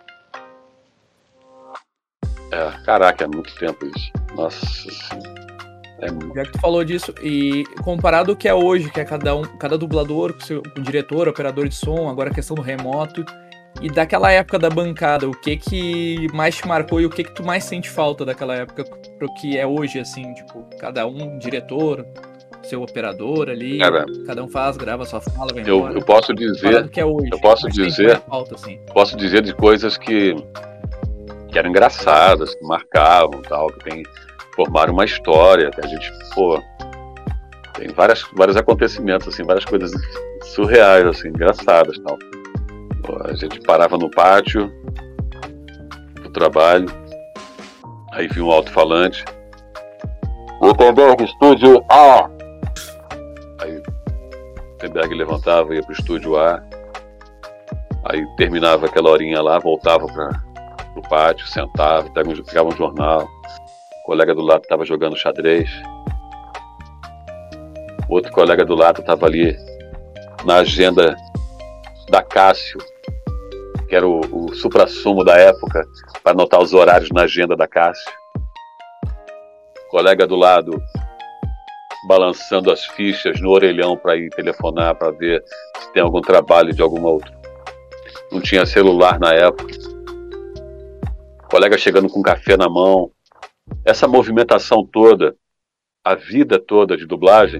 [SPEAKER 2] É, caraca, é muito tempo isso. Nossa Senhora. É muito.
[SPEAKER 4] Já que tu falou disso, e comparado ao que é hoje, que é cada um, cada dublador, com seu, com diretor, operador de som, agora a questão do remoto, e daquela época da bancada, o que que mais te marcou e o que que tu mais sente falta daquela época pro que é hoje, assim, tipo, cada um diretor, seu operador ali,
[SPEAKER 2] Cara,
[SPEAKER 4] cada um faz, grava sua fala, vai
[SPEAKER 2] Eu,
[SPEAKER 4] embora.
[SPEAKER 2] eu posso
[SPEAKER 4] Comparado
[SPEAKER 2] dizer,
[SPEAKER 4] ao que é hoje,
[SPEAKER 2] eu posso
[SPEAKER 4] o que sente
[SPEAKER 2] dizer-
[SPEAKER 4] mais falta, assim.
[SPEAKER 2] posso dizer de coisas que, que eram engraçadas, que marcavam, tal, que tem, formaram uma história, que a gente, pô, tem várias, vários acontecimentos, assim, várias coisas surreais, assim, engraçadas, tal. Pô, a gente parava no pátio do trabalho, aí vinha um alto-falante, Gutenberg, estúdio A. Aí o Gutenberg levantava, ia pro estúdio A. Aí terminava aquela horinha lá, voltava para o pátio, sentava, pegava um, pegava um jornal. O colega do lado estava jogando xadrez. O outro colega do lado estava ali na agenda da Cássio, que era o, o suprassumo da época, para anotar os horários na agenda da Cássio. Colega do lado balançando as fichas no orelhão para ir telefonar para ver se tem algum trabalho de algum outro. Não tinha celular na época. Colega chegando com café na mão. Essa movimentação toda, a vida toda de dublagem,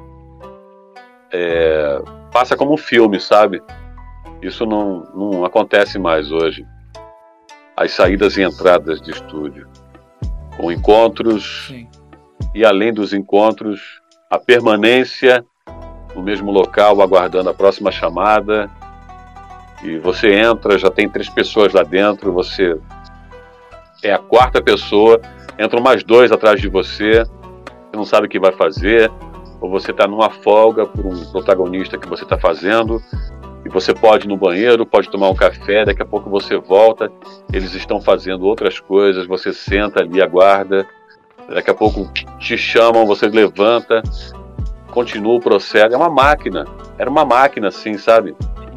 [SPEAKER 2] é, passa como um filme, sabe? Isso não, não acontece mais hoje. As saídas e entradas de estúdio, com encontros. Sim. E além dos encontros, a permanência no mesmo local, aguardando a próxima chamada. E você entra, já tem três pessoas lá dentro, você é a quarta pessoa, entram mais dois atrás de você, você não sabe o que vai fazer, ou você está numa folga por um protagonista que você está fazendo, e você pode ir no banheiro, pode tomar um café, daqui a pouco você volta, eles estão fazendo outras coisas, você senta ali, aguarda. Daqui a pouco te chamam, você levanta, continua o processo. É uma máquina. Era uma máquina, assim, sabe?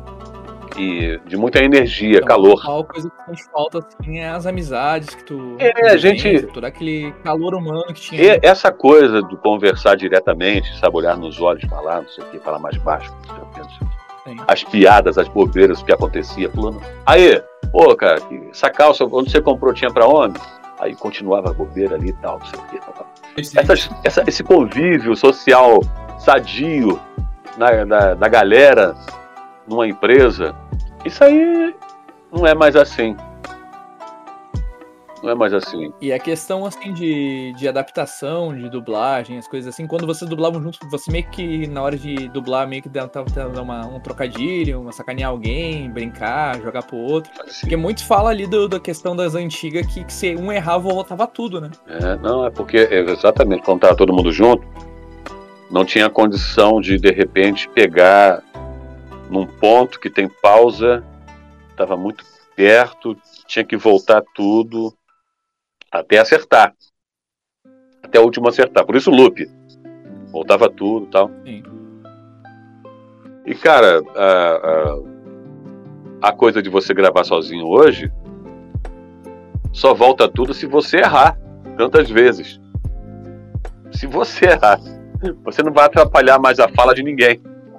[SPEAKER 2] E de muita energia, então, calor.
[SPEAKER 4] A coisa que faz falta, assim, é as amizades que tu...
[SPEAKER 2] É, a gente...
[SPEAKER 4] Todo aquele calor humano que tinha.
[SPEAKER 2] E essa coisa de conversar diretamente, sabe, olhar nos olhos, falar, não sei o que, falar mais baixo, não sei o que, não sei o que. As piadas, as bobeiras que acontecia, fulano. Aí, pô, cara, essa calça, onde você comprou, tinha pra homem? Aí continuava a bobeira ali e tal, não sei o quê. Essas, essa, esse convívio social sadio na, na, na galera, numa empresa, isso aí não é mais assim. Não é mais assim.
[SPEAKER 4] E a questão, assim, de, de adaptação, de dublagem, as coisas assim, quando vocês dublavam junto, você meio que, na hora de dublar, meio que tava dando uma, um trocadilho, uma sacanear alguém, brincar, jogar pro outro. Assim. Porque muito fala ali do, da questão das antigas, que, que se um errava, voltava tudo, né?
[SPEAKER 2] É, não, é porque, exatamente, quando tava todo mundo junto, não tinha condição de, de repente, pegar num ponto que tem pausa, tava muito perto, tinha que voltar tudo, até acertar. Até o último acertar. Por isso o loop. Voltava tudo e tal.
[SPEAKER 4] Sim.
[SPEAKER 2] E, cara, a, a, a coisa de você gravar sozinho hoje só volta tudo se você errar tantas vezes. Se você errar, você não vai atrapalhar mais a fala de ninguém.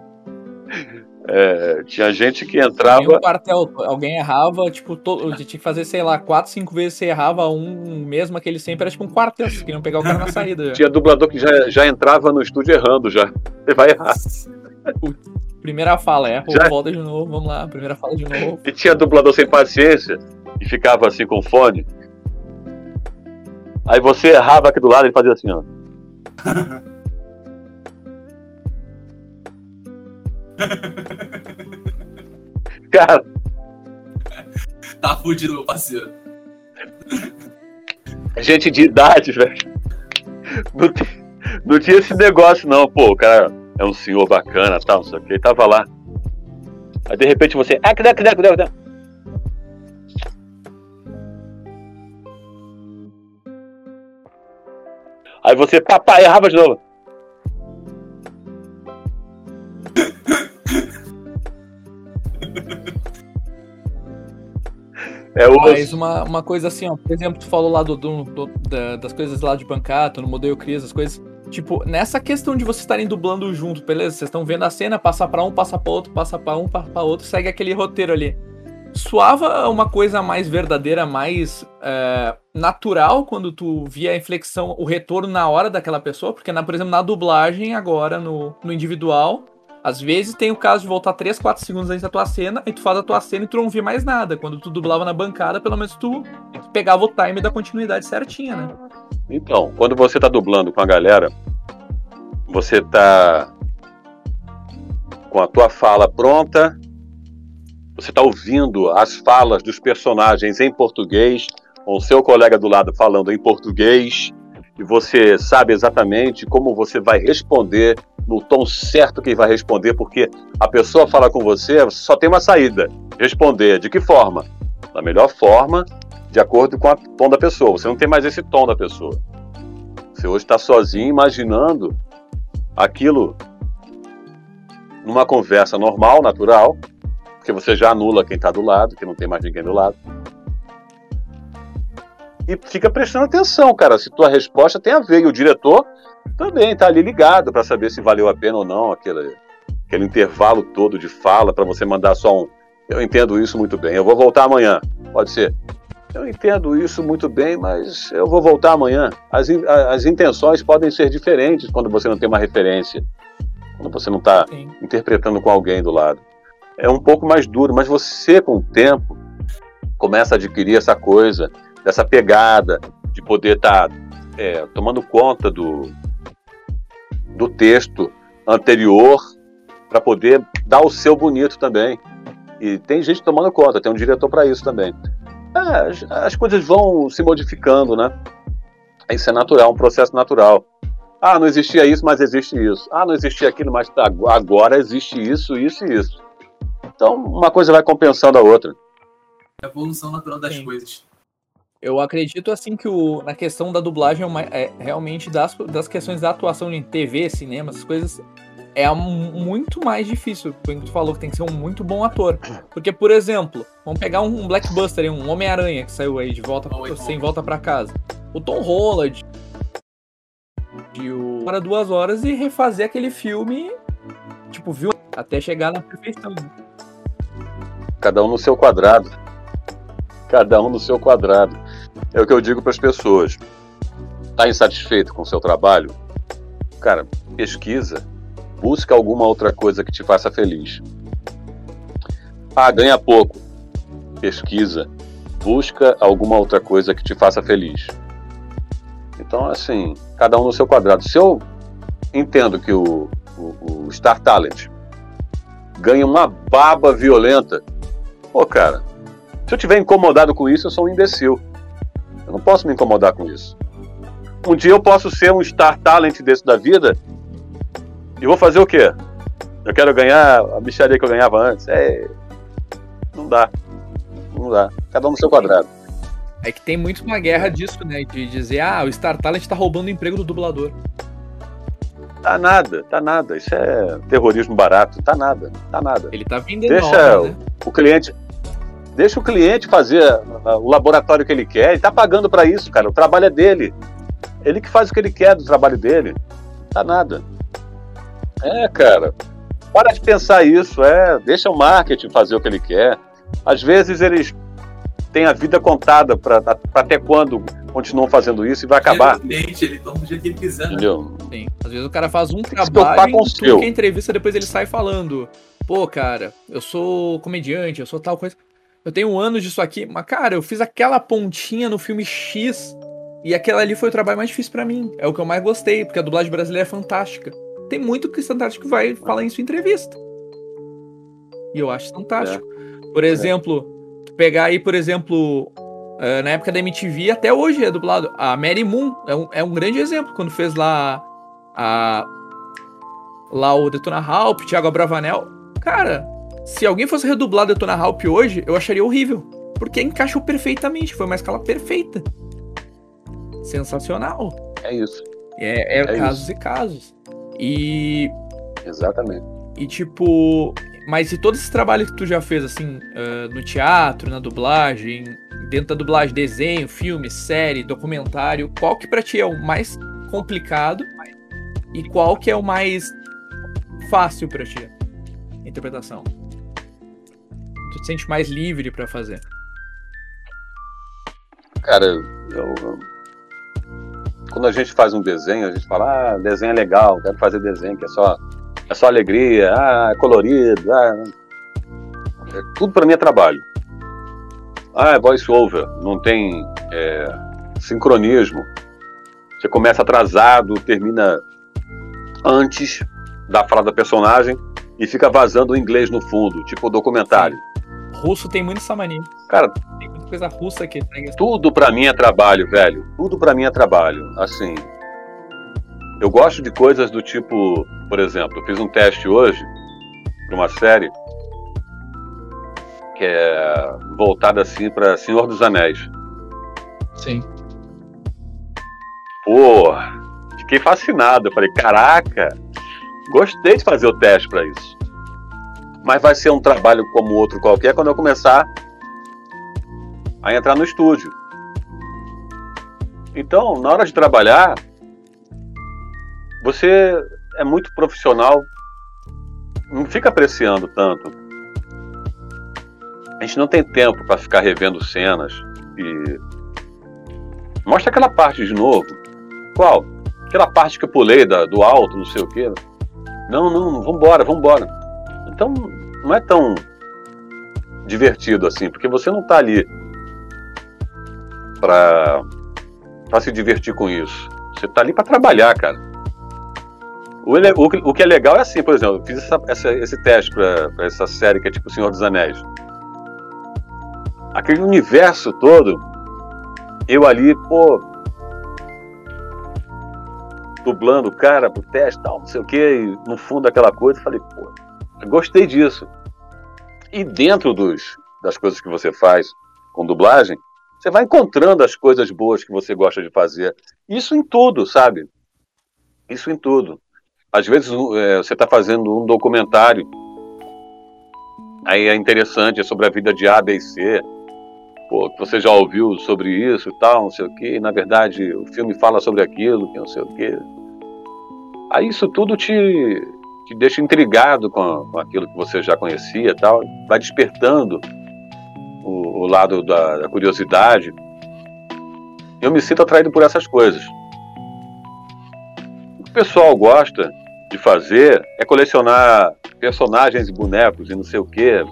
[SPEAKER 2] É, tinha gente que entrava...
[SPEAKER 4] Um quartel, alguém errava, tipo, todo, tinha que fazer, sei lá, quatro, cinco vezes você errava um mesmo, aquele sempre era tipo um quartel, vocês queriam pegar o cara na saída. Já.
[SPEAKER 2] Tinha dublador que já, já entrava no estúdio errando, já. Você vai errar.
[SPEAKER 4] Primeira fala, erra, já... volta de novo, vamos lá, primeira fala de novo.
[SPEAKER 2] E tinha dublador sem paciência, e ficava assim com fone. Aí você errava aqui do lado, ele fazia assim, ó. Cara,
[SPEAKER 5] tá fudido, meu parceiro.
[SPEAKER 2] Gente de idade, velho. Não, tem, não tinha esse negócio, não. Pô, o cara é um senhor bacana, tal, não sei o que. Ele tava lá. Aí de repente você. Ah, cadê, cadê, cadê, cadê? Aí você, papai, errava de novo.
[SPEAKER 4] É o... Mas uma, uma coisa assim, ó, por exemplo, tu falou lá do, do, do, da, das coisas lá de bancada, no modelo Cris, as coisas. Tipo, nessa questão de vocês estarem dublando junto, beleza? Vocês estão vendo a cena, passa pra um, passa pra outro, passa pra um, passa pra outro, segue aquele roteiro ali. Soava uma coisa mais verdadeira, mais é, natural quando tu via a inflexão, o retorno na hora daquela pessoa, porque, na, por exemplo, na dublagem agora, no, no individual, às vezes tem o caso de voltar três, quatro segundos antes da tua cena, e tu faz a tua cena e tu não vê mais nada. Quando tu dublava na bancada, pelo menos tu pegava o time da continuidade certinha, né?
[SPEAKER 2] Então, quando você tá dublando com a galera, você tá com a tua fala pronta, você tá ouvindo as falas dos personagens em português, com o seu colega do lado falando em português, e você sabe exatamente como você vai responder, no tom certo que vai responder, porque a pessoa fala com você, só tem uma saída, responder. De que forma? Da melhor forma, de acordo com o tom da pessoa. Você não tem mais esse tom da pessoa. Você hoje está sozinho, imaginando aquilo numa conversa normal, natural, porque você já anula quem está do lado, que não tem mais ninguém do lado. E fica prestando atenção, cara, se tua resposta tem a ver. E o diretor também está ali ligado para saber se valeu a pena ou não aquele, aquele intervalo todo de fala para você mandar só um eu entendo isso muito bem, eu vou voltar amanhã. Pode ser, eu entendo isso muito bem, mas eu vou voltar amanhã. As, as intenções podem ser diferentes quando você não tem uma referência, quando você não está interpretando com alguém do lado. É um pouco mais duro, mas você, com o tempo, começa a adquirir essa coisa, dessa pegada, de poder estar tá, é, tomando conta do, do texto anterior para poder dar o seu bonito também. E tem gente tomando conta, tem um diretor para isso também. É, as, as coisas vão se modificando, né? Isso é natural, um processo natural. Ah, não existia isso, mas existe isso. Ah, não existia aquilo, mas agora existe isso, isso e isso. Então, uma coisa vai compensando a outra.
[SPEAKER 5] É a evolução natural das
[SPEAKER 4] Sim.
[SPEAKER 5] coisas.
[SPEAKER 4] Eu acredito, assim, que o, na questão da dublagem, é, realmente das, das questões da atuação em T V, cinema, essas coisas, é muito mais difícil. Como tu falou, que tem que ser um muito bom ator. Porque, por exemplo, vamos pegar um Blockbuster, um Homem-Aranha, que saiu aí de volta, oh, sem volta pra casa. O Tom Holland, de o para duas horas e refazer aquele filme, tipo, viu? Até chegar na perfeição.
[SPEAKER 2] Cada um no seu quadrado. Cada um no seu quadrado. É o que eu digo para as pessoas. Tá insatisfeito com o seu trabalho? Cara, pesquisa. Busca alguma outra coisa que te faça feliz. Ah, ganha pouco. Pesquisa. Busca alguma outra coisa que te faça feliz. Então, assim, cada um no seu quadrado. Se eu entendo que o, o, o Star Talent ganha uma baba violenta, pô, cara, se eu estiver incomodado com isso, eu sou um imbecil. Eu não posso me incomodar com isso. Um dia eu posso ser um Star Talent desse da vida e vou fazer o quê? Eu quero ganhar a bicharia que eu ganhava antes. É... Não dá. Não dá. Cada um no seu quadrado.
[SPEAKER 4] É que tem muito uma guerra disso, né? De dizer, ah, o Star Talent tá roubando o emprego do dublador.
[SPEAKER 2] Tá nada, tá nada. Isso é terrorismo barato. Tá nada, tá nada.
[SPEAKER 4] Ele tá vendendo.
[SPEAKER 2] Deixa
[SPEAKER 4] obra, né?
[SPEAKER 2] o cliente... Deixa o cliente fazer o laboratório que ele quer. Ele tá pagando pra isso, cara. O trabalho é dele. Ele que faz o que ele quer do trabalho dele. Tá nada. É, cara. Para de pensar isso. É, deixa o marketing fazer o que ele quer. Às vezes eles têm a vida contada pra, pra até quando continuam fazendo isso e vai acabar.
[SPEAKER 5] Cliente, ele toma do jeito que ele quiser.
[SPEAKER 2] Entendeu?
[SPEAKER 4] Sim. Às vezes o cara faz um
[SPEAKER 2] Tem
[SPEAKER 4] trabalho
[SPEAKER 2] com
[SPEAKER 4] e
[SPEAKER 2] seu.
[SPEAKER 4] tudo que é entrevista, depois ele sai falando, pô, cara, eu sou comediante, eu sou tal coisa. Eu tenho anos disso aqui, mas, cara, eu fiz aquela pontinha no filme X e aquela ali foi o trabalho mais difícil pra mim. É o que eu mais gostei, porque a dublagem brasileira é fantástica. Tem muito que fantástico que vai falar isso em entrevista. E eu acho fantástico. É. Por exemplo, é. pegar aí, por exemplo, uh, na época da M T V, até hoje é dublado. A Mary Moon é um, é um grande exemplo, quando fez lá a, lá o Detona Ralph, Thiago Abravanel. Cara, se alguém fosse redublar Detona Ralph hoje, eu acharia horrível. Porque encaixou perfeitamente, foi uma escala perfeita. Sensacional.
[SPEAKER 2] É isso.
[SPEAKER 4] É, é,
[SPEAKER 2] é
[SPEAKER 4] casos
[SPEAKER 2] isso.
[SPEAKER 4] e casos. E...
[SPEAKER 2] Exatamente.
[SPEAKER 4] E tipo... Mas e todo esse trabalho que tu já fez, assim, uh, no teatro, na dublagem, dentro da dublagem, desenho, filme, série, documentário, qual que pra ti é o mais complicado e qual que é o mais fácil pra ti? Interpretação. Tu te sente mais livre pra fazer?
[SPEAKER 2] Cara, eu, eu, quando a gente faz um desenho, a gente fala, ah, desenho é legal, quero fazer desenho, que é só, é só alegria, ah, é colorido, ah, é, tudo pra mim é trabalho. Ah, é voice over, não tem é, sincronismo. Você começa atrasado, termina antes da fala da personagem e fica vazando o inglês no fundo, tipo documentário.
[SPEAKER 4] Russo tem muito essa mania.
[SPEAKER 2] Cara,
[SPEAKER 4] tem muita coisa russa que tem.
[SPEAKER 2] Tudo pra mim é trabalho, velho. Tudo pra mim é trabalho. Assim, eu gosto de coisas do tipo, por exemplo, eu fiz um teste hoje pra uma série que é voltada assim pra Senhor dos Anéis.
[SPEAKER 4] Sim.
[SPEAKER 2] Pô, fiquei fascinado. Eu falei, caraca, gostei de fazer o teste pra isso. Mas vai ser um trabalho como outro qualquer quando eu começar a entrar no estúdio. Então, na hora de trabalhar, você é muito profissional, não fica apreciando tanto. A gente não tem tempo para ficar revendo cenas e mostra aquela parte de novo. Qual? Aquela parte que eu pulei da, do alto, não sei o quê. Não, não, vambora, vambora. Então, não é tão divertido assim, porque você não tá ali pra, pra se divertir com isso. Você tá ali pra trabalhar, cara. O, o, o que é legal é assim, por exemplo, eu fiz essa, essa, esse teste pra, pra essa série que é tipo O Senhor dos Anéis. Aquele universo todo, eu ali, pô, dublando o cara pro teste, tal, não sei o que, e no fundo daquela coisa, eu falei, pô, eu gostei disso. E dentro dos, das coisas que você faz com dublagem, você vai encontrando as coisas boas que você gosta de fazer. Isso em tudo, sabe? Isso em tudo. Às vezes é, você está fazendo um documentário, aí é interessante, é sobre a vida de A, B e C. Pô, você já ouviu sobre isso e tal, não sei o quê, e na verdade o filme fala sobre aquilo, que não sei o quê. Aí isso tudo te, te deixa intrigado com, com aquilo que você já conhecia e tal, vai despertando o, o lado da, da curiosidade. Eu me sinto atraído por essas coisas. O que o pessoal gosta de fazer é colecionar personagens e bonecos e não sei o quê.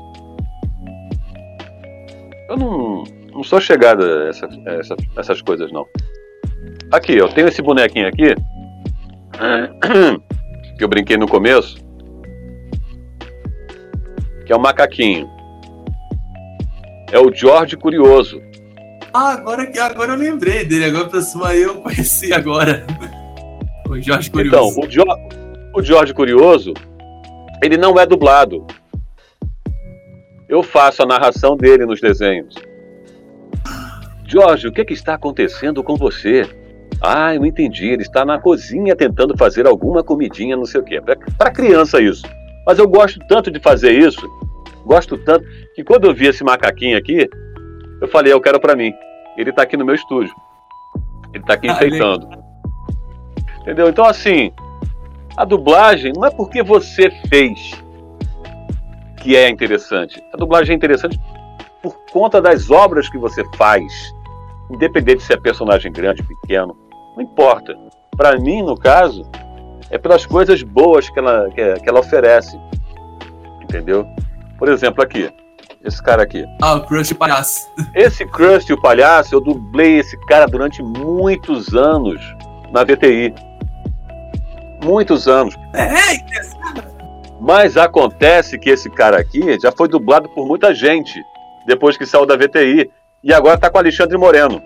[SPEAKER 2] Eu não, não sou chegado a essa, a essa, essas coisas, não. Aqui, eu tenho esse bonequinho aqui, que eu brinquei no começo, que é um macaquinho. É o George Curioso.
[SPEAKER 5] Ah, agora, agora eu lembrei dele, agora pra cima eu conheci agora. O George Curioso.
[SPEAKER 2] Então, o, jo, o George Curioso, ele não é dublado. Eu faço a narração dele nos desenhos. George, o que, que está acontecendo com você? Ah, eu não entendi. Ele está na cozinha tentando fazer alguma comidinha, não sei o quê. Para criança isso. Mas eu gosto tanto de fazer isso, gosto tanto, que quando eu vi esse macaquinho aqui, eu falei, eu quero para mim. Ele está aqui no meu estúdio. Ele está aqui enfeitando. Entendeu? Então, assim, a dublagem não é porque você fez que é interessante. A dublagem é interessante por conta das obras que você faz. Independente se é personagem grande, pequeno, não importa. Para mim, no caso, é pelas coisas boas que ela, que, que ela oferece. Entendeu? Por exemplo, aqui. Esse cara aqui.
[SPEAKER 5] Ah, o Krusty o Palhaço.
[SPEAKER 2] Esse Krusty o Palhaço, eu dublei esse cara durante muitos anos na V T I. Muitos anos.
[SPEAKER 5] É,
[SPEAKER 2] Mas acontece que esse cara aqui já foi dublado por muita gente depois que saiu da V T I e agora tá com o Alexandre Moreno.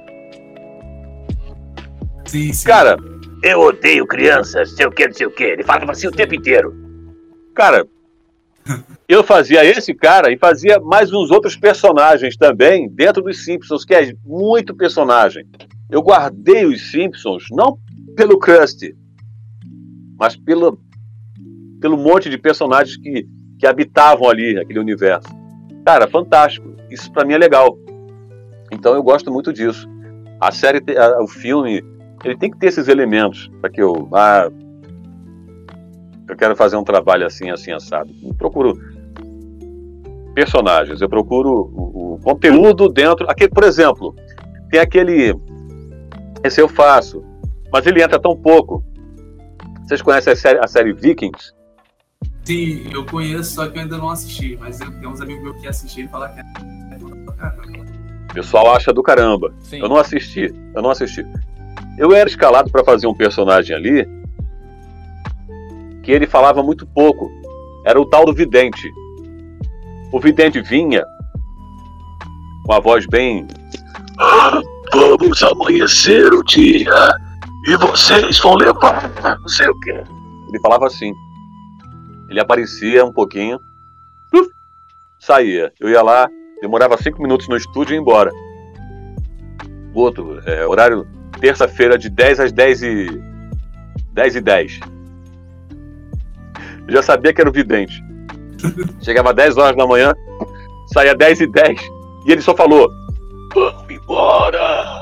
[SPEAKER 5] Sim, sim.
[SPEAKER 2] Cara, eu odeio crianças, sei o que, não sei o que. Ele falava assim o tempo inteiro. Cara, eu fazia esse cara e fazia mais uns outros personagens também dentro dos Simpsons, que é muito personagem. Eu guardei os Simpsons não pelo Krusty, mas pelo pelo monte de personagens que, que habitavam ali, aquele universo. Cara, fantástico. Isso pra mim é legal. Então eu gosto muito disso. A série, a, o filme, ele tem que ter esses elementos para que eu... Ah, eu quero fazer um trabalho assim, assim, assado. Eu procuro personagens, eu procuro o, o conteúdo dentro... Aqui, por exemplo, tem aquele... Esse eu faço, mas ele entra tão pouco. Vocês conhecem a série, a série Vikings?
[SPEAKER 5] Sim, eu conheço, só que eu ainda não assisti, mas eu tenho uns amigos meus que assistiram e falaram que é do caramba.
[SPEAKER 2] O pessoal acha do caramba. Sim. Eu não assisti, eu não assisti. Eu era escalado para fazer um personagem ali que ele falava muito pouco. Era o tal do vidente. O vidente vinha com a voz bem... Vamos amanhecer o dia e vocês vão levar não sei o quê. Ele falava assim. Ele aparecia um pouquinho, uf, saía. Eu ia lá, demorava cinco minutos no estúdio e ia embora. O outro, é, horário terça-feira de dez às dez e dez. Já sabia que era o vidente. Chegava dez horas da manhã, saía dez e dez, e ele só falou: vamos embora!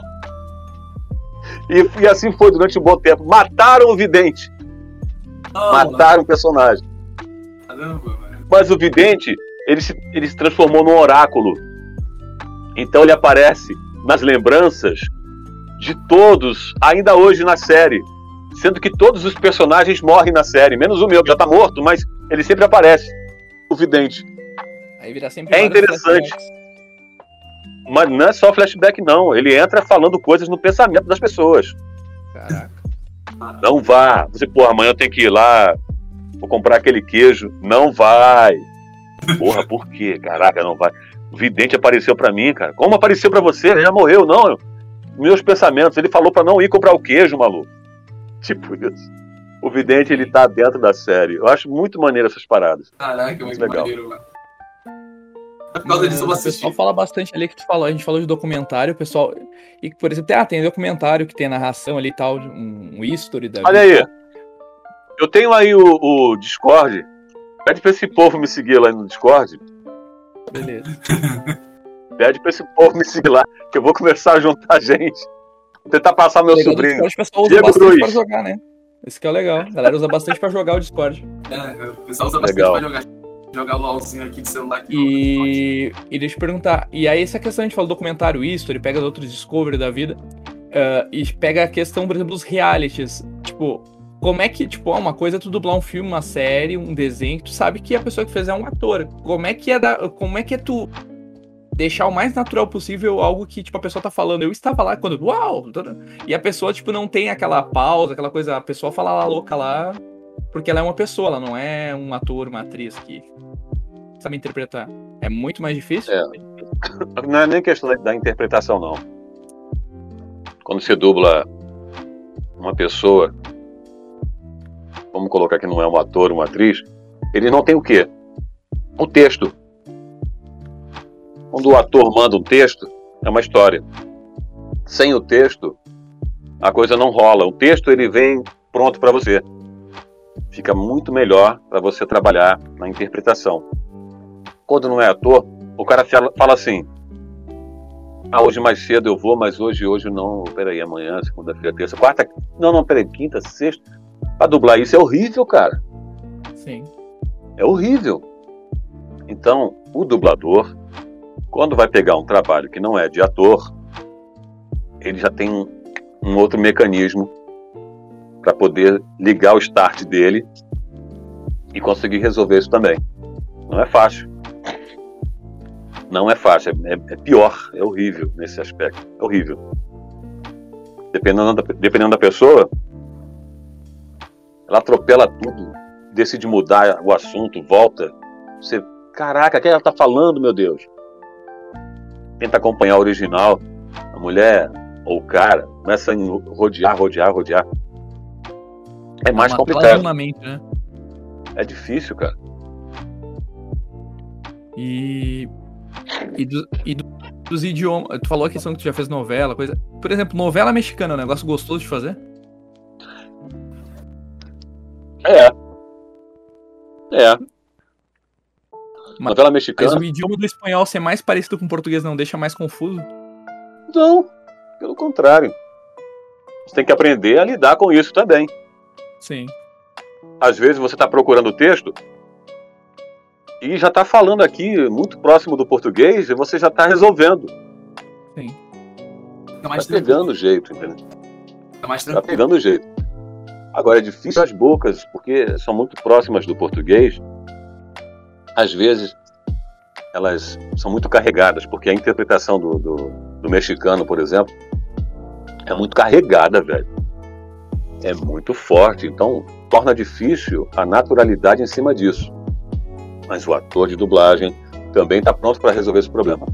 [SPEAKER 2] E, e assim foi durante um bom tempo. Mataram o vidente.
[SPEAKER 5] Oh,
[SPEAKER 2] Mataram o personagem.
[SPEAKER 5] Caramba, velho.
[SPEAKER 2] Mas o vidente, ele se, ele se transformou num oráculo. Então ele aparece nas lembranças de todos, ainda hoje na série. Sendo que todos os personagens morrem na série, menos o meu, que já tá morto, mas ele sempre aparece. O vidente.
[SPEAKER 4] Aí vira sempre
[SPEAKER 2] É
[SPEAKER 4] vários
[SPEAKER 2] interessante.
[SPEAKER 4] flashbacks.
[SPEAKER 2] Mas não é só flashback, não. Ele entra falando coisas no pensamento das pessoas.
[SPEAKER 4] Caraca.
[SPEAKER 2] Não vá. Você, pô, amanhã eu tenho que ir lá, vou comprar aquele queijo. Não vai. Porra, por quê? Caraca, não vai. O vidente apareceu pra mim, cara. Como apareceu pra você? Ele já morreu, não. Meus pensamentos. Ele falou pra não ir comprar o queijo, maluco. Tipo isso. O vidente, ele tá dentro da série. Eu acho muito maneiro essas paradas.
[SPEAKER 5] Caraca, muito
[SPEAKER 2] Legal.
[SPEAKER 5] maneiro, mano. É por causa disso eu vou
[SPEAKER 4] O pessoal
[SPEAKER 5] assistir.
[SPEAKER 4] fala bastante ali que tu falou, a gente falou de documentário, o pessoal. E, por exemplo, tem, ah, tem documentário que tem narração ali e tal, um, um history da
[SPEAKER 2] Olha
[SPEAKER 4] vida.
[SPEAKER 2] aí. Eu tenho aí o, o Discord. Pede pra esse povo me seguir lá no Discord.
[SPEAKER 4] Beleza.
[SPEAKER 2] Pede pra esse povo me seguir lá, que eu vou começar a juntar gente. Vou tentar passar meu
[SPEAKER 4] Legal do
[SPEAKER 2] sobrinho.
[SPEAKER 4] Discord, o pessoal usa
[SPEAKER 2] Diego
[SPEAKER 4] bastante
[SPEAKER 2] Cruz.
[SPEAKER 4] pra jogar, né? Esse que é o legal. A galera usa bastante pra jogar o Discord.
[SPEAKER 5] É, o pessoal usa bastante
[SPEAKER 2] Legal.
[SPEAKER 5] pra jogar, jogar LOLzinho aqui de celular. Aqui.
[SPEAKER 4] E, e deixa eu te perguntar, e aí essa questão, a gente fala do documentário history, pega os outros Discovery da vida, ah, e pega a questão, por exemplo, dos realities. Tipo, como é que, tipo, uma coisa é tu dublar um filme, uma série, um desenho, que tu sabe que a pessoa que fez é um ator. Como é que é, da, como é, que é tu deixar o mais natural possível algo que, tipo, a pessoa tá falando. Eu estava lá quando, uau! E a pessoa, tipo, não tem aquela pausa, aquela coisa, a pessoa fala lá louca lá, porque ela é uma pessoa, ela não é um ator, uma atriz que sabe interpretar. É muito mais difícil.
[SPEAKER 2] É. Não é nem questão da, da interpretação, não. Quando você dubla uma pessoa, vamos colocar que não é um ator, uma atriz, ele não tem o quê? O texto. Quando o ator manda um texto, é uma história. Sem o texto, a coisa não rola. O texto, ele vem pronto para você. Fica muito melhor para você trabalhar na interpretação. Quando não é ator, o cara fala assim: ah, hoje mais cedo eu vou, mas hoje, hoje não. Peraí, amanhã, segunda-feira, terça, quarta. Não, não, peraí, quinta, sexta. Pra dublar isso é horrível, cara.
[SPEAKER 4] Sim.
[SPEAKER 2] É horrível. Então, o dublador, quando vai pegar um trabalho que não é de ator, ele já tem um, um outro mecanismo para poder ligar o start dele e conseguir resolver isso também. Não é fácil. Não é fácil, é, é pior, é horrível nesse aspecto. É horrível. Dependendo da, dependendo da pessoa, ela atropela tudo, decide mudar o assunto, volta. Você, caraca, o que ela tá falando, meu Deus? Tenta acompanhar o original, a mulher ou o cara começa a rodear, rodear, rodear. É mais
[SPEAKER 4] Uma
[SPEAKER 2] complicado.
[SPEAKER 4] tela de uma mente, né?
[SPEAKER 2] É difícil, cara.
[SPEAKER 4] E. E, do, e do, dos idiomas. Tu falou a questão que tu já fez novela, coisa. Por exemplo, novela mexicana é um negócio gostoso de fazer?
[SPEAKER 2] É. É.
[SPEAKER 4] Mas,
[SPEAKER 2] Novela
[SPEAKER 4] mas
[SPEAKER 2] mexicana?
[SPEAKER 4] o idioma do espanhol ser mais parecido com o português não deixa mais confuso?
[SPEAKER 2] Não, pelo contrário. Você tem que aprender a lidar com isso também.
[SPEAKER 4] Sim.
[SPEAKER 2] Às vezes você está procurando o texto e já está falando aqui muito próximo do português e você já está resolvendo.
[SPEAKER 4] Sim.
[SPEAKER 5] Fica
[SPEAKER 2] Tá
[SPEAKER 5] mais
[SPEAKER 2] pegando o jeito, entendeu?
[SPEAKER 5] Fica mais
[SPEAKER 2] Tá
[SPEAKER 5] tranquilo.
[SPEAKER 2] pegando o jeito. Agora é difícil as bocas, porque são muito próximas do português. Às vezes elas são muito carregadas, porque a interpretação do, do, do mexicano, por exemplo, é muito carregada, velho. É muito forte, então torna difícil a naturalidade em cima disso. Mas o ator de dublagem também está pronto para resolver esse problema.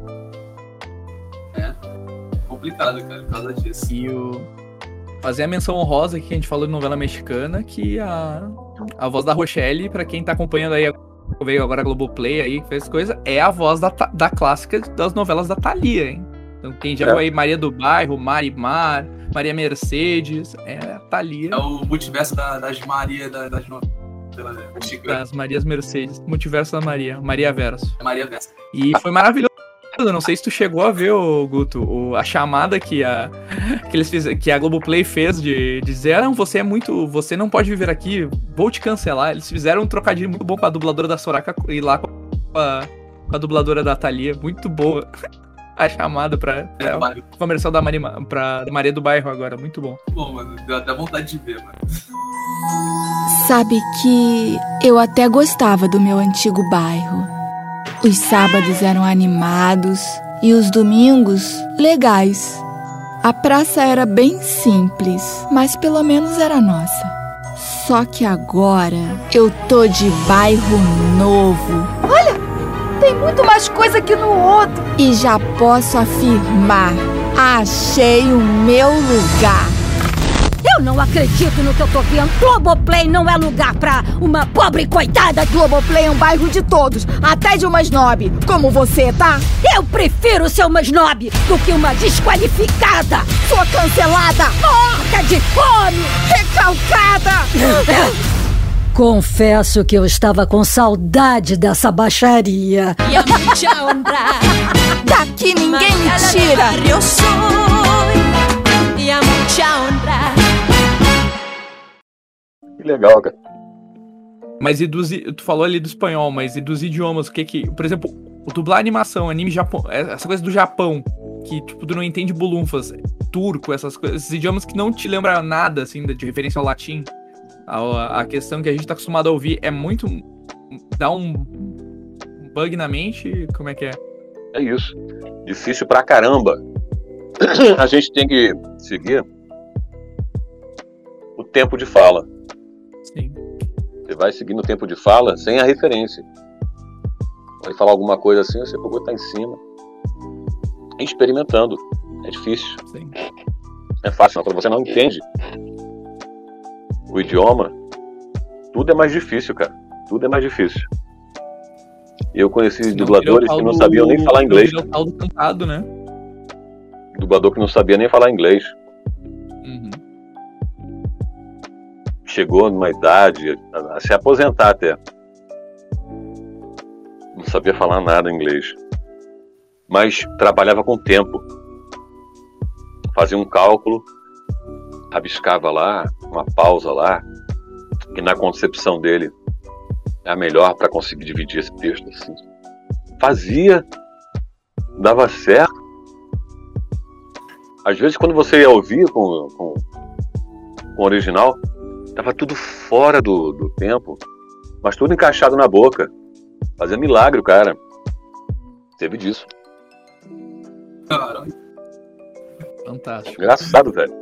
[SPEAKER 5] É complicado, cara, por causa disso.
[SPEAKER 4] E o. Fazer a menção honrosa aqui que a gente falou de novela mexicana, que a, a voz da Rochelle, pra quem tá acompanhando aí, veio agora a Globoplay aí, que fez coisa, é a voz da, da clássica das novelas da Thalia, hein? Então quem já
[SPEAKER 2] É.
[SPEAKER 4] viu aí Maria do Bairro, Marimar, Maria Mercedes, é a Thalia.
[SPEAKER 5] É o multiverso da, das Maria, da, das novelas.
[SPEAKER 4] Das Marias Mercedes. Multiverso da Maria. Maria Verso.
[SPEAKER 5] Maria Verso.
[SPEAKER 4] E foi maravilhoso. Eu não sei se tu chegou a ver, ô, Guto, o, a chamada que a, que, eles fiz, que a Globoplay fez de, de dizer, ah, não, você é muito. Você não pode viver aqui, vou te cancelar. Eles fizeram um trocadilho muito bom com a dubladora da Soraka e lá com a, com a dubladora da Thalia. Muito boa. A chamada pra, pra
[SPEAKER 5] É,
[SPEAKER 4] o comercial da Maria, pra Maria do Bairro agora. Muito bom.
[SPEAKER 5] bom, mano. Deu até vontade de ver, mano.
[SPEAKER 7] Sabe que eu até gostava do meu antigo bairro. Os sábados eram animados e os domingos legais. A praça era bem simples, mas pelo menos era nossa. Só que agora eu tô de bairro novo.
[SPEAKER 8] Olha, tem muito mais coisa que no outro.
[SPEAKER 7] E já posso afirmar, achei o meu lugar.
[SPEAKER 8] Eu não acredito no que eu tô vendo. Globoplay não é lugar pra uma pobre coitada.
[SPEAKER 7] Globoplay é um bairro de todos, até de uma snob, como você, tá?
[SPEAKER 8] Eu prefiro ser uma snob do que uma desqualificada.
[SPEAKER 7] Sou cancelada,
[SPEAKER 8] Morta de fome.
[SPEAKER 7] recalcada.
[SPEAKER 8] Confesso que eu estava com saudade dessa baixaria.
[SPEAKER 7] Daqui ninguém me tira.
[SPEAKER 3] Eu sou e a mucha honra.
[SPEAKER 2] Que legal, cara.
[SPEAKER 4] Mas e dos, tu falou ali do espanhol, mas e dos idiomas? O que que... Por exemplo, o dublar animação, anime Japão, essa coisa do Japão, que tipo, tu não entende bulunfas, turco, essas coisas, esses idiomas que não te lembram nada, assim, de referência ao latim. A, a questão que a gente tá acostumado a ouvir é muito... dá um bug na mente, como é que é?
[SPEAKER 2] É isso. Difícil pra caramba. A gente tem que seguir o tempo de fala.
[SPEAKER 4] Sim.
[SPEAKER 2] Você vai seguindo o tempo de fala sem a referência. Vai falar alguma coisa assim, você pode botar em cima. Experimentando. É difícil.
[SPEAKER 4] Sim.
[SPEAKER 2] É fácil, não. Quando você não entende o idioma, tudo é mais difícil, cara. Tudo é mais difícil. Eu conheci
[SPEAKER 4] Senão,
[SPEAKER 2] dubladores que não
[SPEAKER 4] do,
[SPEAKER 2] sabiam nem falar inglês.
[SPEAKER 4] É o tal do cantado, né?
[SPEAKER 2] Dublador que não sabia nem falar inglês.
[SPEAKER 4] Uhum.
[SPEAKER 2] Chegou numa idade a, a se aposentar até. Não sabia falar nada em inglês. Mas trabalhava com tempo. Fazia um cálculo, rabiscava lá, uma pausa lá, que na concepção dele é a melhor para conseguir dividir esse texto assim. Fazia, dava certo. Às vezes quando você ia ouvir com, com, com o original, tava tudo fora do, do tempo, mas tudo encaixado na boca. Fazia milagre o cara. Teve disso.
[SPEAKER 5] Caramba.
[SPEAKER 4] Fantástico.
[SPEAKER 2] Engraçado, velho.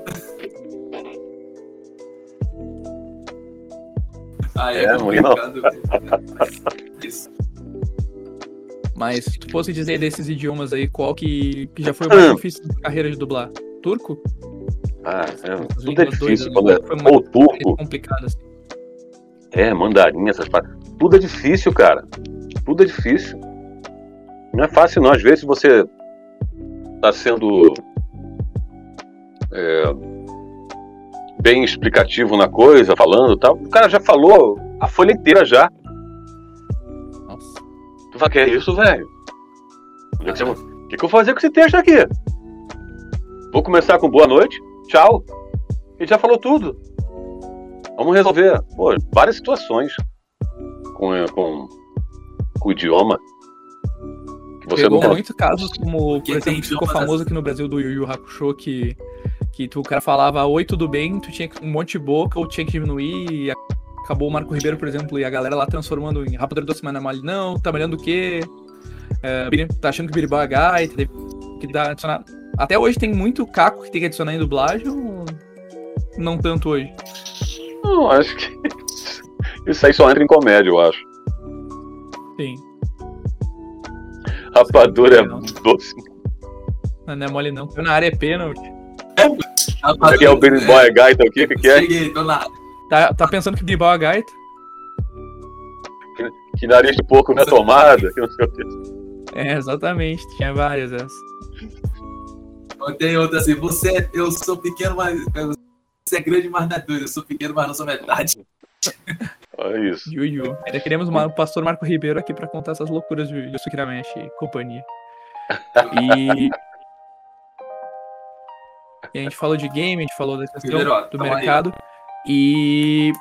[SPEAKER 5] Aí é,
[SPEAKER 2] É,
[SPEAKER 5] complicado, velho. Isso.
[SPEAKER 4] Mas se tu fosse dizer desses idiomas aí, qual que, que já foi o mais difícil da carreira de dublar? Turco?
[SPEAKER 2] Ah, é,
[SPEAKER 4] As
[SPEAKER 2] tudo é
[SPEAKER 4] línguas
[SPEAKER 2] difícil
[SPEAKER 4] doidas,
[SPEAKER 2] quando é
[SPEAKER 4] foi mais
[SPEAKER 2] ou turco,
[SPEAKER 4] complicado assim.
[SPEAKER 2] é, mandarim, essas paradas. Tudo é difícil, cara. Tudo é difícil. Não é fácil não. Às vezes você tá sendo é, bem explicativo na coisa, falando e tal. O cara já falou a folha inteira já.
[SPEAKER 4] Nossa.
[SPEAKER 2] Tu fala, que é isso, velho? O que, que, que eu vou fazer com esse texto aqui? Vou começar com boa noite, tchau. Ele já falou tudo. Vamos resolver. Pô, várias situações com, com, com o idioma. Que você
[SPEAKER 4] Pegou
[SPEAKER 2] não
[SPEAKER 4] muitos casos, como, por
[SPEAKER 5] Que
[SPEAKER 4] exemplo,
[SPEAKER 5] tem
[SPEAKER 4] ficou
[SPEAKER 5] idiomas
[SPEAKER 4] famoso
[SPEAKER 5] assim.
[SPEAKER 4] aqui no Brasil do Yu Yu Hakusho, que, que tu, o cara falava oi, tudo bem, tu tinha que- um monte de boca, ou tinha que diminuir, e acabou o Marco Ribeiro, por exemplo, e a galera lá transformando em Rapadura Doce Mana Mole, não, tá melhorando o quê? É, biri- tá achando que Biribau é gaita, teve que dar, adicionar. Até hoje tem muito caco que tem que adicionar em dublagem, ou não tanto hoje?
[SPEAKER 2] Não, acho que isso aí só entra em comédia, eu acho.
[SPEAKER 4] Sim,
[SPEAKER 2] Rapadura é
[SPEAKER 4] Não.
[SPEAKER 2] doce.
[SPEAKER 4] não é mole não. Na área é pênalti.
[SPEAKER 2] Aqui é o Benny Boy Gaita, o que que que é?
[SPEAKER 5] Cheguei, tô lá.
[SPEAKER 4] Tá, tá pensando que Biribau é gaita?
[SPEAKER 2] Que nariz de porco na tomada, que não sei o que.
[SPEAKER 4] É, exatamente, tinha várias essas.
[SPEAKER 5] Tem outra assim, você é, eu sou pequeno, mas você é grande, mas não é doido. Eu sou pequeno, mas não sou metade.
[SPEAKER 2] Olha isso.
[SPEAKER 4] Yu, yu. Ainda queremos uma- o pastor Marco Ribeiro aqui pra contar essas loucuras de Yusuke Urameshi e companhia. E... e a gente falou de game, a gente falou da questão
[SPEAKER 5] Ribeiro, ó,
[SPEAKER 4] do
[SPEAKER 5] toma aí.
[SPEAKER 4] mercado. E...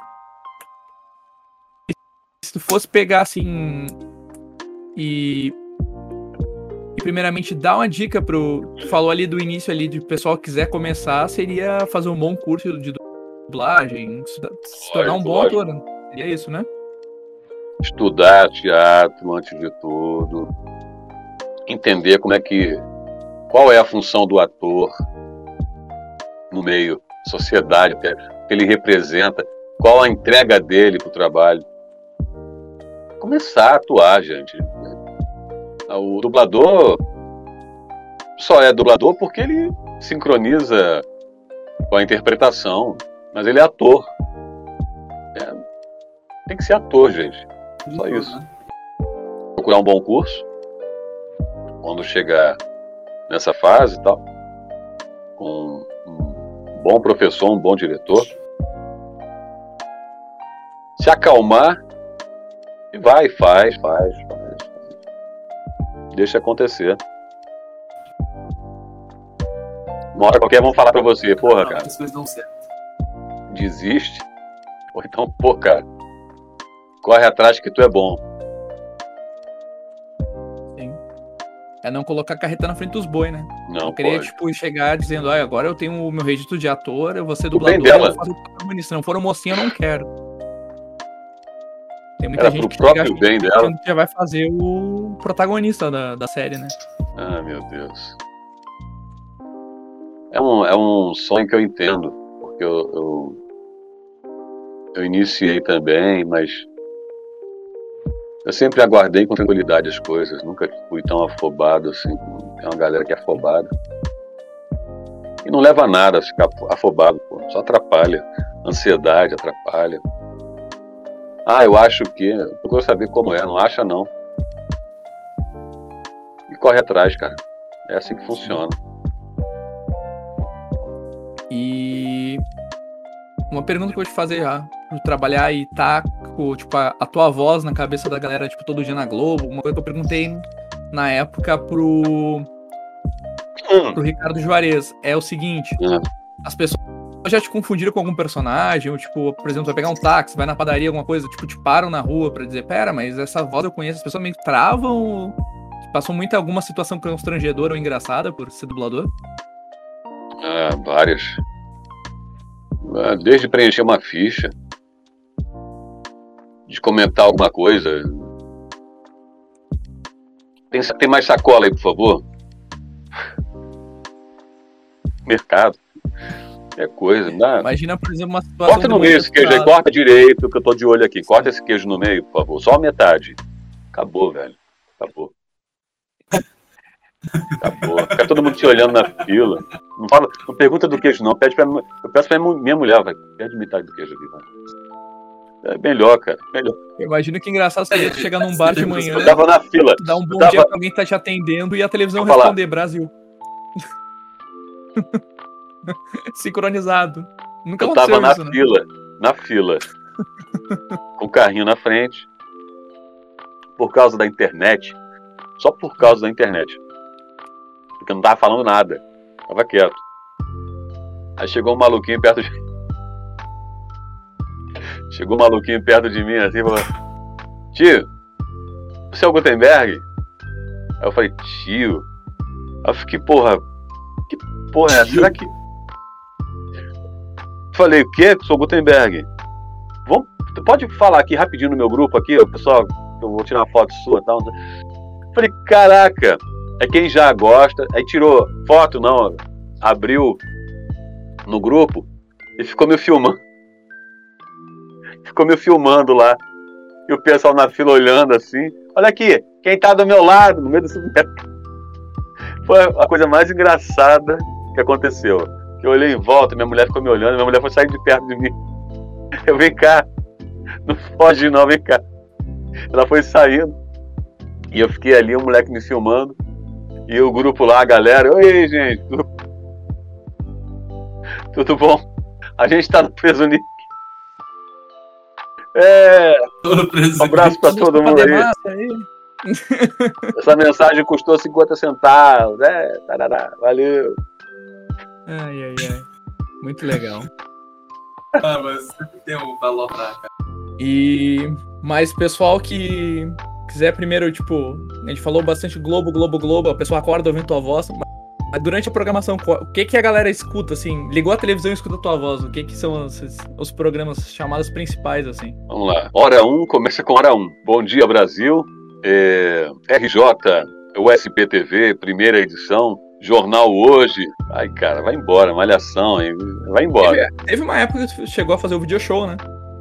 [SPEAKER 4] se tu fosse pegar assim... E... e primeiramente dar uma dica pro... Tu falou ali do início ali de pessoal que quiser começar, seria fazer um bom curso de dublagem, se se tornar um bom
[SPEAKER 2] Lógico.
[SPEAKER 4] ator. Né? Seria isso, né?
[SPEAKER 2] Estudar teatro antes de tudo. Entender como é que... qual é a função do ator no meio, sociedade, que ele representa, qual a entrega dele pro trabalho. Começar a atuar, gente. O dublador só é dublador porque ele sincroniza com a interpretação, mas ele é ator. É, tem que ser ator, gente. Só isso. Procurar um bom curso quando chegar nessa fase e tal, com um bom professor, um bom diretor, se acalmar e vai, faz, faz, faz. Deixa acontecer. Uma hora qualquer vão falar pra você, porra,
[SPEAKER 5] Não,
[SPEAKER 2] cara,
[SPEAKER 5] as coisas dão certo.
[SPEAKER 2] desiste. Ou então, pô, cara, corre atrás que tu é bom.
[SPEAKER 4] Sim. É não colocar a carreta na frente dos boi, né?
[SPEAKER 2] Não
[SPEAKER 4] Eu queria,
[SPEAKER 2] pode.
[SPEAKER 4] tipo, chegar dizendo, ah, agora eu tenho o meu registro de ator, eu vou ser
[SPEAKER 2] Pro bem
[SPEAKER 4] dublador, eu
[SPEAKER 2] dela.
[SPEAKER 4] vou fazer o protagonista. Se não for um mocinho, eu não quero. Tem muita
[SPEAKER 2] Era
[SPEAKER 4] gente
[SPEAKER 2] pro
[SPEAKER 4] que
[SPEAKER 2] próprio
[SPEAKER 4] chega
[SPEAKER 2] bem dela.
[SPEAKER 4] achando que já vai fazer o protagonista da, da série, né?
[SPEAKER 2] Ah, meu Deus. É um, é um sonho que eu entendo, porque eu, eu, eu iniciei também, mas eu sempre aguardei com tranquilidade as coisas, nunca fui tão afobado assim, tem uma galera que é afobada. E não leva a nada ficar afobado, pô, só atrapalha, ansiedade atrapalha. Ah, eu acho que, eu procuro saber como é, não acha não. E corre atrás, cara, é assim que funciona.
[SPEAKER 4] E uma pergunta que eu vou te fazer já, por trabalhar e tá com, tipo, a, a tua voz na cabeça da galera, tipo, todo dia na Globo, uma coisa que eu perguntei na época pro,
[SPEAKER 2] Hum.
[SPEAKER 4] pro Ricardo Juarez, é o seguinte,
[SPEAKER 2] Hum.
[SPEAKER 4] as pessoas já te confundiram com algum personagem, ou tipo, por exemplo, vai pegar um táxi, vai na padaria, alguma coisa, tipo, te param na rua pra dizer, pera, mas essa voz eu conheço, as pessoas meio que travam, passou muito alguma situação constrangedora ou engraçada por ser dublador?
[SPEAKER 2] Ah, várias. Ah, desde preencher uma ficha, de comentar alguma coisa. Tem, tem mais sacola aí, por favor? Mercado. É coisa, não dá.
[SPEAKER 4] Imagina, por exemplo, uma situação...
[SPEAKER 2] Corta no
[SPEAKER 4] de
[SPEAKER 2] meio
[SPEAKER 4] uma
[SPEAKER 2] esse queijo aí,
[SPEAKER 4] pessoa-
[SPEAKER 2] corta direito, que eu tô de olho aqui. Corta esse queijo no meio, por favor. Só a metade. Acabou, velho. Acabou. Acabou. Fica todo mundo te olhando na fila. Não, fala, não pergunta do queijo, não. Pede pra, eu peço pra minha mulher, vai. Pede metade do queijo ali, vai. É melhor, cara. Melhor.
[SPEAKER 4] Eu imagino que engraçado seria tu chegar num bar de manhã,
[SPEAKER 2] Eu tava na fila.
[SPEAKER 4] tu dar um bom
[SPEAKER 2] eu tava-
[SPEAKER 4] dia pra alguém que tá te atendendo e a televisão
[SPEAKER 2] Vou falar.
[SPEAKER 4] responder Brasil. Sincronizado. Nunca
[SPEAKER 2] Eu
[SPEAKER 4] aconteceu
[SPEAKER 2] tava na
[SPEAKER 4] isso, né?
[SPEAKER 2] fila. Na fila. Com o carrinho na frente. Por causa da internet. Só por causa da internet. Porque eu não tava falando nada. Tava quieto. Aí chegou um maluquinho perto de... Chegou um maluquinho perto de mim assim e falou: tio, você é o Gutenberg? Aí eu falei: tio. Aí eu fiquei, porra, que porra é essa? Será que... Falei: o quê? Sou o Gutenberg. Vamos... Tu pode falar aqui rapidinho no meu grupo aqui, ó, pessoal, eu vou tirar uma foto sua e tal. Falei: caraca, é quem já gosta. Aí tirou foto, não, abriu no grupo e ficou me filmando. Ficou me filmando lá. E o pessoal na fila olhando assim. Olha aqui, quem tá do meu lado, no meio do supermercado. Foi a coisa mais engraçada que aconteceu. Eu olhei em volta, minha mulher ficou me olhando, minha mulher foi sair de perto de mim. Eu, vem cá, não foge não, vem cá. Ela foi saindo. E eu fiquei ali, o moleque me filmando. E o grupo lá, a galera, oi gente, tudo, tudo bom? A gente tá no Preso Nick. É,
[SPEAKER 5] Todo
[SPEAKER 2] um abraço pra todo mundo aí.
[SPEAKER 4] aí.
[SPEAKER 2] Essa mensagem custou cinquenta centavos. É, tarará, valeu.
[SPEAKER 4] Ai, ai, ai. Muito legal.
[SPEAKER 5] Ah, mas sempre tem um valor pra cá.
[SPEAKER 4] E mais pessoal que quiser primeiro, tipo, a gente falou bastante Globo, Globo, Globo, a pessoa acorda ouvindo tua voz, mas durante a programação, o que que a galera escuta, assim? Ligou a televisão e escuta tua voz, o que que são os, os programas chamados principais, assim?
[SPEAKER 2] Vamos lá. Hora um, começa com hora um. Bom dia, Brasil. É, R J, U S B T V, primeira edição. Jornal Hoje. Ai, cara, vai embora. Malhação, hein? Vai embora.
[SPEAKER 4] Teve, teve uma época que tu chegou a fazer o video show, né?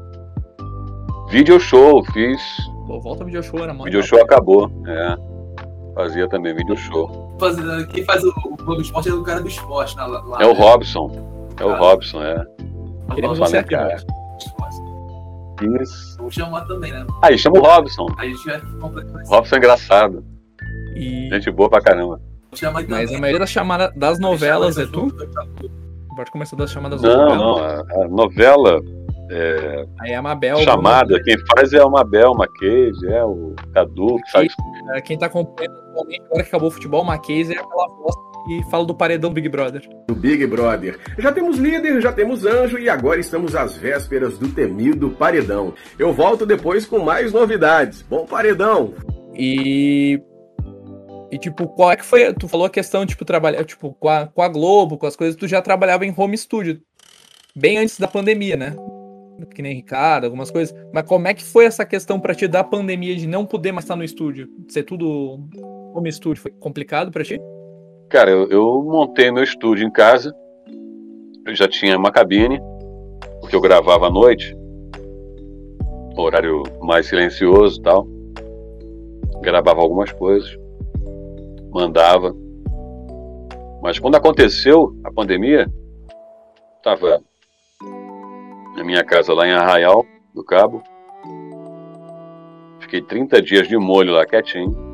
[SPEAKER 2] Video show, fiz.
[SPEAKER 4] Pô, volta ao video show, era mó
[SPEAKER 2] Video
[SPEAKER 4] legal.
[SPEAKER 2] show acabou. É. Fazia também video show.
[SPEAKER 5] Fazendo- Quem faz o, o Globo Esporte é o cara do esporte, né? Lá, lá,
[SPEAKER 2] É o
[SPEAKER 5] né?
[SPEAKER 2] Robson. É o Robson, é.
[SPEAKER 4] Queremos
[SPEAKER 2] Vamos
[SPEAKER 4] você
[SPEAKER 2] falar,
[SPEAKER 4] aqui,
[SPEAKER 2] cara.
[SPEAKER 4] Robson.
[SPEAKER 2] Isso.
[SPEAKER 5] Vou chamar também, né?
[SPEAKER 2] Aí, chama o Robson.
[SPEAKER 5] Aí a gente vai completamente.
[SPEAKER 2] Robson é engraçado.
[SPEAKER 4] E...
[SPEAKER 2] Gente boa pra caramba.
[SPEAKER 5] Chama
[SPEAKER 4] Mas a
[SPEAKER 5] também.
[SPEAKER 4] maioria das chamadas das novelas é
[SPEAKER 5] Chama
[SPEAKER 4] tu?
[SPEAKER 5] junto, acabou.
[SPEAKER 4] Pode começar das chamadas das
[SPEAKER 2] Não,
[SPEAKER 4] novelas.
[SPEAKER 2] não. A, a novela é,
[SPEAKER 4] Aí a Mabel.
[SPEAKER 2] chamada, quem faz é o Mabel, Mackenzie, é o Cadu, que faz.
[SPEAKER 4] Bruno, quem tá acompanhando atualmente, agora que acabou o futebol, o Mackenzie é aquela voz que fala do paredão do Big Brother.
[SPEAKER 9] Do Big Brother. Já temos líder, já temos anjo e agora estamos às vésperas do temido paredão. Eu volto depois com mais novidades. Bom paredão!
[SPEAKER 4] E. E, tipo, qual é que foi? Tu falou a questão, tipo, trabalhar, tipo, com a, com a Globo, com as coisas, tu já trabalhava em home studio. Bem antes da pandemia, né? Que nem Ricardo, algumas coisas. Mas como é que foi essa questão pra ti da pandemia de não poder mais estar no estúdio? Ser tudo home studio? Foi complicado pra ti?
[SPEAKER 2] Cara, eu, eu montei meu estúdio em casa. Eu já tinha uma cabine, porque eu gravava à noite, horário mais silencioso e tal. Gravava algumas coisas, mandava. Mas quando aconteceu a pandemia, estava na minha casa lá em Arraial do Cabo. Fiquei trinta dias de molho lá quietinho.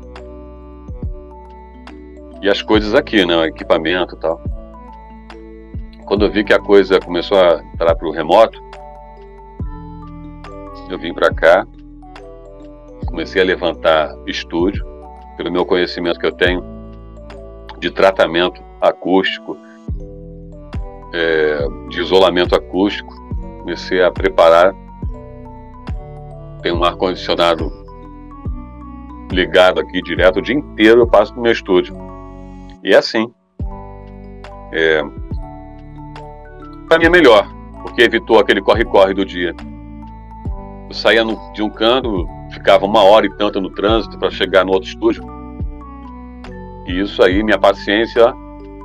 [SPEAKER 2] E as coisas aqui, né? O equipamento e tal. Quando eu vi que a coisa começou a entrar pro remoto, eu vim para cá, comecei a levantar estúdio, pelo meu conhecimento que eu tenho de tratamento acústico, é, de isolamento acústico, comecei a preparar. Tem um ar-condicionado ligado aqui direto, o dia inteiro eu passo no meu estúdio. E é assim. É, para mim é melhor, porque evitou aquele corre-corre do dia. Eu saía no, de um canto, ficava uma hora e tanta no trânsito para chegar no outro estúdio. E isso aí, minha paciência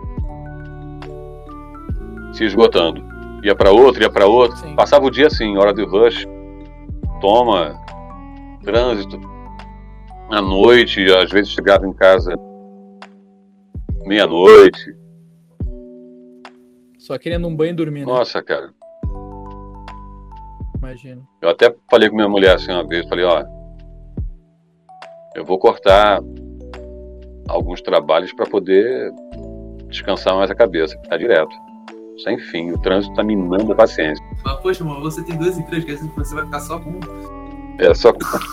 [SPEAKER 2] se esgotando. Ia para outro, ia para outro.
[SPEAKER 4] Sim.
[SPEAKER 2] Passava o dia assim, hora de rush, toma, trânsito. À noite, às vezes chegava em casa meia-noite.
[SPEAKER 4] Só querendo um banho e dormir, né?
[SPEAKER 2] Nossa, cara.
[SPEAKER 4] Imagina.
[SPEAKER 2] Eu até falei com minha mulher assim uma vez, falei, ó, eu vou cortar alguns trabalhos para poder descansar mais a cabeça, que tá direto. Sem fim, o trânsito tá minando a paciência.
[SPEAKER 5] Mas, poxa, mano, você tem dois empregos, quer dizer que você vai ficar só com um.
[SPEAKER 2] É só.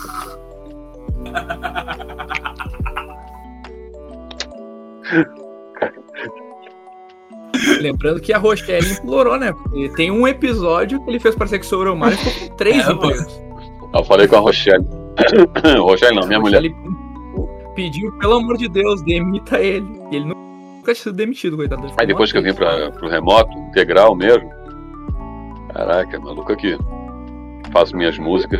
[SPEAKER 4] Lembrando que a Rochelle implorou, né? Porque tem um episódio que ele fez parecer que sobrou mais, ficou com três
[SPEAKER 5] É,
[SPEAKER 4] empregos.
[SPEAKER 2] Eu falei com a Rochelle. Rochelle não, minha
[SPEAKER 4] A
[SPEAKER 2] mulher.
[SPEAKER 4] Rochelle pediu, pelo amor de Deus, demita ele. E ele nunca tinha sido demitido, coitado. Ele ficou
[SPEAKER 2] Aí depois
[SPEAKER 4] mó
[SPEAKER 2] que eu vim
[SPEAKER 4] triste.
[SPEAKER 2] pra, pro remoto, integral mesmo, caraca, maluco aqui. Faço minhas músicas.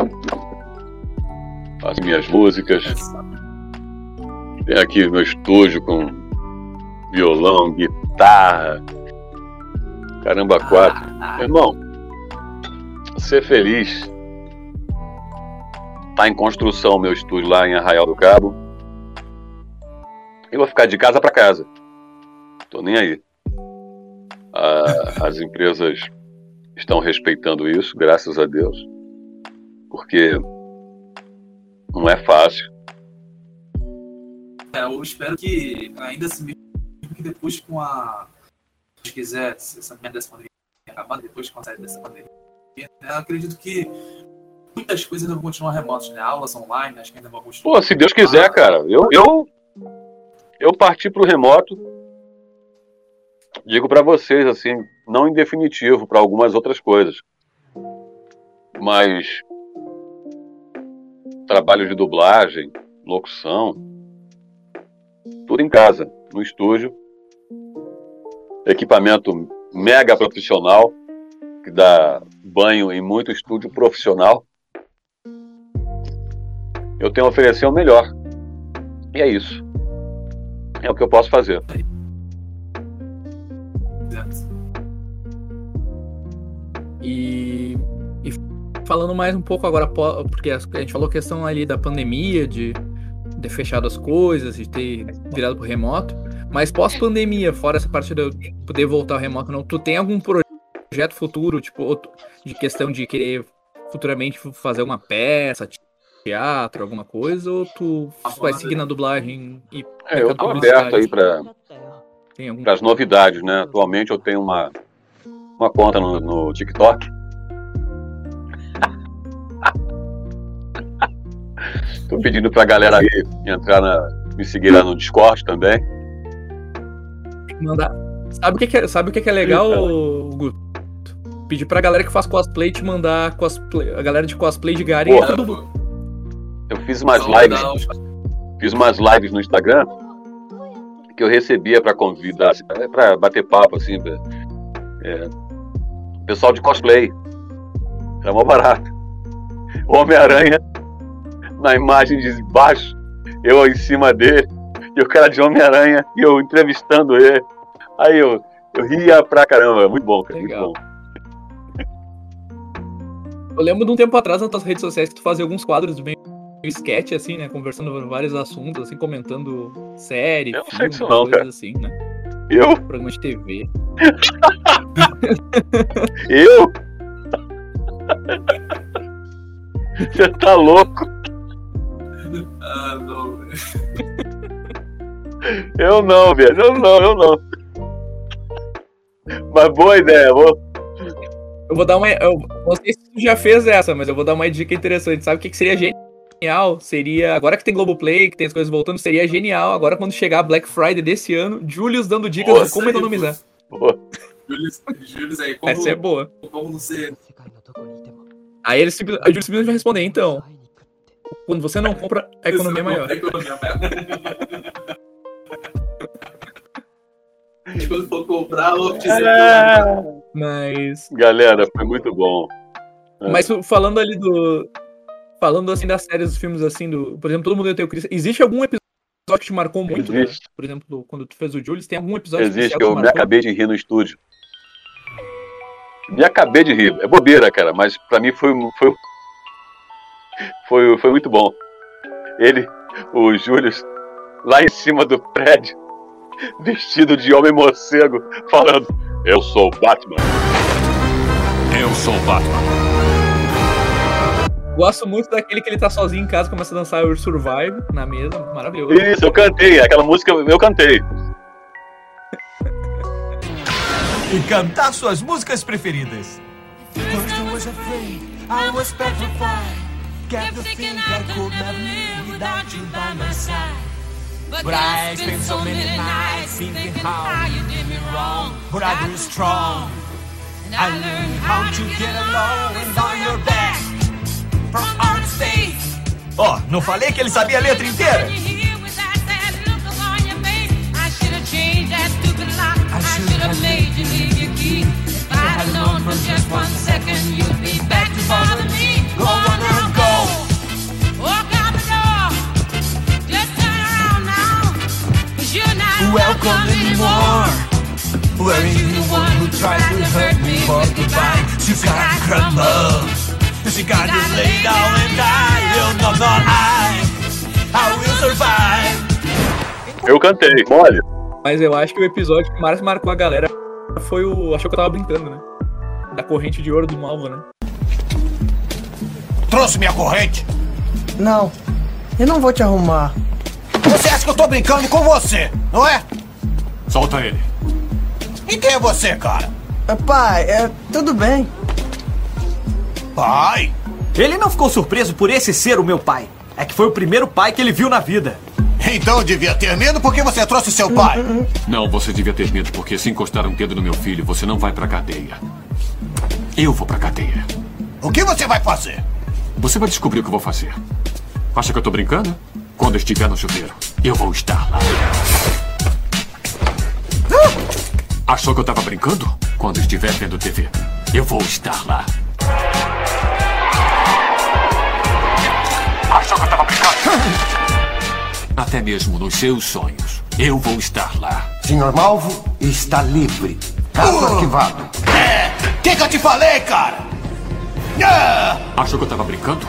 [SPEAKER 2] Faço minhas músicas. Tenho aqui meu estúdio com violão, guitarra. Caramba, quatro. Irmão, ser feliz. Tá em construção o meu estúdio lá em Arraial do Cabo. Eu vou ficar de casa para casa. Tô nem aí. Ah, as empresas estão respeitando isso, graças a Deus. Porque não é fácil.
[SPEAKER 5] É, eu espero que ainda assim, mesmo que depois com a. Se quiser, se essa merda dessa pandemia acabar, depois que sair dessa pandemia, Eu acredito que muitas coisas ainda vão continuar remotas, né? Aulas online, acho que ainda vão continuar.
[SPEAKER 2] Pô, se Deus quiser, cara. Eu, eu, eu parti pro remoto. Digo pra vocês, assim, não em definitivo, pra algumas outras coisas. Mas trabalho de dublagem, locução, tudo em casa, no estúdio. Equipamento mega profissional, que dá banho em muito estúdio profissional. Eu tenho a oferecer o melhor. E é isso. É o que eu posso fazer.
[SPEAKER 4] E, e falando mais um pouco agora, porque a gente falou a questão ali da pandemia, de ter fechado as coisas, de ter virado pro remoto. Mas pós-pandemia, fora essa parte de eu poder voltar ao remoto, não, tu tem algum projeto futuro, tipo, de questão de querer futuramente fazer uma peça, teatro, alguma coisa, ou tu vai seguir na dublagem e...
[SPEAKER 2] É, eu tô aberto aí para algum... as novidades, né? Atualmente eu tenho uma, uma conta no, no TikTok. Tô pedindo pra galera aí entrar na... me seguir lá no Discord também.
[SPEAKER 4] Mandar. Sabe o que, que é, sabe o que, que é legal, Guto? Pedir pra galera que faz cosplay te mandar cosplay, a galera de cosplay de Garen.
[SPEAKER 2] Porra, eu fiz umas lives, fiz umas lives no Instagram que eu recebia pra convidar, pra bater papo, assim, é, pessoal de cosplay. É mó barato. Homem-Aranha na imagem de baixo, eu em cima dele. E o cara de Homem-Aranha, e eu entrevistando ele. Aí eu, eu ria pra caramba. Muito bom, cara. Legal. Muito bom.
[SPEAKER 4] Eu lembro de um tempo atrás nas tuas redes sociais que tu fazia alguns quadros bem sketch, assim, né? Conversando sobre vários assuntos, assim, comentando série,
[SPEAKER 2] eu não
[SPEAKER 4] filme,
[SPEAKER 2] sei disso não, cara.
[SPEAKER 4] Assim, né?
[SPEAKER 2] Eu?
[SPEAKER 4] Programa de T V.
[SPEAKER 2] Eu? Você tá louco?
[SPEAKER 5] Ah, não, velho.
[SPEAKER 2] Eu não, velho. Eu não, eu não. Mas boa ideia, vou.
[SPEAKER 4] Eu vou dar uma. Eu não sei se tu já fez essa, mas eu vou dar uma dica interessante. Sabe o que, que seria genial? Seria. Agora que tem Globoplay, que tem as coisas voltando, seria genial. Agora, quando chegar a Black Friday desse ano, Julius dando dicas
[SPEAKER 5] Nossa,
[SPEAKER 4] de como economizar.
[SPEAKER 2] Boa.
[SPEAKER 5] Julius, Julius aí, como,
[SPEAKER 4] essa é boa.
[SPEAKER 5] Como não ser.
[SPEAKER 4] Aí ele simplesmente, a Julius simplesmente vai responder, então. Quando você não compra, a economia é maior.
[SPEAKER 5] A economia é maior. Quando for comprar, eu vou dizer.
[SPEAKER 2] É...
[SPEAKER 4] Mas.
[SPEAKER 2] Galera, foi muito bom.
[SPEAKER 4] Mas falando ali do. Falando assim das séries, dos filmes assim, do. Por exemplo, Todo Mundo Tem o Chris. Existe algum episódio que te marcou muito? Né? Por exemplo, quando tu fez o Julius, tem algum episódio
[SPEAKER 2] Existe, que eu me acabei de rir no estúdio. Me acabei de rir. É bobeira, cara, mas pra mim foi. Foi, foi, foi muito bom. Ele, o Julius, lá em cima do prédio, vestido de homem morcego, falando: eu sou o Batman.
[SPEAKER 1] Eu sou o Batman.
[SPEAKER 4] Gosto muito daquele que ele tá sozinho em casa, começa a dançar o Survive na mesa, maravilhoso.
[SPEAKER 2] Isso, eu cantei, aquela música eu cantei.
[SPEAKER 10] E cantar suas músicas preferidas. But I spent so many nights thinking how you did me wrong. But I grew strong. I learned how to get along and on your back from outer space. Ó, oh, não falei que ele sabia a letra inteira? I should have changed that stupid lock. I should have made you leave your key. If I'd have known for just one second you'd be back to bother me. Go on now, go. Walk out the door. Just turn around now. Cause you're not welcome anymore. Where you the one who tried to hurt me but goodbye. She got crumbled. She got to lay down and die. Will not, not I. I will survive.
[SPEAKER 2] Eu cantei, olha.
[SPEAKER 4] Mas eu acho que o episódio que mais marcou a galera foi o... Achou que eu tava brincando, né? Da corrente de ouro do Malva, né?
[SPEAKER 10] Trouxe minha corrente?
[SPEAKER 11] Não, eu não vou te arrumar.
[SPEAKER 10] Você acha que eu tô brincando com você, não é?
[SPEAKER 1] Solta ele.
[SPEAKER 10] E quem é você, cara?
[SPEAKER 11] Pai, é, tudo bem.
[SPEAKER 12] Pai?
[SPEAKER 13] Ele não ficou surpreso por esse ser o meu pai. É que foi o primeiro pai que ele viu na vida.
[SPEAKER 12] Então devia ter medo porque você trouxe seu pai.
[SPEAKER 14] Não, você devia ter medo porque se encostar um dedo no meu filho, você não vai pra cadeia. Eu vou pra cadeia.
[SPEAKER 12] O que você vai fazer?
[SPEAKER 14] Você vai descobrir o que eu vou fazer. Acha que eu tô brincando? Quando eu estiver no chuveiro, eu vou estar lá. Achou que eu tava brincando? Quando estiver vendo T V, eu vou estar lá. Achou que eu tava brincando? Até mesmo nos seus sonhos, eu vou estar lá.
[SPEAKER 12] Senhor Malvo está livre. Caso uh, arquivado. É, que que eu te falei, cara? Ah!
[SPEAKER 14] Achou que eu tava brincando?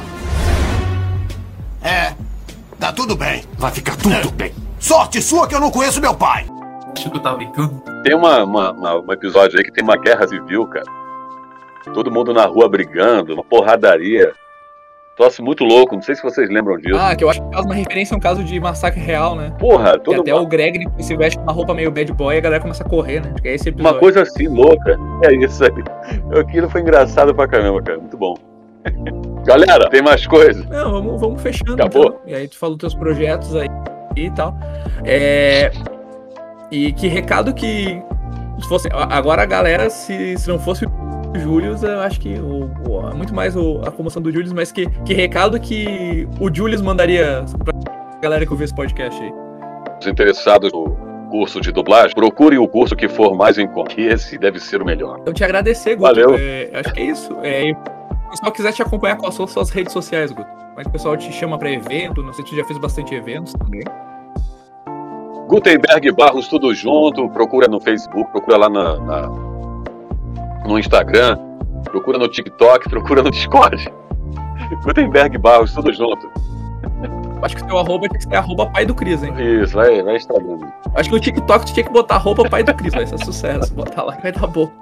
[SPEAKER 12] É, tá tudo bem.
[SPEAKER 14] Vai ficar tudo
[SPEAKER 12] é.
[SPEAKER 14] bem.
[SPEAKER 12] Sorte sua que eu não conheço meu pai.
[SPEAKER 5] Achou que eu tava brincando?
[SPEAKER 2] Tem uma, uma, uma, um episódio aí que tem uma guerra civil, cara. Todo mundo na rua brigando, uma porradaria. Troço muito louco, não sei se vocês lembram disso.
[SPEAKER 4] Ah, que eu acho que é uma referência a um caso de massacre real, né?
[SPEAKER 2] Porra, todo
[SPEAKER 4] mundo. Até mundo... o Greg se veste com uma roupa meio bad boy e a galera começa a correr, né? Acho que é esse episódio.
[SPEAKER 2] Uma coisa assim, louca. É isso aí. Aquilo foi engraçado pra caramba, cara. Muito bom. Galera, tem mais coisas?
[SPEAKER 4] Não, vamos, vamos fechando.
[SPEAKER 2] Acabou?
[SPEAKER 4] Então. E aí tu falou dos teus projetos aí e tal. É... E que recado que... Se fosse... Agora a galera, se, se não fosse... Julius, eu acho que o, o, muito mais o, a comoção do Julius, mas que, que recado que o Julius mandaria pra galera que ouvir esse podcast aí?
[SPEAKER 2] Os interessados no curso de dublagem, procurem o curso que for mais em conta, que esse deve ser o melhor.
[SPEAKER 4] Eu te agradecer, Guto.
[SPEAKER 2] Valeu.
[SPEAKER 4] É, acho que é isso. É, se o pessoal quiser te acompanhar, quais são as suas redes sociais, Guto? Mas o pessoal te chama pra evento, não sei se tu já fez bastante eventos também.
[SPEAKER 2] Gutenberg Barros, tudo junto, procura no Facebook, procura lá na... na... no Instagram, procura no TikTok, procura no Discord. Gutenberg Barros, tudo junto.
[SPEAKER 4] Acho que o seu arroba tinha que ser arroba pai do Cris, hein?
[SPEAKER 2] Isso, vai, vai Instagram.
[SPEAKER 4] Acho que no TikTok tu tinha que botar arroba pai do Cris, vai ser sucesso. Botar lá que vai dar bom.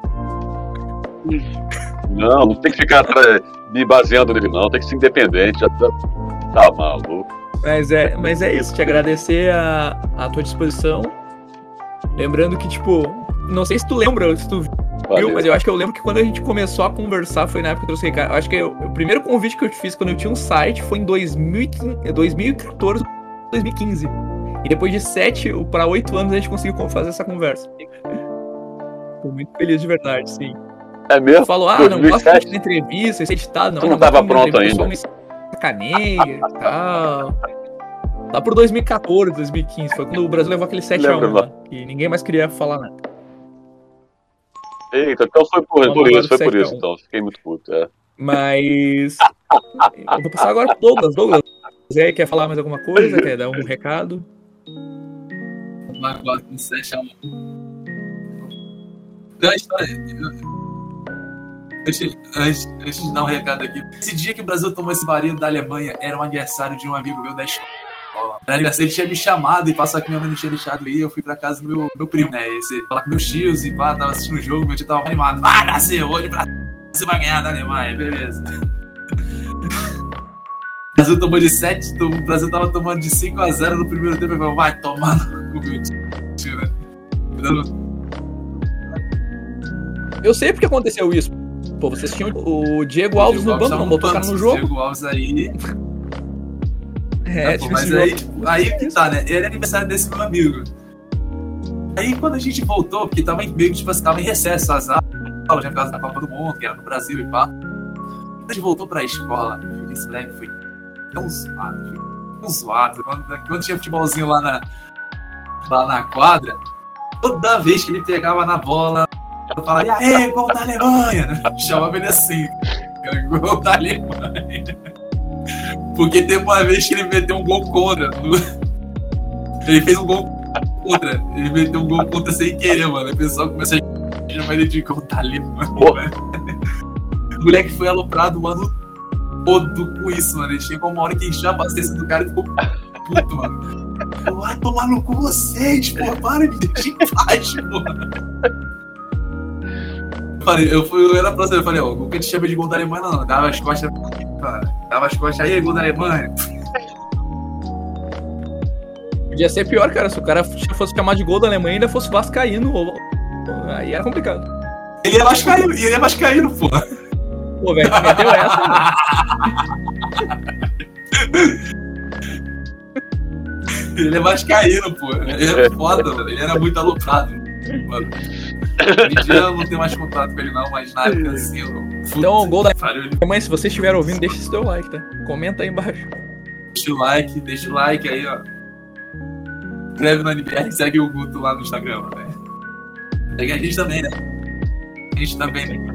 [SPEAKER 2] Não, não tem que ficar me baseando nele, não. Tem que ser independente. Já tá, tá maluco.
[SPEAKER 4] Mas é, mas é isso, te agradecer a, a tua disposição. Lembrando que, tipo, não sei se tu lembra, se tu viu, mas eu acho que eu lembro que quando a gente começou a conversar foi na época que eu trouxe o Ricardo. Acho que eu, o primeiro convite que eu te fiz quando eu tinha um site foi em dois mil e quatorze, dois mil e quinze. E depois de sete para oito anos a gente conseguiu fazer essa conversa. Tô muito feliz de verdade, sim.
[SPEAKER 2] É mesmo?
[SPEAKER 4] Falou, ah, dois mil e sete? Não gosto de entrevista, esse editado, não.
[SPEAKER 2] Tu não, não tava pronto ainda.
[SPEAKER 4] Sacaneia e tal. Lá por dois mil e quatorze, dois mil e quinze, foi quando o Brasil levou aquele sete a um lá, que ninguém mais queria falar nada.
[SPEAKER 2] Eita, então foi por, por isso, foi por isso, então. Fiquei muito puto, é.
[SPEAKER 4] Mas... eu vou passar agora pro Douglas. Douglas, Zé, quer falar mais alguma coisa? Quer dar um recado?
[SPEAKER 5] Agora com sete a um. Tem uma história... Antes, antes, antes de dar um recado aqui. Esse dia que o Brasil tomou esse varinho da Alemanha era um aniversário de um amigo meu da escola. Na aniversário ele tinha me chamado e passou aqui, minha mãe não tinha deixado ir. Eu fui pra casa do meu, meu primo, né? Esse, falar com meus tios e pá, tava assistindo o jogo. Meu tio tava animado. Ah, nasceu, hoje o Brasil vai ganhar da Alemanha, beleza. O Brasil tomou de sete, o Brasil tava tomando de cinco a zero no primeiro tempo. Eu falei, vai tomar no cu, meu tio, né?
[SPEAKER 4] Eu sei porque aconteceu isso. Pô, vocês tinham o Diego Alves no banco, não botou o cara no jogo.
[SPEAKER 5] O Diego Alves aí...
[SPEAKER 4] É,
[SPEAKER 5] é pô, mas aí, tipo, aí que tá, né? Ele é aniversário desse meu amigo. Aí quando a gente voltou, porque tava em meio, tipo, tava em recesso, as aulas, já por causa da Copa do Mundo, que era no Brasil e pá. Quando a gente voltou pra escola, esse moleque foi tão zoado, tão zoado. Quando, quando tinha futebolzinho lá na, lá na quadra, toda vez que ele pegava na bola, eu falava, e aí, gol da Alemanha! Chamava ele assim, gol da Alemanha. Porque teve uma vez que ele meteu um gol contra. Ele fez um gol contra. Ele meteu um gol contra sem querer, mano. O pessoal começou a chamar ele de gol da Alemanha. O moleque foi aloprado o ano todo com isso, mano. Ele chegou uma hora que encheu a paciência do cara e ficou puto, mano. Falou, vai tomar no cu vocês, pô. Para, me deixa em paz, pô. Eu falei, eu fui eu era próximo, eu falei, ó, nunca te chama de gol da Alemanha, não. Dava as costas, cara. Dava as costas aí, gol da Alemanha.
[SPEAKER 4] Podia ser pior, cara, se o cara fosse chamar de gol da Alemanha e ainda fosse vascaíno, ou... aí era complicado.
[SPEAKER 5] Ele é vascaíno, ele é vascaíno, pô.
[SPEAKER 4] Pô, velho, tu meteu essa,
[SPEAKER 5] Ele é vascaíno, pô. Ele é foda, mano. Ele era muito aloprado, mano. Hoje em dia eu não tenho mais contato com ele, não, mas na época assim. Eu...
[SPEAKER 4] Então, o gol da mãe, se vocês estiverem ouvindo, deixa esse teu like, tá? Comenta aí embaixo.
[SPEAKER 5] Deixa o like, deixa o like aí, ó. Escreve no N B R e segue o Guto lá no Instagram, velho. Segue a gente também, né? A gente também, né?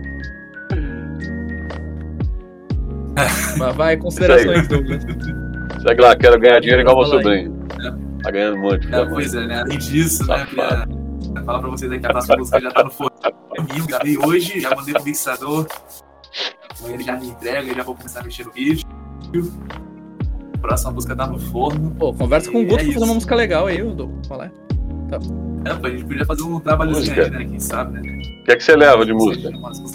[SPEAKER 4] Mas vai, considerações, Douglas.
[SPEAKER 2] Segue lá, quero ganhar dinheiro igual meu sobrinho.
[SPEAKER 5] É.
[SPEAKER 2] Tá ganhando muito.
[SPEAKER 5] É, pois é, né? Além disso, né? Queria falar pra vocês aí que a próxima música já tá no forno. Gravei hoje, já mandei pro mixador. Ele já me entrega, já vou começar a mexer no vídeo. A próxima música tá no forno.
[SPEAKER 4] Pô, conversa com o Guto pra fazer uma música legal aí, Douglas. Qual é? Tá.
[SPEAKER 5] É, pô, a gente podia fazer um trabalhozinho aí, né? Quem sabe, né?
[SPEAKER 2] O que é que você leva de música?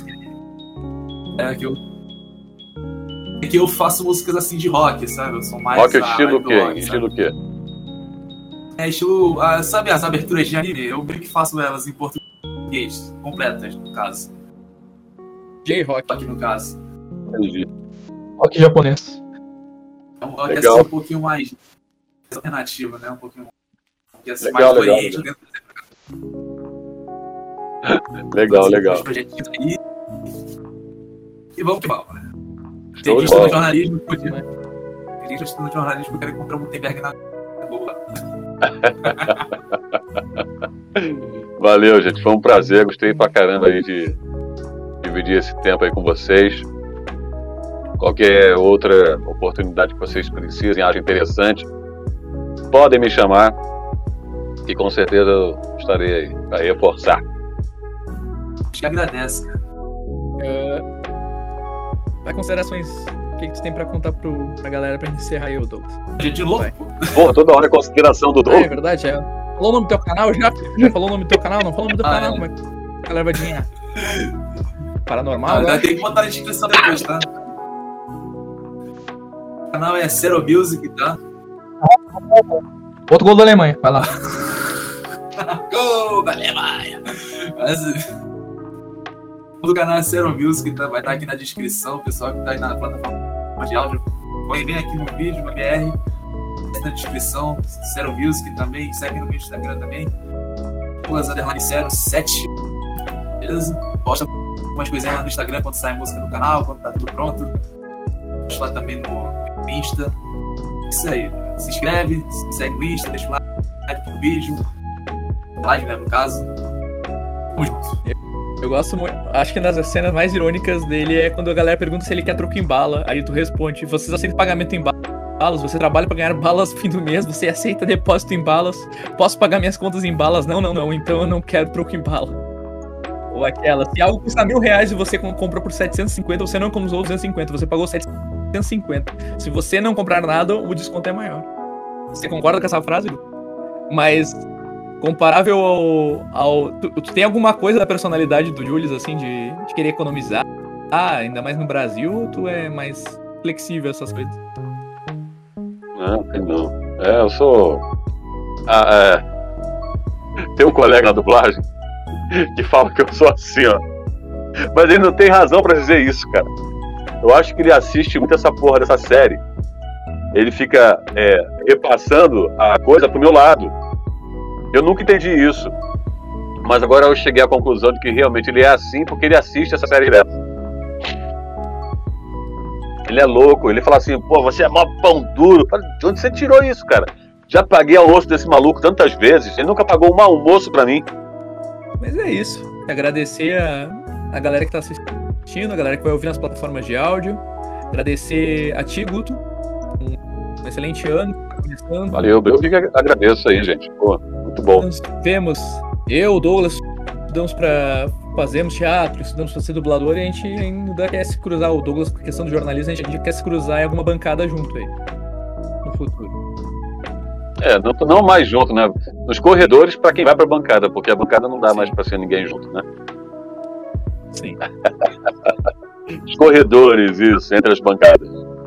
[SPEAKER 5] É que eu. É que eu faço músicas assim de rock, sabe? Eu sou mais.
[SPEAKER 2] Rock estilo o quê?
[SPEAKER 5] Rock,
[SPEAKER 2] estilo o quê?
[SPEAKER 5] É estilo. Ah, sabe as aberturas de anime? Eu meio que faço elas em português, completas, no caso.
[SPEAKER 4] J-Rock.
[SPEAKER 5] Aqui no caso.
[SPEAKER 2] Entendi.
[SPEAKER 4] Rock japonês.
[SPEAKER 5] É um rock assim um pouquinho mais alternativo, né? Um pouquinho assim, legal, mais coerente.
[SPEAKER 2] Legal, legal. legal.
[SPEAKER 5] Aí. E vamos que vamos, né? Tem gente no jornalismo que podia, né? Tem gente no jornalismo que quer encontrar o Gutenberg na boa.
[SPEAKER 2] Valeu, gente. Foi um prazer. Gostei pra caramba aí de dividir esse tempo aí com vocês. Qualquer outra oportunidade que vocês precisem, achem interessante, podem me chamar e com certeza eu estarei aí para reforçar.
[SPEAKER 5] Te agradece, cara.
[SPEAKER 4] Uh, vai considerações. O que, que tu tem pra contar pro, pra galera pra gente encerrar aí, o Douglas?
[SPEAKER 5] Gente louco.
[SPEAKER 2] Pô, toda hora é consideração do Douglas.
[SPEAKER 4] É, é verdade, é. Falou o nome do teu canal já? Já falou o nome do teu canal? Não falou o nome do
[SPEAKER 5] ah,
[SPEAKER 4] canal?
[SPEAKER 5] É.
[SPEAKER 4] Como é que a galera vai adivinhar? Paranormal?
[SPEAKER 5] Ah, tem que botar na descrição depois, tá? O canal é Zero Music, tá?
[SPEAKER 4] Outro gol da Alemanha, vai lá.
[SPEAKER 5] Gol da Alemanha! Mas, o canal é Zero Music, tá? Vai estar aqui na descrição, o pessoal que tá aí na plataforma de áudio. Pode vir aqui no vídeo, no B R, na descrição, Zero Music também, segue no meu Instagram também. Douglas Underline Zero sete. Beleza? Posta umas coisinhas lá no Instagram quando sai música no canal, quando tá tudo pronto. Posta lá também no Insta. Isso aí. Se inscreve, segue no Insta, deixa o like no vídeo. Like, né, no caso. Vamos juntos.
[SPEAKER 4] Eu gosto muito. Acho que uma das cenas mais irônicas dele é quando a galera pergunta se ele quer troco em bala. Aí tu responde: vocês aceitam pagamento em balas? Você trabalha pra ganhar balas no fim do mês? Você aceita depósito em balas? Posso pagar minhas contas em balas? Não, não, não. Então eu não quero troco em bala. Ou aquela: se algo custa mil reais e você comprou por setecentos e cinquenta, você não economizou duzentos e cinquenta, você pagou setecentos e cinquenta. Se você não comprar nada, o desconto é maior. Você concorda com essa frase, Lu? Mas comparável ao... ao tu, tu tem alguma coisa da personalidade do Julius, assim, de, de querer economizar? Ah, ainda mais no Brasil, ou tu é mais flexível essas coisas?
[SPEAKER 2] Não, não. É, eu sou... Ah, é... Tem um colega na dublagem que fala que eu sou assim, ó. Mas ele não tem razão pra dizer isso, cara. Eu acho que ele assiste muito essa porra dessa série. Ele fica é, repassando a coisa pro meu lado. Eu nunca entendi isso. Mas agora eu cheguei à conclusão de que realmente ele é assim porque ele assiste essa série direto. Ele é louco. Ele fala assim: pô, você é mó pão duro. De onde você tirou isso, cara? Já paguei almoço desse maluco tantas vezes. Ele nunca pagou um almoço pra mim.
[SPEAKER 4] Mas é isso. Agradecer a, a galera que tá assistindo, a galera que vai ouvir nas plataformas de áudio. Agradecer a ti, Guto. Um excelente ano. Tá começando.
[SPEAKER 2] Valeu, eu que agradeço aí, gente. Pô, muito bom.
[SPEAKER 4] Nós vemos, eu, Douglas, estudamos pra. Fazemos teatro, estudamos pra ser dublador e a gente ainda quer se cruzar. O Douglas, com a questão do jornalismo, a gente, a gente quer se cruzar em alguma bancada junto aí. No futuro.
[SPEAKER 2] É, não, não mais junto, né? Nos corredores pra quem vai pra bancada, porque a bancada não dá Sim. mais pra ser ninguém junto, né?
[SPEAKER 4] Sim.
[SPEAKER 2] Os corredores, isso, entre as bancadas.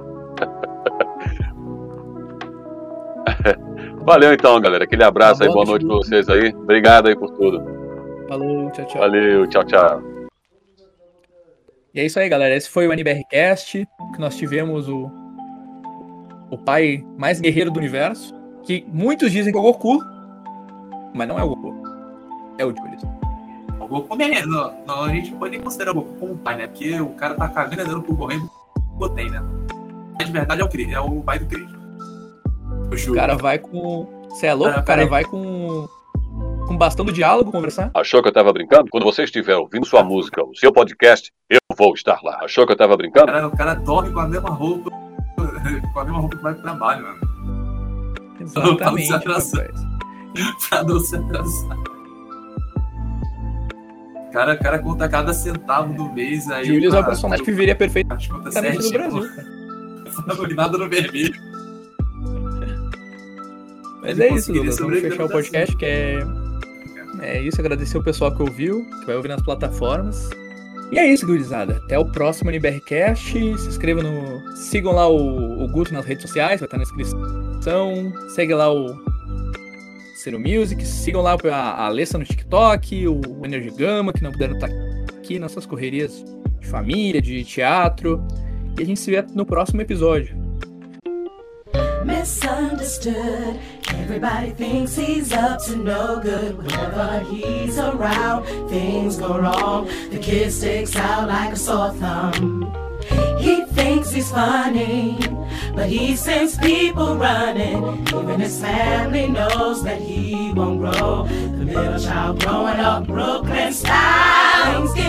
[SPEAKER 2] Valeu então, galera. Aquele abraço aí, boa noite pra vocês aí. Obrigado aí por tudo.
[SPEAKER 4] Falou, tchau, tchau.
[SPEAKER 2] Valeu, tchau, tchau.
[SPEAKER 4] E é isso aí, galera. Esse foi o NBRcast, que nós tivemos o, o pai mais guerreiro do universo, que muitos dizem que é o Goku, mas não é o Goku. É o Julius.
[SPEAKER 5] O Goku é, não, não, a gente não pode nem considerar o Goku como pai, né? Porque o cara tá cagando e andando pro correndo Goten, né? Mas de verdade é o Cris, é o pai do Cris.
[SPEAKER 4] O cara vai com... Você é louco? O cara vai com... com bastão do diálogo conversar?
[SPEAKER 2] Achou que eu tava brincando? Quando você estiver ouvindo sua música, o seu podcast, eu vou estar lá. Achou que eu tava brincando?
[SPEAKER 5] O cara, o cara dorme com a mesma roupa, com a mesma roupa que vai pro trabalho, mano.
[SPEAKER 4] Exatamente.
[SPEAKER 5] Pra não se atrasar. Pra não se atrasar. O cara, cara conta cada centavo do mês aí.
[SPEAKER 4] Julius é o personagem que viveria perfeitamente no Brasil.
[SPEAKER 5] Nada no vermelho.
[SPEAKER 4] Mas é isso, Douglas. Vamos fechar o podcast, que é... É isso, agradecer o pessoal que ouviu, que vai ouvir nas plataformas. E é isso, gurizada. Até o próximo NBRcast. Se inscrevam no... Sigam lá o, o Guto nas redes sociais, vai estar na descrição. Segue lá o Zero Music. Sigam lá a, a Alessa no TikTok, o Energy Gama, que não puderam estar aqui, nossas correrias de família, de teatro. E a gente se vê no próximo episódio.
[SPEAKER 15] Misunderstood. Everybody thinks he's up to no good. Whenever he's around, things go wrong. The kid sticks out like a sore thumb. He thinks he's funny, but he sends people running. Even his family knows that he won't grow. The middle child growing up Brooklyn style. Things get